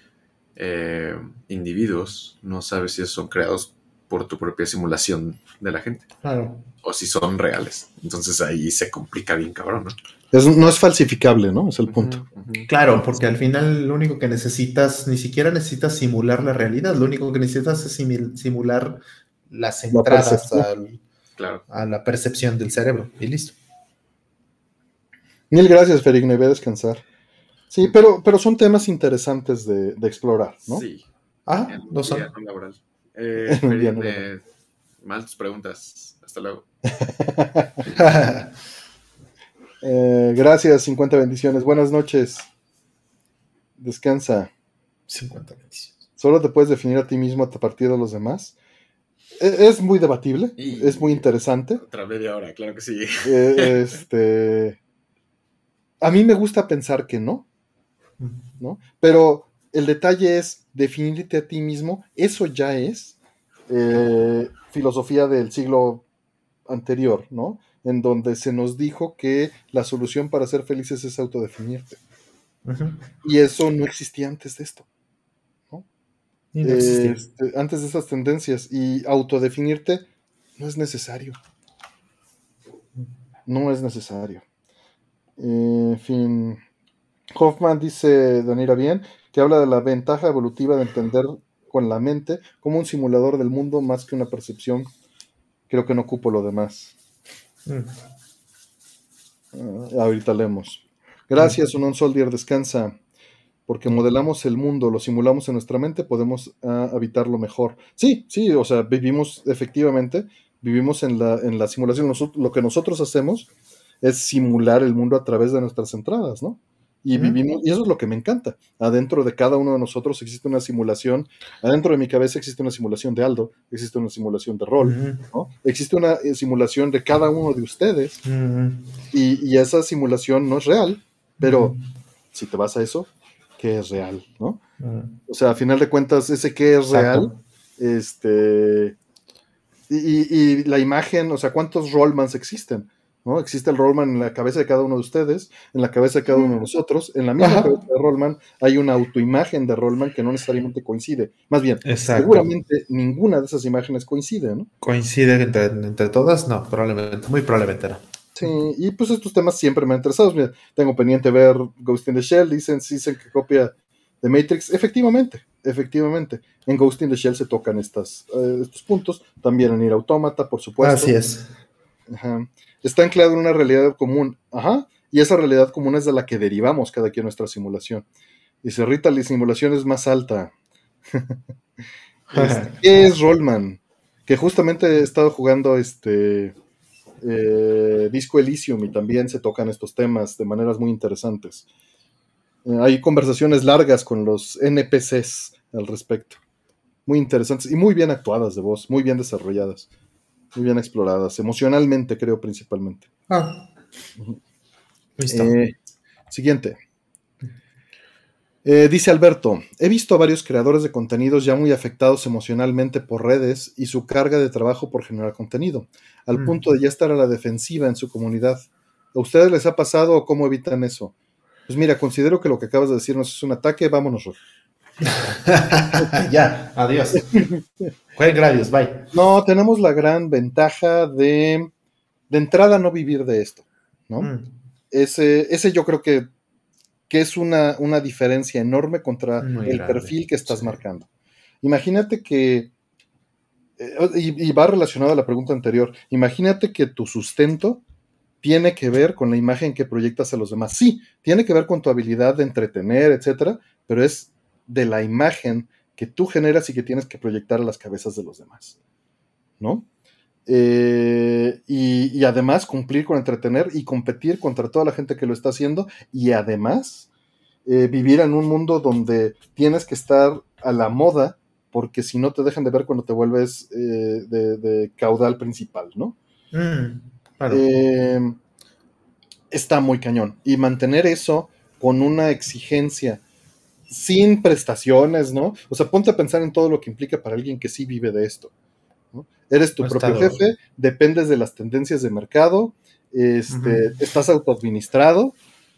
individuos, no sabes si esos son creados por tu propia simulación de la gente. Claro. O si son reales. Entonces ahí se complica bien cabrón, ¿no? No es falsificable, ¿no? Es el punto. Claro, porque al final lo único que necesitas, ni siquiera necesitas simular la realidad, lo único que necesitas es simular las entradas a la percepción del cerebro y listo. Mil gracias, Ferigno, y voy a descansar. Sí, pero son temas interesantes de explorar, ¿no? Sí. No son. Laboral. Mal tus preguntas. Hasta luego. Gracias, 50 bendiciones. Buenas noches. Descansa. 50 bendiciones. ¿Solo te puedes definir a ti mismo a partir de los demás? Es muy debatible, Y- es muy interesante. Otra media hora, claro que sí. A mí me gusta pensar que no, ¿no? Pero el detalle es definirte a ti mismo, eso ya es filosofía del siglo anterior, ¿no? En donde se nos dijo que la solución para ser felices es autodefinirte. Ujú. Y eso no existía antes de esto, ¿no? Y no existía. Antes de esas tendencias. Y autodefinirte no es necesario. No es necesario. En fin. Hoffman dice, Danira bien, que habla de la ventaja evolutiva de entender con la mente como un simulador del mundo más que una percepción. Creo que no ocupo lo demás. Ahorita leemos. Gracias, Unknown Soldier, descansa. Porque modelamos el mundo, lo simulamos en nuestra mente, podemos habitarlo mejor. Sí, sí, o sea, efectivamente, vivimos en la simulación. Lo que nosotros hacemos es simular el mundo a través de nuestras entradas, ¿no? Y vivimos, y eso es lo que me encanta. Adentro de cada uno de nosotros existe una simulación, adentro de mi cabeza existe una simulación de Aldo, existe una simulación de Rol, ¿no? Existe una simulación de cada uno de ustedes, y esa simulación no es real, pero si te vas a eso, ¿qué es real, no? O sea, a final de cuentas, ese qué es real, y la imagen, o sea, ¿cuántos Rollmans existen? ¿No? Existe el Rollman en la cabeza de cada uno de ustedes, en la cabeza de cada uno de nosotros, en la misma cabeza de Rollman hay una autoimagen de Rollman que no necesariamente coincide. Más bien, seguramente ninguna de esas imágenes coincide, ¿no? ¿Coincide entre todas? No, probablemente, muy probablemente no. Sí, y pues estos temas siempre me han interesado. Mira, tengo pendiente ver Ghost in the Shell, dicen que copia de Matrix. Efectivamente. En Ghost in the Shell se tocan estos puntos. También en Nier Automata, por supuesto. Así es. Ajá. Está anclado en una realidad común. Ajá. Y esa realidad común es de la que derivamos cada quien nuestra simulación. Dice Rita, la simulación es más alta. ¿Qué es Rollman? Que justamente he estado jugando Disco Elysium y también se tocan estos temas de maneras muy interesantes. Hay conversaciones largas con los NPCs al respecto. Muy interesantes y muy bien actuadas de voz, muy bien desarrolladas, muy bien exploradas, emocionalmente creo principalmente. Listo. Siguiente. Dice Alberto, he visto a varios creadores de contenidos ya muy afectados emocionalmente por redes y su carga de trabajo por generar contenido, al punto de ya estar a la defensiva en su comunidad. ¿A ustedes les ha pasado o cómo evitan eso? Pues mira, considero que lo que acabas de decirnos es un ataque, vámonos. Ya, adiós. Jueguen Gradius, bye. No, tenemos la gran ventaja de entrada no vivir de esto, ¿no? Ese yo creo que es una diferencia enorme contra muy el grande, perfil que estás marcando. Imagínate que, y va relacionado a la pregunta anterior, imagínate que tu sustento tiene que ver con la imagen que proyectas a los demás. Sí, tiene que ver con tu habilidad de entretener, etcétera, pero es de la imagen que tú generas y que tienes que proyectar a las cabezas de los demás, ¿no? Y además cumplir con entretener y competir contra toda la gente que lo está haciendo y además vivir en un mundo donde tienes que estar a la moda porque si no te dejan de ver cuando te vuelves de caudal principal, ¿no? Claro. Está muy cañón y mantener eso con una exigencia sin prestaciones, ¿no? O sea, ponte a pensar en todo lo que implica para alguien que sí vive de esto, ¿no? Eres tu propio jefe, dependes de las tendencias de mercado, estás autoadministrado,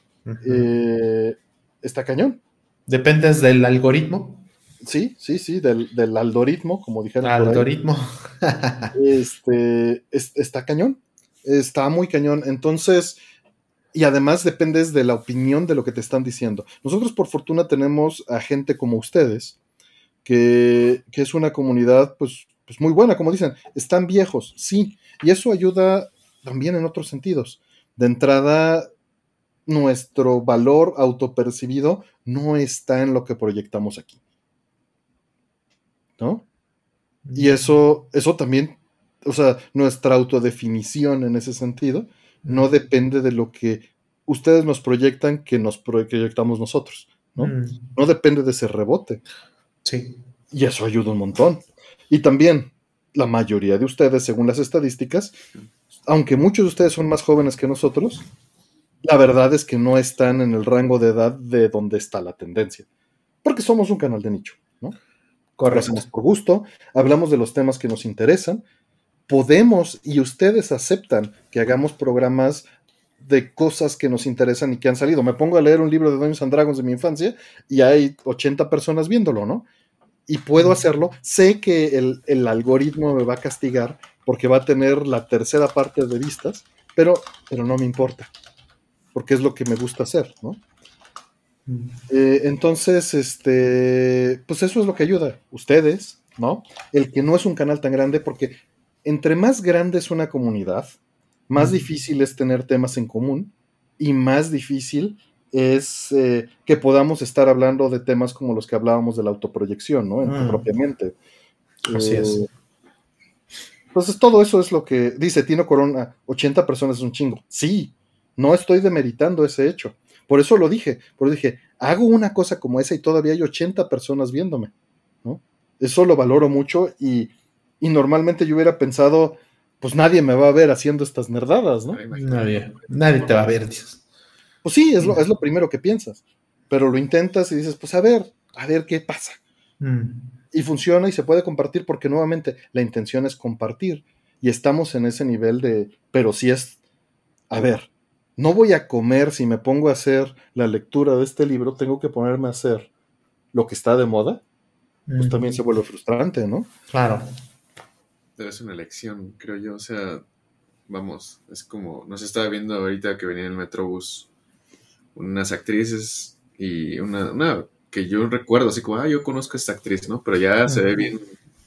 está cañón. ¿Dependes del algoritmo? Sí, del algoritmo, como dijeron algoritmo. Por ahí. Está cañón, está muy cañón, entonces, y además dependes de la opinión de lo que te están diciendo. Nosotros por fortuna tenemos a gente como ustedes, que es una comunidad pues muy buena, como dicen, están viejos, sí, y eso ayuda también en otros sentidos. De entrada, nuestro valor autopercibido no está en lo que proyectamos aquí, ¿no? Y eso también, o sea, nuestra autodefinición en ese sentido no depende de lo que ustedes nos proyectan que nos proyectamos nosotros, ¿no? No depende de ese rebote. Sí. Y eso ayuda un montón. Y también, la mayoría de ustedes, según las estadísticas, aunque muchos de ustedes son más jóvenes que nosotros, la verdad es que no están en el rango de edad de donde está la tendencia. Porque somos un canal de nicho, ¿no? Lo hacemos por gusto, hablamos de los temas que nos interesan, podemos y ustedes aceptan que hagamos programas de cosas que nos interesan y que han salido. Me pongo a leer un libro de Dungeons and Dragons de mi infancia y hay 80 personas viéndolo, ¿no? Y puedo hacerlo. Sé que el algoritmo me va a castigar porque va a tener la tercera parte de vistas, pero no me importa, porque es lo que me gusta hacer, ¿no? Entonces, pues eso es lo que ayuda. Ustedes, ¿no? El que no es un canal tan grande, porque entre más grande es una comunidad, más difícil es tener temas en común y más difícil es que podamos estar hablando de temas como los que hablábamos de la autoproyección, ¿no? En tu propia mente. Así es. Entonces, todo eso es lo que dice Tino Corona, 80 personas es un chingo. Sí, no estoy demeritando ese hecho. Por eso lo dije, hago una cosa como esa y todavía hay 80 personas viéndome, ¿no? Eso lo valoro mucho y normalmente yo hubiera pensado, pues nadie me va a ver haciendo estas nerdadas, ¿no? Nadie te va a ver, Dios. Pues sí, es lo primero que piensas, pero lo intentas y dices, pues a ver qué pasa. Y funciona y se puede compartir porque nuevamente la intención es compartir y estamos en ese nivel de, pero si es, a ver, no voy a comer si me pongo a hacer la lectura de este libro, tengo que ponerme a hacer lo que está de moda, pues también se vuelve frustrante, ¿no? Claro. Pero es una elección, creo yo, o sea, vamos, es como, nos estaba viendo ahorita que venía en el Metrobús unas actrices y una que yo recuerdo, así como, yo conozco a esta actriz, ¿no? Pero ya se ve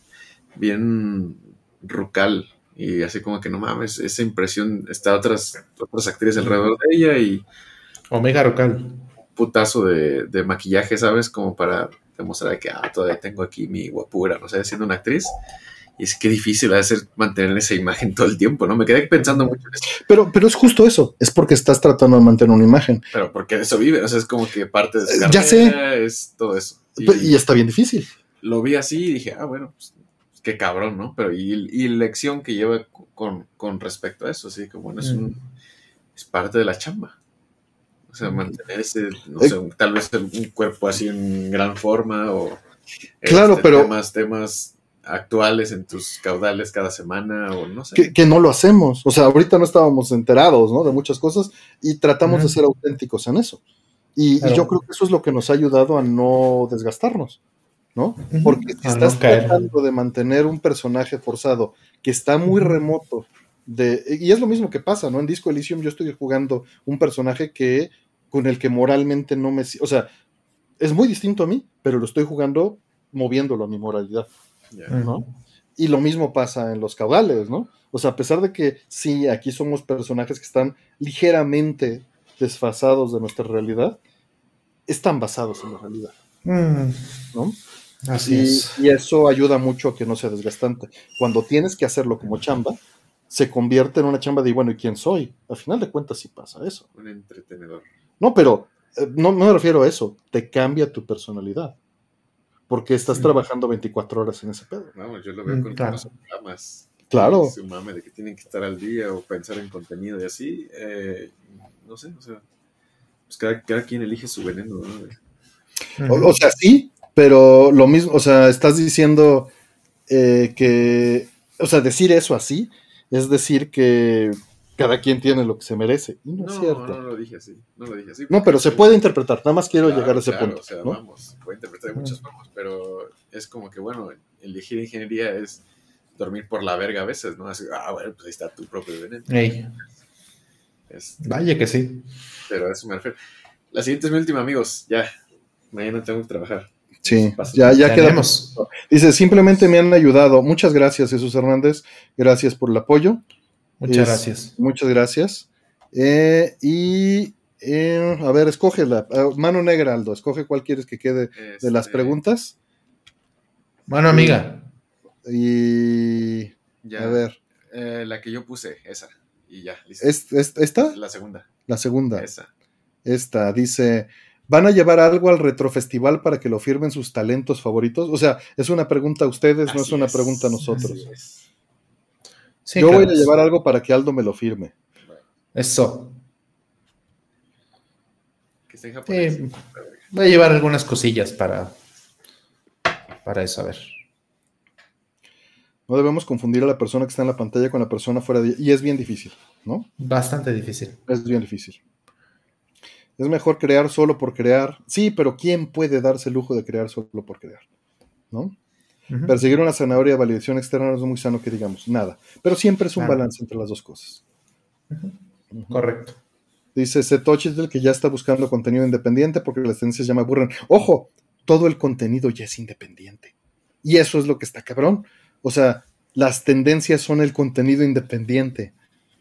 bien rucal. Y así como que no mames, esa impresión, está otras actrices alrededor de ella y Omega Rucal. Putazo de maquillaje, ¿sabes? Como para demostrar que todavía tengo aquí mi guapura, no sé, siendo una actriz. Y es que difícil va ser mantener esa imagen todo el tiempo, ¿no? Me quedé pensando mucho en eso. Pero es justo eso, es porque estás tratando de mantener una imagen. Pero porque de eso vive, o sea, es como que parte de su carrera, ya sé. Es todo eso. Y está bien difícil. Lo vi así y dije, bueno, pues qué cabrón, ¿no? Pero y la lección que lleva con respecto a eso, así que bueno, es parte de la chamba. O sea, mantener ese, no sé, tal vez un cuerpo así en gran forma o claro, pero temas actuales en tus caudales cada semana o no sé. Que no lo hacemos. O sea, ahorita no estábamos enterados, ¿no? De muchas cosas y tratamos de ser auténticos en eso. Y yo creo que eso es lo que nos ha ayudado a no desgastarnos, ¿no? Porque si estás tratando de mantener un personaje forzado que está muy remoto y es lo mismo que pasa, ¿no? En Disco Elysium yo estoy jugando un personaje con el que moralmente no me... O sea, es muy distinto a mí, pero lo estoy jugando moviéndolo a mi moralidad, ¿no? Y lo mismo pasa en los caudales, ¿no? O sea, a pesar de que sí, aquí somos personajes que están ligeramente desfasados de nuestra realidad, están basados en la realidad, ¿no? Así es. Y eso ayuda mucho a que no sea desgastante. Cuando tienes que hacerlo como chamba, se convierte en una chamba de, bueno, ¿y quién soy? Al final de cuentas sí pasa eso. Un entretenedor. No, pero no me refiero a eso. Te cambia tu personalidad. Porque estás trabajando 24 horas en ese pedo. Vamos, yo lo veo con los programas. Claro. Su mame de que tienen que estar al día o pensar en contenido y así. No sé, o sea, pues cada quien elige su veneno, ¿no? O sea, sí, pero lo mismo, o sea, estás diciendo que, o sea, decir eso así es decir que cada quien tiene lo que se merece. Y no es cierto. No lo dije así. No, pero se puede interpretar. Nada más quiero llegar a ese punto. O sea, ¿no? vamos, se puede interpretar de muchas formas, pero es como que, bueno, elegir ingeniería es dormir por la verga a veces, ¿no? Así, bueno, pues ahí está tu propio veneno. Vaya que sí. Pero a eso me refiero. La siguiente es mi última, amigos. Ya, mañana tengo que trabajar. Sí, ya quedamos. Dice, simplemente me han ayudado. Muchas gracias, Jesús Hernández. Gracias por el apoyo. Muchas gracias. Muchas gracias. A ver, escógela. Mano negra, Aldo. Escoge cuál quieres que quede de las preguntas. Mano amiga. Ya, a ver. La que yo puse, esa. Y ya, listo. ¿Esta? La segunda. La segunda. Esa. Esta, dice... ¿Van a llevar algo al retrofestival para que lo firmen sus talentos favoritos? O sea, es una pregunta a ustedes, no es una pregunta a nosotros. Sí, Yo claro. voy a llevar algo para que Aldo me lo firme. Eso. Que esté en japonés. Voy a llevar algunas cosillas para eso, a ver. No debemos confundir a la persona que está en la pantalla con la persona fuera de ella. Y es bien difícil, ¿no? Bastante difícil. Es bien difícil. Es mejor crear solo por crear. Sí, pero ¿quién puede darse el lujo de crear solo por crear? ¿No? Uh-huh. Perseguir una zanahoria de validación externa no es muy sano que digamos, nada. Pero siempre es un Claro. balance entre las dos cosas. Uh-huh. Correcto. Dice Setochi que ya está buscando contenido independiente porque las tendencias ya me aburren. ¡Ojo! Todo el contenido ya es independiente. Y eso es lo que está cabrón. O sea, las tendencias son el contenido independiente.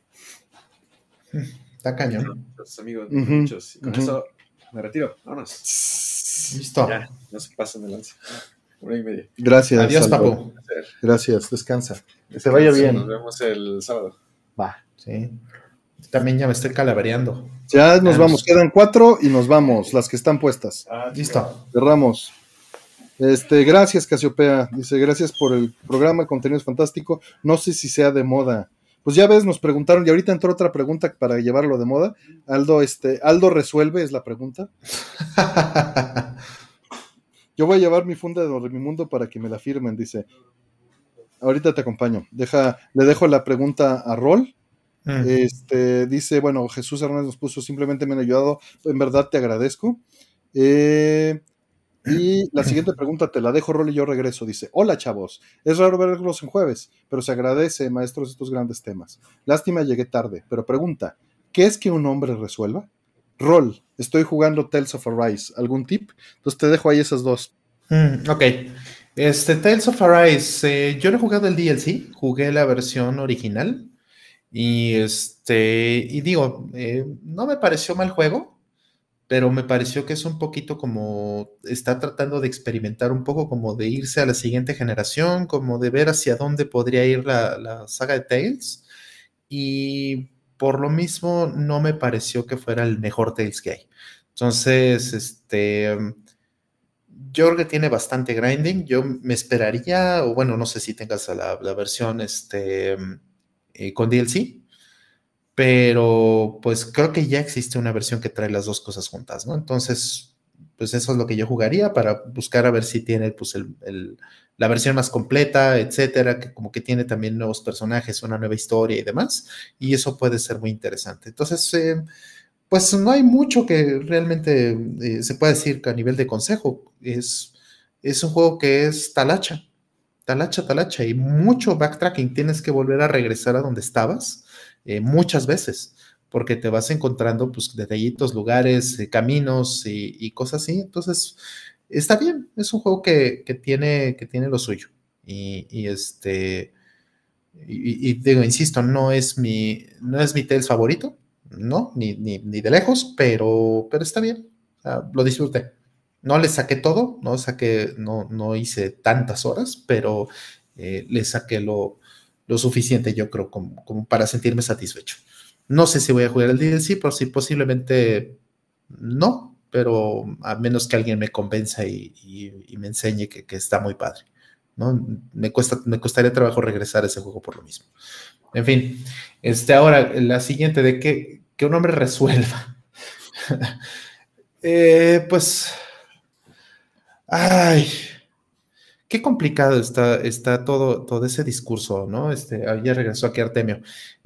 Está cañón. Los amigos, Ujú, muchos. Y con ujú. eso me retiro. Vámonos. Listo. Ya, no se pasen de lanza. 1:30. Gracias. Adiós, Aldo. papu. Gracias, descansa. Que se vaya bien. Nos vemos el sábado. Va. Sí. También ya me estoy calavereando. Ya nos Vamos. vamos. Quedan 4 y nos vamos. Las que están puestas. Listo. Cerramos. Gracias, Casiopea. Dice, gracias por el programa, el contenido es fantástico. No sé si sea de moda. Pues ya ves, nos preguntaron, y ahorita entró otra pregunta para llevarlo de moda. Aldo resuelve, es la pregunta. Yo voy a llevar mi funda de Dormimundo para que me la firmen, dice. Ahorita te acompaño. Le dejo la pregunta a Rol. Dice, bueno, Jesús Hernández nos puso, simplemente me han ayudado, en verdad te agradezco. Y la siguiente pregunta te la dejo, Rol, y yo regreso. Dice, hola chavos, es raro verlos en jueves, pero se agradece, maestros, estos grandes temas. Lástima, llegué tarde, pero pregunta, ¿qué es que un hombre resuelva? Rol, estoy jugando Tales of Arise, ¿algún tip? Entonces te dejo ahí esas dos. Ok. Tales of Arise, yo no he jugado el DLC, jugué la versión original. Y digo, no me pareció mal juego, pero me pareció que es un poquito como está tratando de experimentar un poco, como de irse a la siguiente generación, como de ver hacia dónde podría ir la saga de Tales. Y por lo mismo no me pareció que fuera el mejor Tales que hay. Entonces, yo creo que tiene bastante grinding. Yo me esperaría, o bueno, no sé si tengas la versión con DLC. Pero pues creo que ya existe una versión que trae las dos cosas juntas, ¿no? Entonces, pues eso es lo que yo jugaría para buscar a ver si tiene pues la versión más completa, etcétera, que como que tiene también nuevos personajes, una nueva historia y demás, y eso puede ser muy interesante. Entonces, pues no hay mucho que realmente se pueda decir que a nivel de consejo. Es un juego que es talacha, y mucho backtracking. Tienes que volver a regresar a donde estabas muchas veces, porque te vas encontrando pues detallitos, lugares, caminos y cosas así. Entonces, está bien, es un juego que tiene lo suyo. Y digo, insisto, no es mi Tales favorito, no, ni de lejos, pero está bien. O sea, lo disfruté. No le saqué todo, no hice tantas horas, pero le saqué lo suficiente, yo creo, como para sentirme satisfecho. No sé si voy a jugar el DLC, pero sí, posiblemente no, pero a menos que alguien me convenza y me enseñe que está muy padre, ¿no? Me costaría trabajo regresar a ese juego por lo mismo. En fin, ahora, la siguiente, de que un hombre resuelva. Pues, ay, qué complicado está todo ese discurso, ¿no? Ya regresó aquí Artemio.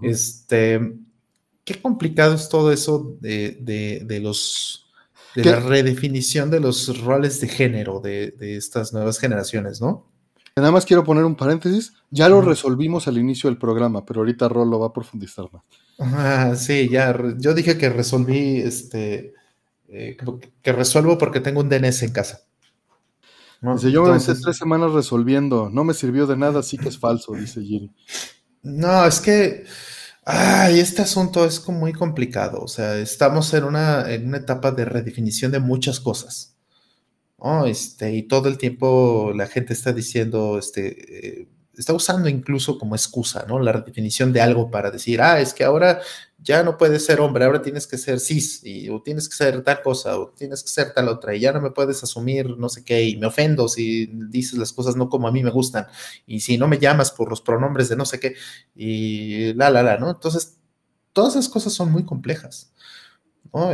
Qué complicado es todo eso de la redefinición de los roles de género de estas nuevas generaciones, ¿no? Nada más quiero poner un paréntesis. Ya lo resolvimos al inicio del programa, pero ahorita Rol lo va a profundizar más. Sí, ya. Yo dije que resolví, que resuelvo porque tengo un DNS en casa. ¿No? Dice, yo me aventé 3 semanas resolviendo, no me sirvió de nada, sí que es falso, dice Giri. No, es que este asunto es como muy complicado. O sea, estamos en una etapa de redefinición de muchas cosas, ¿no? Y todo el tiempo la gente está diciendo, está usando incluso como excusa, ¿no? La redefinición de algo para decir, es que ahora ya no puedes ser hombre, ahora tienes que ser cis, o tienes que ser tal cosa, o tienes que ser tal otra, y ya no me puedes asumir no sé qué, y me ofendo si dices las cosas no como a mí me gustan, y si no me llamas por los pronombres de no sé qué, y ¿no? Entonces, todas esas cosas son muy complejas, ¿no?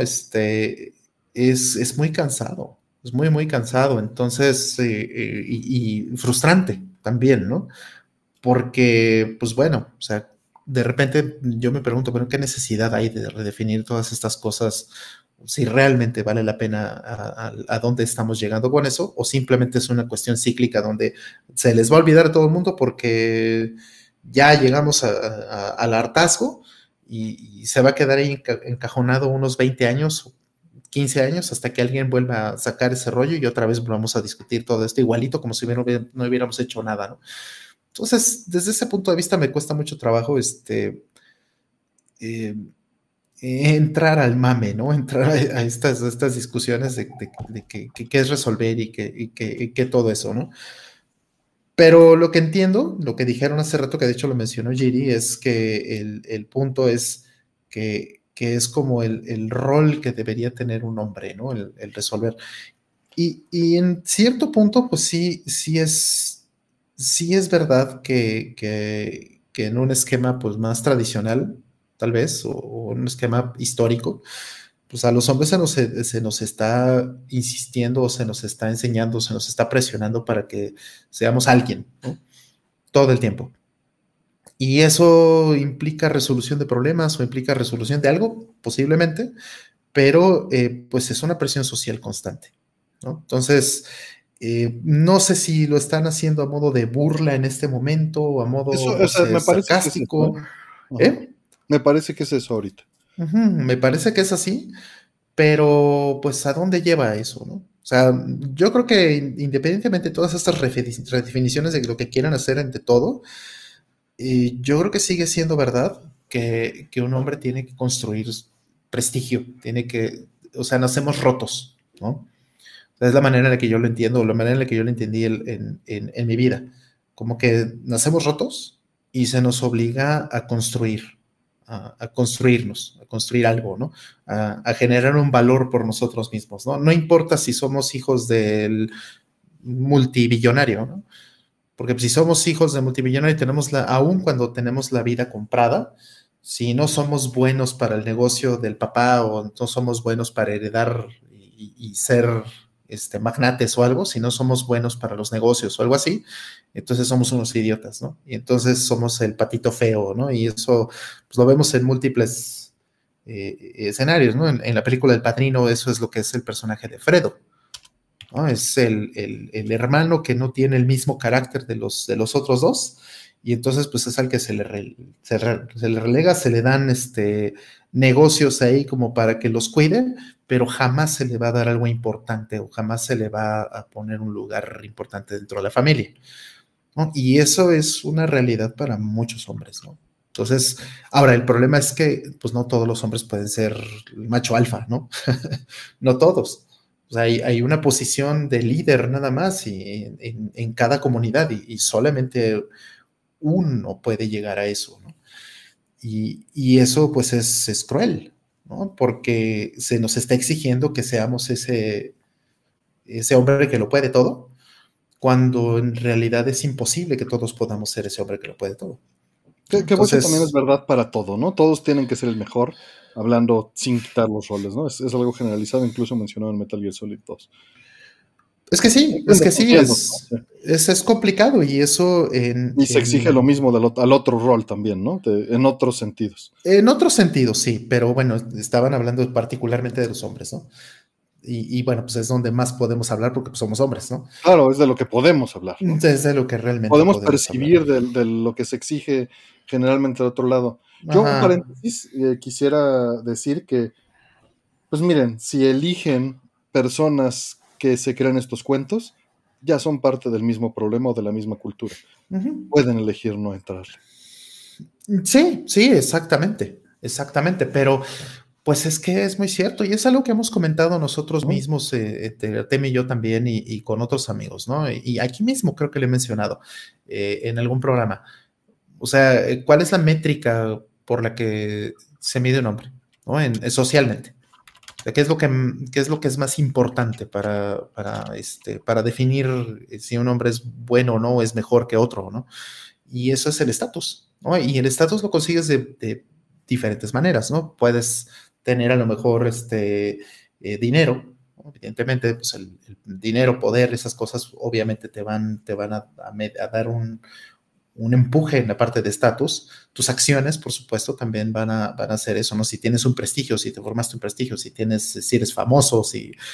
Es muy cansado, es muy, muy cansado, entonces, y frustrante también, ¿no? Porque, pues bueno, o sea, de repente yo me pregunto, bueno, ¿qué necesidad hay de redefinir todas estas cosas? Si realmente vale la pena a dónde estamos llegando con eso, o simplemente es una cuestión cíclica donde se les va a olvidar a todo el mundo porque ya llegamos al hartazgo y se va a quedar ahí encajonado unos 20 años, 15 años, hasta que alguien vuelva a sacar ese rollo y otra vez volvamos a discutir todo esto igualito como si no hubiéramos hecho nada, ¿no? Entonces, desde ese punto de vista me cuesta mucho trabajo entrar al mame, ¿no? Entrar a estas discusiones de qué es resolver y qué todo eso, ¿no? Pero lo que entiendo, lo que dijeron hace rato, que de hecho lo mencionó Giri, es que el punto es que es como el rol que debería tener un hombre, ¿no? El resolver. Y en cierto punto, pues sí es verdad que en un esquema pues más tradicional, tal vez, o un esquema histórico, pues a los hombres se nos está insistiendo, o se nos está enseñando, se nos está presionando para que seamos alguien, ¿no? Todo el tiempo. Y eso implica resolución de problemas o implica resolución de algo, posiblemente, pero pues es una presión social constante, ¿no? Entonces, no sé si lo están haciendo a modo de burla en este momento o a modo, Eso, no o sea, sé, me parece que es sarcástico. eso, ¿eh? Me parece que es eso ahorita. Me parece que es así, pero pues ¿a dónde lleva eso, no? O sea, yo creo que independientemente de todas estas redefiniciones de lo que quieran hacer ante todo, yo creo que sigue siendo verdad que un hombre tiene que construir prestigio, o sea, nacemos rotos, ¿no? Es la manera en la que yo lo entiendo, la manera en la que yo lo entendí en mi vida. Como que nacemos rotos y se nos obliga a construir, a construirnos, a construir algo, ¿no? A generar un valor por nosotros mismos, ¿no? No importa si somos hijos del multibillonario, ¿no? Porque si somos hijos de multimillonario, aún cuando tenemos la vida comprada, si no somos buenos para el negocio del papá o no somos buenos para heredar y ser magnates o algo, si no somos buenos para los negocios o algo así, entonces somos unos idiotas, ¿no? Y entonces somos el patito feo, ¿no? Y eso pues, lo vemos en múltiples escenarios, ¿no? En la película El Padrino, eso es lo que es el personaje de Fredo, ¿no? Es el hermano que no tiene el mismo carácter de los otros dos, y entonces pues es al que se le relega, se le dan negocios ahí como para que los cuide, pero jamás se le va a dar algo importante o jamás se le va a poner un lugar importante dentro de la familia, ¿no? Y eso es una realidad para muchos hombres, ¿no? Entonces, ahora el problema es que pues no todos los hombres pueden ser macho alfa, ¿no? No todos. O sea, hay una posición de líder nada más en cada comunidad y solamente uno puede llegar a eso, ¿no? Y eso pues es cruel, ¿no? Porque se nos está exigiendo que seamos ese hombre que lo puede todo, cuando en realidad es imposible que todos podamos ser ese hombre que lo puede todo. Que mucho también es verdad para todo, ¿no? Todos tienen que ser el mejor, hablando sin quitar los roles, ¿no? Es algo generalizado, incluso mencionado en Metal Gear Solid 2. Es que sí, es complicado y eso y se exige lo mismo al otro rol también, ¿no? En otros sentidos. En otros sentidos, sí, pero bueno, estaban hablando particularmente de los hombres, ¿no? Y bueno, pues es donde más podemos hablar porque pues, somos hombres, ¿no? Claro, es de lo que podemos hablar, ¿no? Es de lo que realmente podemos percibir de lo que se exige generalmente al otro lado. Yo, un paréntesis, quisiera decir que, pues miren, si eligen personas que se crean estos cuentos, ya son parte del mismo problema o de la misma cultura. Pueden elegir no entrar. Sí, exactamente, pero Pues es que es muy cierto y es algo que hemos comentado nosotros ¿no? mismos, Temi y yo también y con otros amigos, ¿no? Y aquí mismo creo que le he mencionado en algún programa. O sea, ¿cuál es la métrica por la que se mide un hombre, ¿no? Socialmente. O sea, qué es lo que es más importante para definir si un hombre es bueno o no, o es mejor que otro, ¿no? Y eso es el estatus, ¿no? Y el estatus lo consigues de diferentes maneras, ¿no? Puedes tener a lo mejor dinero, ¿no? Evidentemente, pues el dinero, poder, esas cosas obviamente te van a dar un empuje en la parte de estatus. Tus acciones, por supuesto, también van a hacer eso, ¿no? Si tienes un prestigio, si te formaste un prestigio, si eres famoso,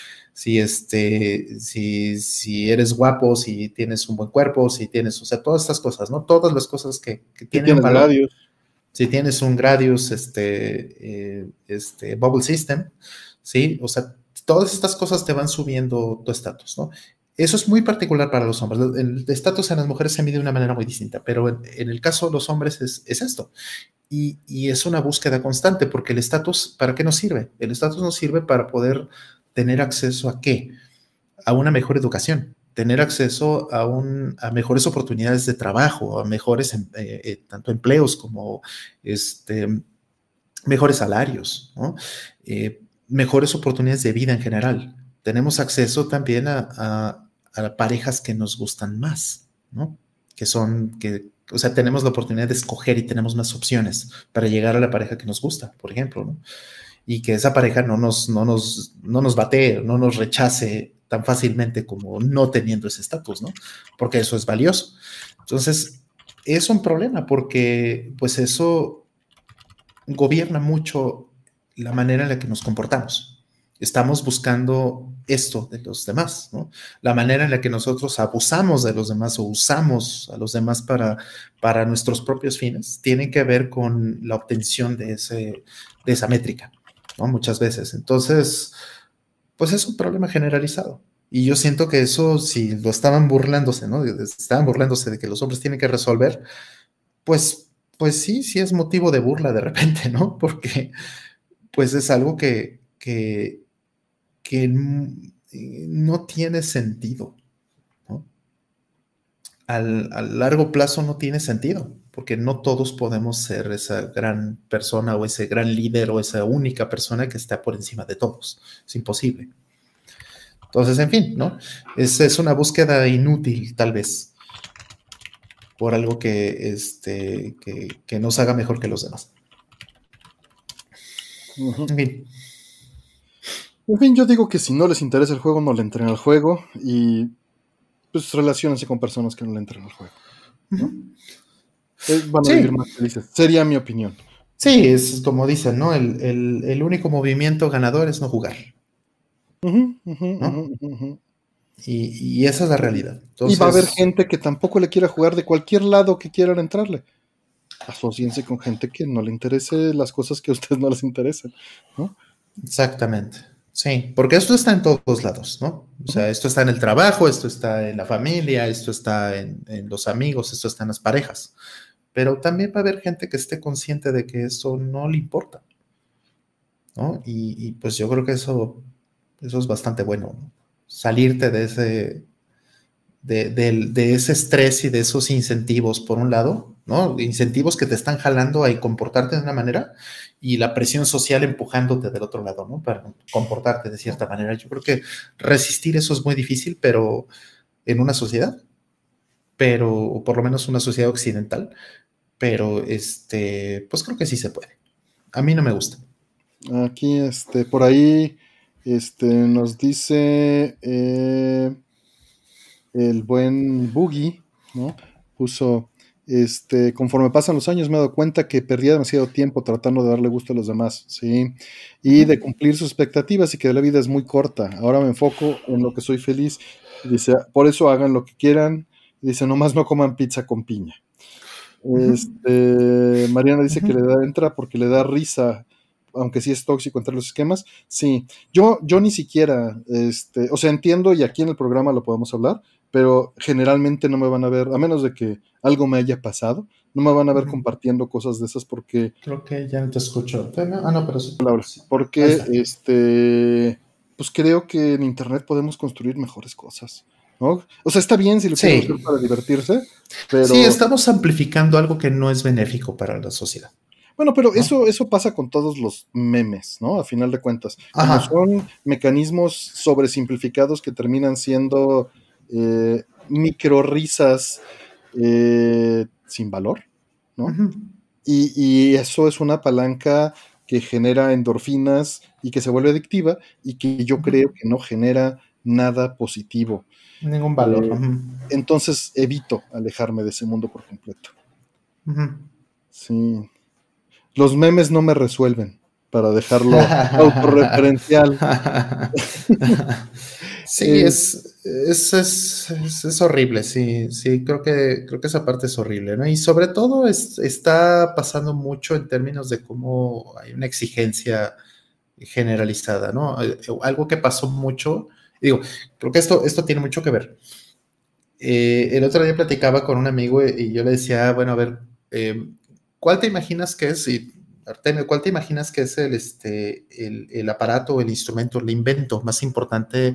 si eres guapo, si tienes un buen cuerpo, si tienes, o sea, todas estas cosas, ¿no? Todas las cosas que Si tienen un tienes valor. Gradius. Si tienes un Gradius, Bubble System, ¿sí? O sea, todas estas cosas te van subiendo tu estatus, ¿no? Eso es muy particular para los hombres. El estatus en las mujeres se mide de una manera muy distinta, pero en el caso de los hombres es esto. Y es una búsqueda constante, porque el estatus, ¿para qué nos sirve? El estatus nos sirve para poder tener acceso a ¿qué? A una mejor educación, tener acceso a mejores oportunidades de trabajo, a mejores tanto empleos como mejores salarios, ¿no? Mejores oportunidades de vida en general. Tenemos acceso también a parejas que nos gustan más, ¿no? O sea, tenemos la oportunidad de escoger y tenemos más opciones para llegar a la pareja que nos gusta, por ejemplo, ¿no? Y que esa pareja no nos batee, no nos rechace tan fácilmente como no teniendo ese estatus, ¿no? Porque eso es valioso. Entonces, es un problema porque pues eso gobierna mucho la manera en la que nos comportamos. Estamos buscando esto de los demás, ¿no? La manera en la que nosotros abusamos de los demás o usamos a los demás para nuestros propios fines tiene que ver con la obtención de esa métrica, ¿no? Muchas veces. Entonces, pues es un problema generalizado. Y yo siento que eso, si lo estaban burlándose, ¿no? Estaban burlándose de que los hombres tienen que resolver, pues sí, sí es motivo de burla de repente, ¿no? Porque pues es algo que no tiene sentido, ¿no? Al largo plazo no tiene sentido, porque no todos podemos ser esa gran persona o ese gran líder o esa única persona que está por encima de todos. Es imposible. Entonces, en fin, ¿no? Es una búsqueda inútil, tal vez, por algo que nos haga mejor que los demás. Uh-huh. En fin. En fin, yo digo que si no les interesa el juego, no le entren al juego y pues relaciónense con personas que no le entren al juego, ¿no? Van a vivir más felices. Sería mi opinión. Sí, es como dicen, ¿no? El único movimiento ganador es no jugar. ¿No? Y esa es la realidad. Entonces, y va a haber gente que tampoco le quiera jugar de cualquier lado que quieran entrarle. Asociense con gente que no le interese las cosas que a ustedes no les interesan, ¿no? Exactamente. Sí, porque esto está en todos lados, ¿no? O sea, esto está en el trabajo, esto está en la familia, esto está en los amigos, esto está en las parejas. Pero también va a haber gente que esté consciente de que eso no le importa, ¿no? Y pues yo creo que eso es bastante bueno, ¿no? Salirte de ese estrés y de esos incentivos, por un lado, ¿no? Incentivos que te están jalando a comportarte de una manera y la presión social empujándote del otro lado, ¿no? Para comportarte de cierta manera. Yo creo que resistir eso es muy difícil, pero en una sociedad, o por lo menos una sociedad occidental, pero pues creo que sí se puede. A mí no me gusta. Aquí, por ahí, nos dice el buen Boogie, ¿no? Puso, conforme pasan los años me he dado cuenta que perdía demasiado tiempo tratando de darle gusto a los demás, ¿sí? Y de cumplir sus expectativas y que la vida es muy corta. Ahora me enfoco en lo que soy feliz. Dice, por eso hagan lo que quieran. Dice, nomás no coman pizza con piña. Mariana dice que entra porque le da risa, aunque sí es tóxico entrar los esquemas. Sí, yo ni siquiera, o sea, entiendo y aquí en el programa lo podemos hablar, pero generalmente no me van a ver, a menos de que algo me haya pasado, no me van a ver compartiendo cosas de esas porque... Creo que ya no te escucho. No, pero sí. Porque, pues creo que en Internet podemos construir mejores cosas, ¿no? O sea, está bien si lo quieren usar para divertirse, pero... Sí, estamos amplificando algo que no es benéfico para la sociedad. Bueno, pero eso pasa con todos los memes, ¿no? A final de cuentas. Como son mecanismos sobresimplificados que terminan siendo micro risas sin valor, ¿no? Y eso es una palanca que genera endorfinas y que se vuelve adictiva y que yo creo que no genera nada positivo. Ningún valor. Entonces evito alejarme de ese mundo por completo. Sí. Los memes no me resuelven, para dejarlo autorreferencial. Sí, es horrible, sí, creo que esa parte es horrible, ¿no? Y sobre todo está pasando mucho en términos de cómo hay una exigencia generalizada, ¿no? Algo que pasó mucho, digo, creo que esto tiene mucho que ver. El otro día platicaba con un amigo y yo le decía, bueno, a ver, ¿cuál te imaginas que es? Y Artemio, ¿cuál te imaginas que es el aparato, el instrumento, el invento más importante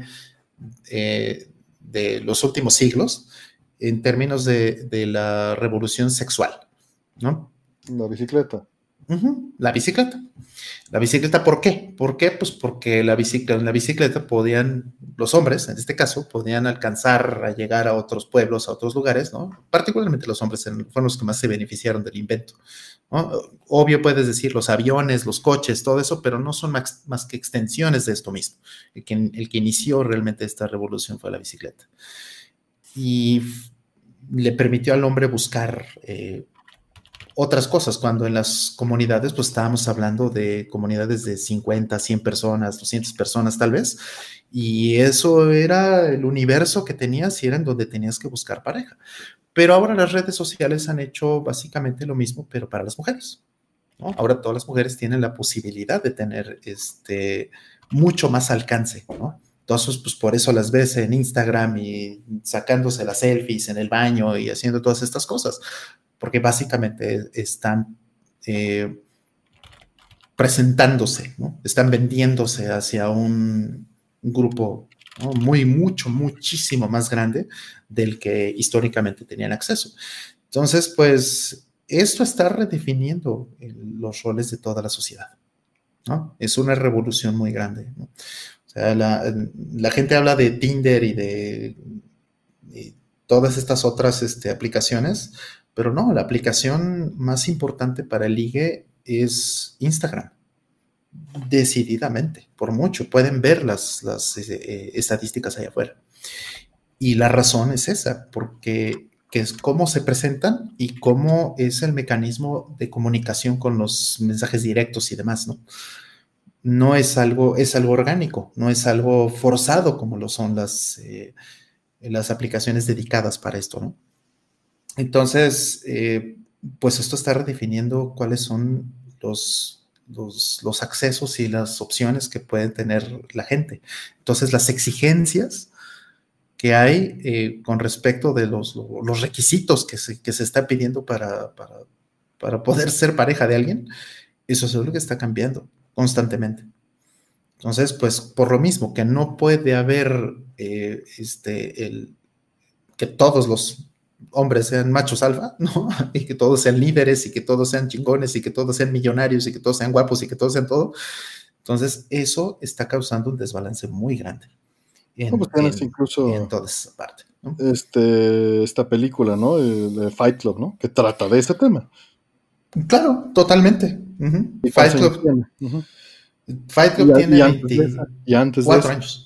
de los últimos siglos en términos de la revolución sexual, ¿no? La bicicleta. La bicicleta. La bicicleta, ¿por qué? ¿Por qué? Pues porque en la bicicleta podían, los hombres, en este caso, podían alcanzar a llegar a otros pueblos, a otros lugares, ¿no? Particularmente los hombres fueron los que más se beneficiaron del invento, ¿no? Obvio puedes decir los aviones, los coches, todo eso, pero no son más que extensiones de esto mismo. El que inició realmente esta revolución fue la bicicleta. Y le permitió al hombre buscar otras cosas, cuando en las comunidades, pues estábamos hablando de comunidades de 50, 100 personas, 200 personas tal vez, y eso era el universo que tenías y era en donde tenías que buscar pareja. Pero ahora las redes sociales han hecho básicamente lo mismo, pero para las mujeres, ¿no? Ahora todas las mujeres tienen la posibilidad de tener mucho más alcance, ¿no? Entonces, pues por eso las ves en Instagram y sacándose las selfies en el baño y haciendo todas estas cosas, porque básicamente están presentándose, ¿no? Están vendiéndose hacia un grupo, ¿no? Muchísimo más grande del que históricamente tenían acceso. Entonces, pues, esto está redefiniendo los roles de toda la sociedad, ¿no? Es una revolución muy grande, ¿no? O sea, la gente habla de Tinder y de todas estas otras aplicaciones, pero no, la aplicación más importante para el ligue es Instagram. Decididamente, por mucho. Pueden ver las estadísticas allá afuera. Y la razón es esa, porque es cómo se presentan y cómo es el mecanismo de comunicación con los mensajes directos y demás, ¿no? No es algo orgánico, no es algo forzado como lo son las aplicaciones dedicadas para esto, ¿no? Entonces, pues esto está redefiniendo cuáles son los accesos y las opciones que puede tener la gente. Entonces, las exigencias que hay con respecto de los requisitos que se está pidiendo para poder ser pareja de alguien, eso es lo que está cambiando constantemente. Entonces, pues por lo mismo que no puede haber que todos los hombres sean machos alfa, ¿no? Y que todos sean líderes y que todos sean chingones y que todos sean millonarios y que todos sean guapos y que todos sean todo. Entonces, eso está causando un desbalance muy grande incluso en toda esa parte, ¿no? Esta película, ¿no? El Fight Club, ¿no? Que trata de ese tema. Claro, totalmente. Y Fight Club. Fight Club tiene 24 años.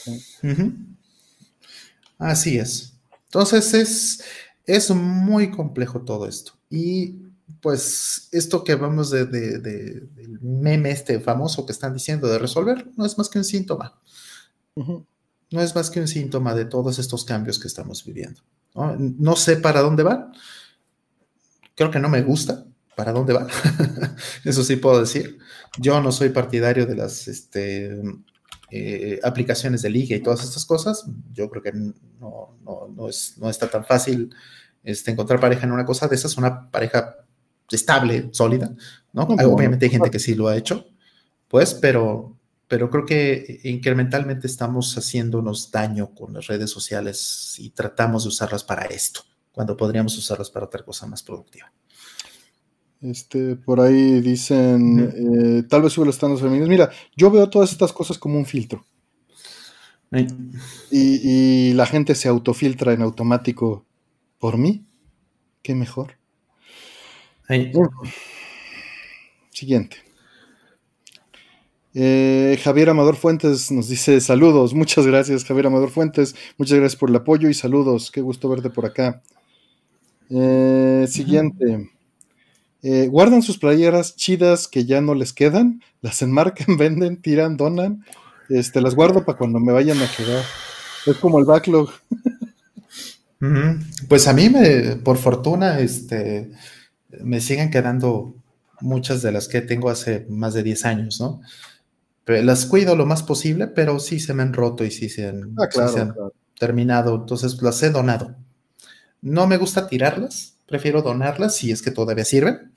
Así es. Entonces es muy complejo todo esto. Y pues esto que vamos del meme famoso que están diciendo de resolver, no es más que un síntoma. No es más que un síntoma de todos estos cambios que estamos viviendo. No sé para dónde van. Creo que no me gusta para dónde van. Eso sí puedo decir. Yo no soy partidario de las aplicaciones de liga y todas estas cosas, yo creo que no está tan fácil encontrar pareja en una cosa de esas, una pareja estable, sólida, ¿no? Obviamente hay gente que sí lo ha hecho, pues, pero creo que incrementalmente estamos haciéndonos daño con las redes sociales y tratamos de usarlas para esto, cuando podríamos usarlas para otra cosa más productiva. Por ahí dicen, tal vez sube los estándares femeninos. Mira, yo veo todas estas cosas como un filtro. Y la gente se autofiltra en automático por mí. Qué mejor. Siguiente. Javier Amador Fuentes nos dice saludos. Muchas gracias, Javier Amador Fuentes. Muchas gracias por el apoyo y saludos. Qué gusto verte por acá. Siguiente. Guardan sus playeras chidas que ya no les quedan, las enmarcan, venden, tiran, donan. Las guardo para cuando me vayan a quedar. Es como el backlog. Pues a mí, por fortuna, me siguen quedando muchas de las que tengo hace más de 10 años, ¿no? Pero las cuido lo más posible, pero sí se me han roto y sí se han terminado, entonces las he donado. No me gusta tirarlas, prefiero donarlas si es que todavía sirven.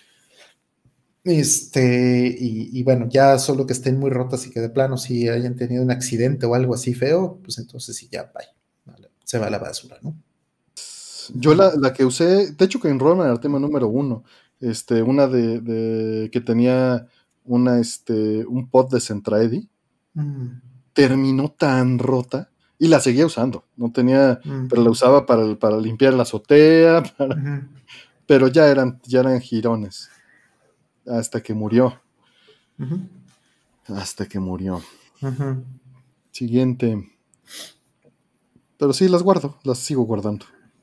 Y bueno, ya solo que estén muy rotas y que de plano si hayan tenido un accidente o algo así feo, pues entonces sí ya se va a la basura, ¿no? Yo la que usé, de hecho que en Roma era el tema número 1, una de que tenía un pod de Centraedi, terminó tan rota y la seguía usando, no tenía, pero la usaba para limpiar la azotea, pero ya eran jirones. Hasta que murió. Hasta que murió. Siguiente. Pero sí, las guardo, las sigo guardando.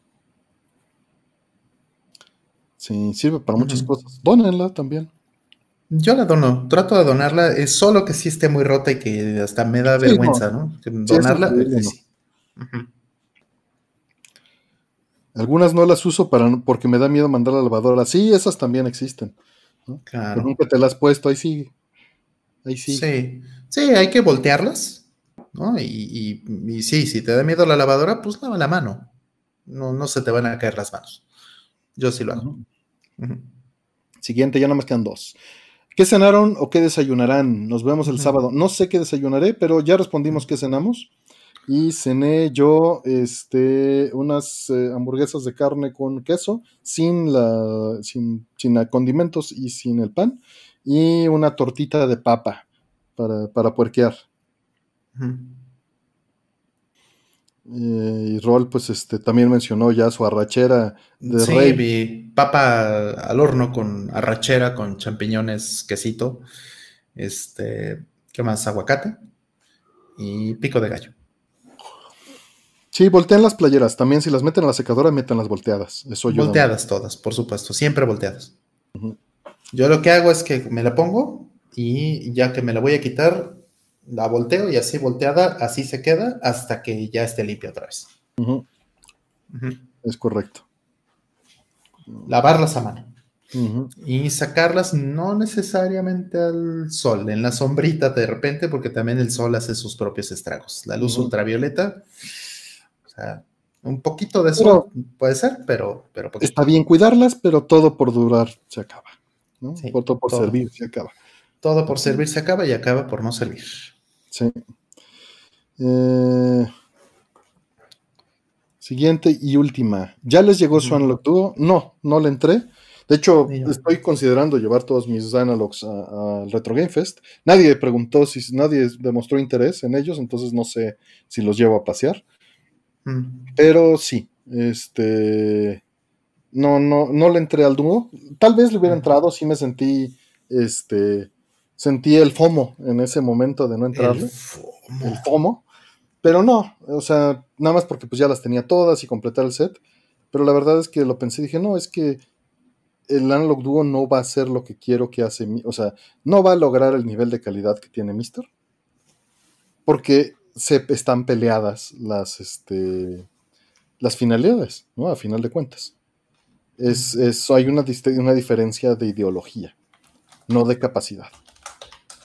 Sí, sirve para muchas cosas. Dónenla también. Yo la dono, trato de donarla, es solo que sí esté muy rota y que hasta me da vergüenza, ¿no? Donarla, sí. Algunas no las uso porque me da miedo mandar a la lavadora. Sí, esas también existen, ¿no? Claro. Pero nunca te las has puesto, ahí sí. Sí, hay que voltearlas, ¿no? Y sí, si te da miedo la lavadora, pues lava la mano. No se te van a caer las manos. Yo sí lo hago. Siguiente, ya nada más quedan 2. ¿Qué cenaron o qué desayunarán? Nos vemos el sábado. No sé qué desayunaré, pero ya respondimos qué cenamos. Y cené yo unas hamburguesas de carne con queso, sin condimentos y sin el pan, y una tortita de papa para puerquear. Y Rol, pues también mencionó ya su arrachera de rey. Sí, papa al horno con arrachera, con champiñones, quesito, ¿qué más? Aguacate y pico de gallo. Sí, voltean las playeras. También si las meten a la secadora, metan las volteadas. Eso volteadas todas, por supuesto. Siempre volteadas. Yo lo que hago es que me la pongo y ya que me la voy a quitar, la volteo y así volteada, así se queda hasta que ya esté limpia otra vez. Es correcto. Lavarlas a mano. Y sacarlas no necesariamente al sol, en la sombrita de repente, porque también el sol hace sus propios estragos. La luz ultravioleta... O sea, un poquito de sol puede ser, pero poquito. Está bien cuidarlas, pero todo por durar se acaba, ¿no? Sí, todo por servir se acaba. Todo por servir se acaba y acaba por no servir. Sí. Siguiente y última. ¿Ya les llegó su Analog Duo? No le entré. De hecho, estoy considerando llevar todos mis analogs al Retro Game Fest. Nadie preguntó, nadie demostró interés en ellos, entonces no sé si los llevo a pasear. Pero sí, no le entré al dúo. Tal vez le hubiera entrado, sí me sentí el FOMO en ese momento de no entrarle. El FOMO. Pero no, o sea, nada más porque pues ya las tenía todas y completar el set. Pero la verdad es que lo pensé y dije, no, es que el Analog Duo no va a hacer lo que quiero que hace, o sea, no va a lograr el nivel de calidad que tiene Mister. Porque están peleadas las finalidades, ¿no? A final de cuentas. Hay una diferencia de ideología, no de capacidad.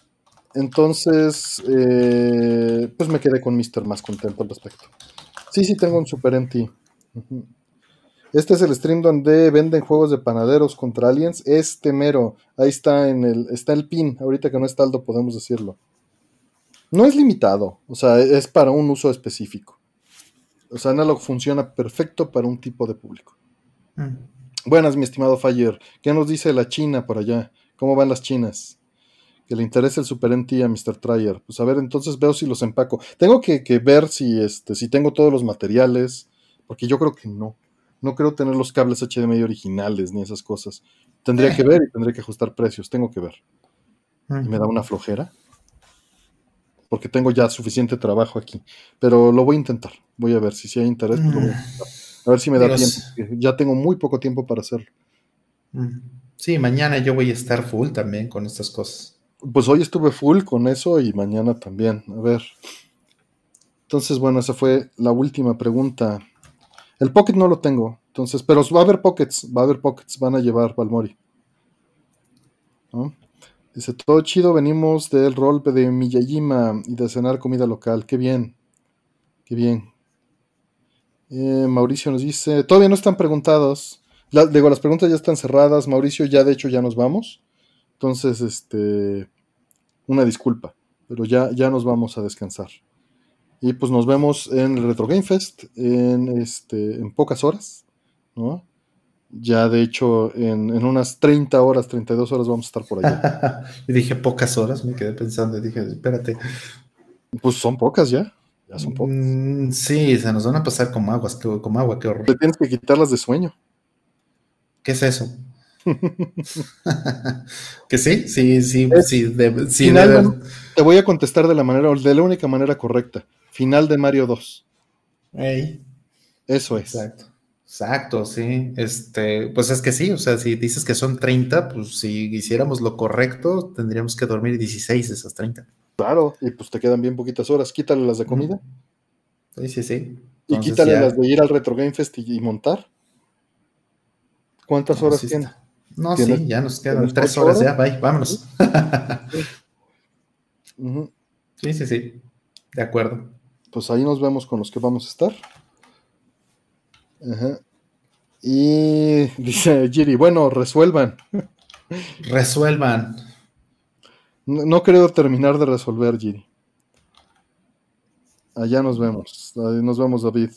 Entonces, pues me quedé con Mr. más contento al respecto. Sí, tengo un Super NT. Ujú. Este es el stream donde venden juegos de panaderos contra aliens. Este mero, ahí está está el pin. Ahorita que no está Aldo podemos decirlo. No es limitado, o sea, es para un uso específico. O sea, Analog funciona perfecto para un tipo de público. Buenas, mi estimado Fire. ¿Qué nos dice la China por allá? ¿Cómo van las chinas? Que le interesa el Super NT a Mr. Tryer. Pues a ver, entonces veo si los empaco. Tengo que ver si tengo todos los materiales, porque yo creo que no. No creo tener los cables HDMI originales ni esas cosas. Tendría que ver y tendría que ajustar precios. Tengo que ver. Y me da una flojera, porque tengo ya suficiente trabajo aquí. Pero lo voy a intentar. Voy a ver si hay interés. Pues lo voy a intentar. A ver si me da tiempo. Ya tengo muy poco tiempo para hacerlo. Sí, mañana yo voy a estar full también con estas cosas. Pues hoy estuve full con eso y mañana también. A ver. Entonces, bueno, esa fue la última pregunta. El Pocket no lo tengo. Entonces, pero va a haber Pockets. Van a llevar Balmori. ¿No? Dice, todo chido, venimos del rol de Miyajima y de cenar comida local. Qué bien. Qué bien. Mauricio nos dice, todavía no están preguntados. Las preguntas ya están cerradas. Mauricio, ya de hecho ya nos vamos. Entonces, una disculpa, pero ya nos vamos a descansar. Y pues nos vemos en el Retro Game Fest en pocas horas, ¿no? Ya de hecho en unas 30 horas, 32 horas vamos a estar por allá. Y dije pocas horas, me quedé pensando y dije, espérate. Pues son pocas ya son pocas. Sí, se nos van a pasar como agua, qué horror. Te tienes que quitarlas de sueño. ¿Qué es eso? Que sí. Te voy a contestar de la única manera correcta. Final de Mario 2. Hey. Eso es. Exacto, sí. Pues es que sí, o sea, si dices que son 30, pues si hiciéramos lo correcto, tendríamos que dormir 16 de esas 30. Claro, y pues te quedan bien poquitas horas. Quítale las de comida. Sí. Entonces, y quítale las de ir al Retro Game Fest y montar. ¿Cuántas horas tienes? No, sí, ya nos quedan 3 horas ya, bye, vámonos. Sí, de acuerdo. Pues ahí nos vemos con los que vamos a estar. Ajá. Y dice Giri, bueno, resuelvan. Resuelvan. No creo terminar de resolver, Giri. Allá nos vemos. Ahí nos vemos, David.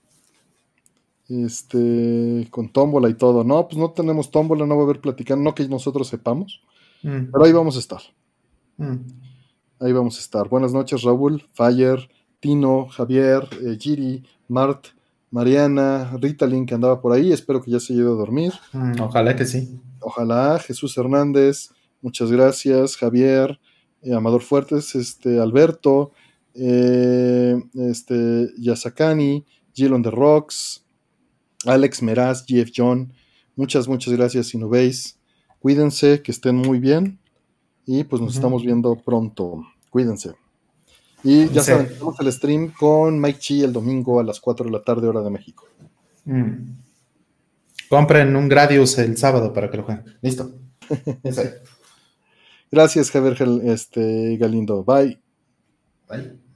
Con tómbola y todo. No, pues no tenemos tómbola, no va a haber platicando, no que nosotros sepamos. Pero ahí vamos a estar. Ahí vamos a estar. Buenas noches, Raúl, Fire, Tino, Javier, Giri, Mart, Mariana, Ritalin, que andaba por ahí. Espero que ya se haya ido a dormir. Ojalá que sí. Ojalá. Jesús Hernández, muchas gracias. Javier, Amador Fuertes, Alberto, Yasakani, Jill on the Rocks, Alex Meraz, GF John, muchas gracias, Innoveis. Cuídense, que estén muy bien. Y pues nos estamos viendo pronto. Cuídense. Y ya saben, tenemos el stream con Mike Chi el domingo a las 4 de la tarde, hora de México. Compren un Gradius el sábado para que lo jueguen. Listo. Gracias, Javier Galindo. Bye. Bye.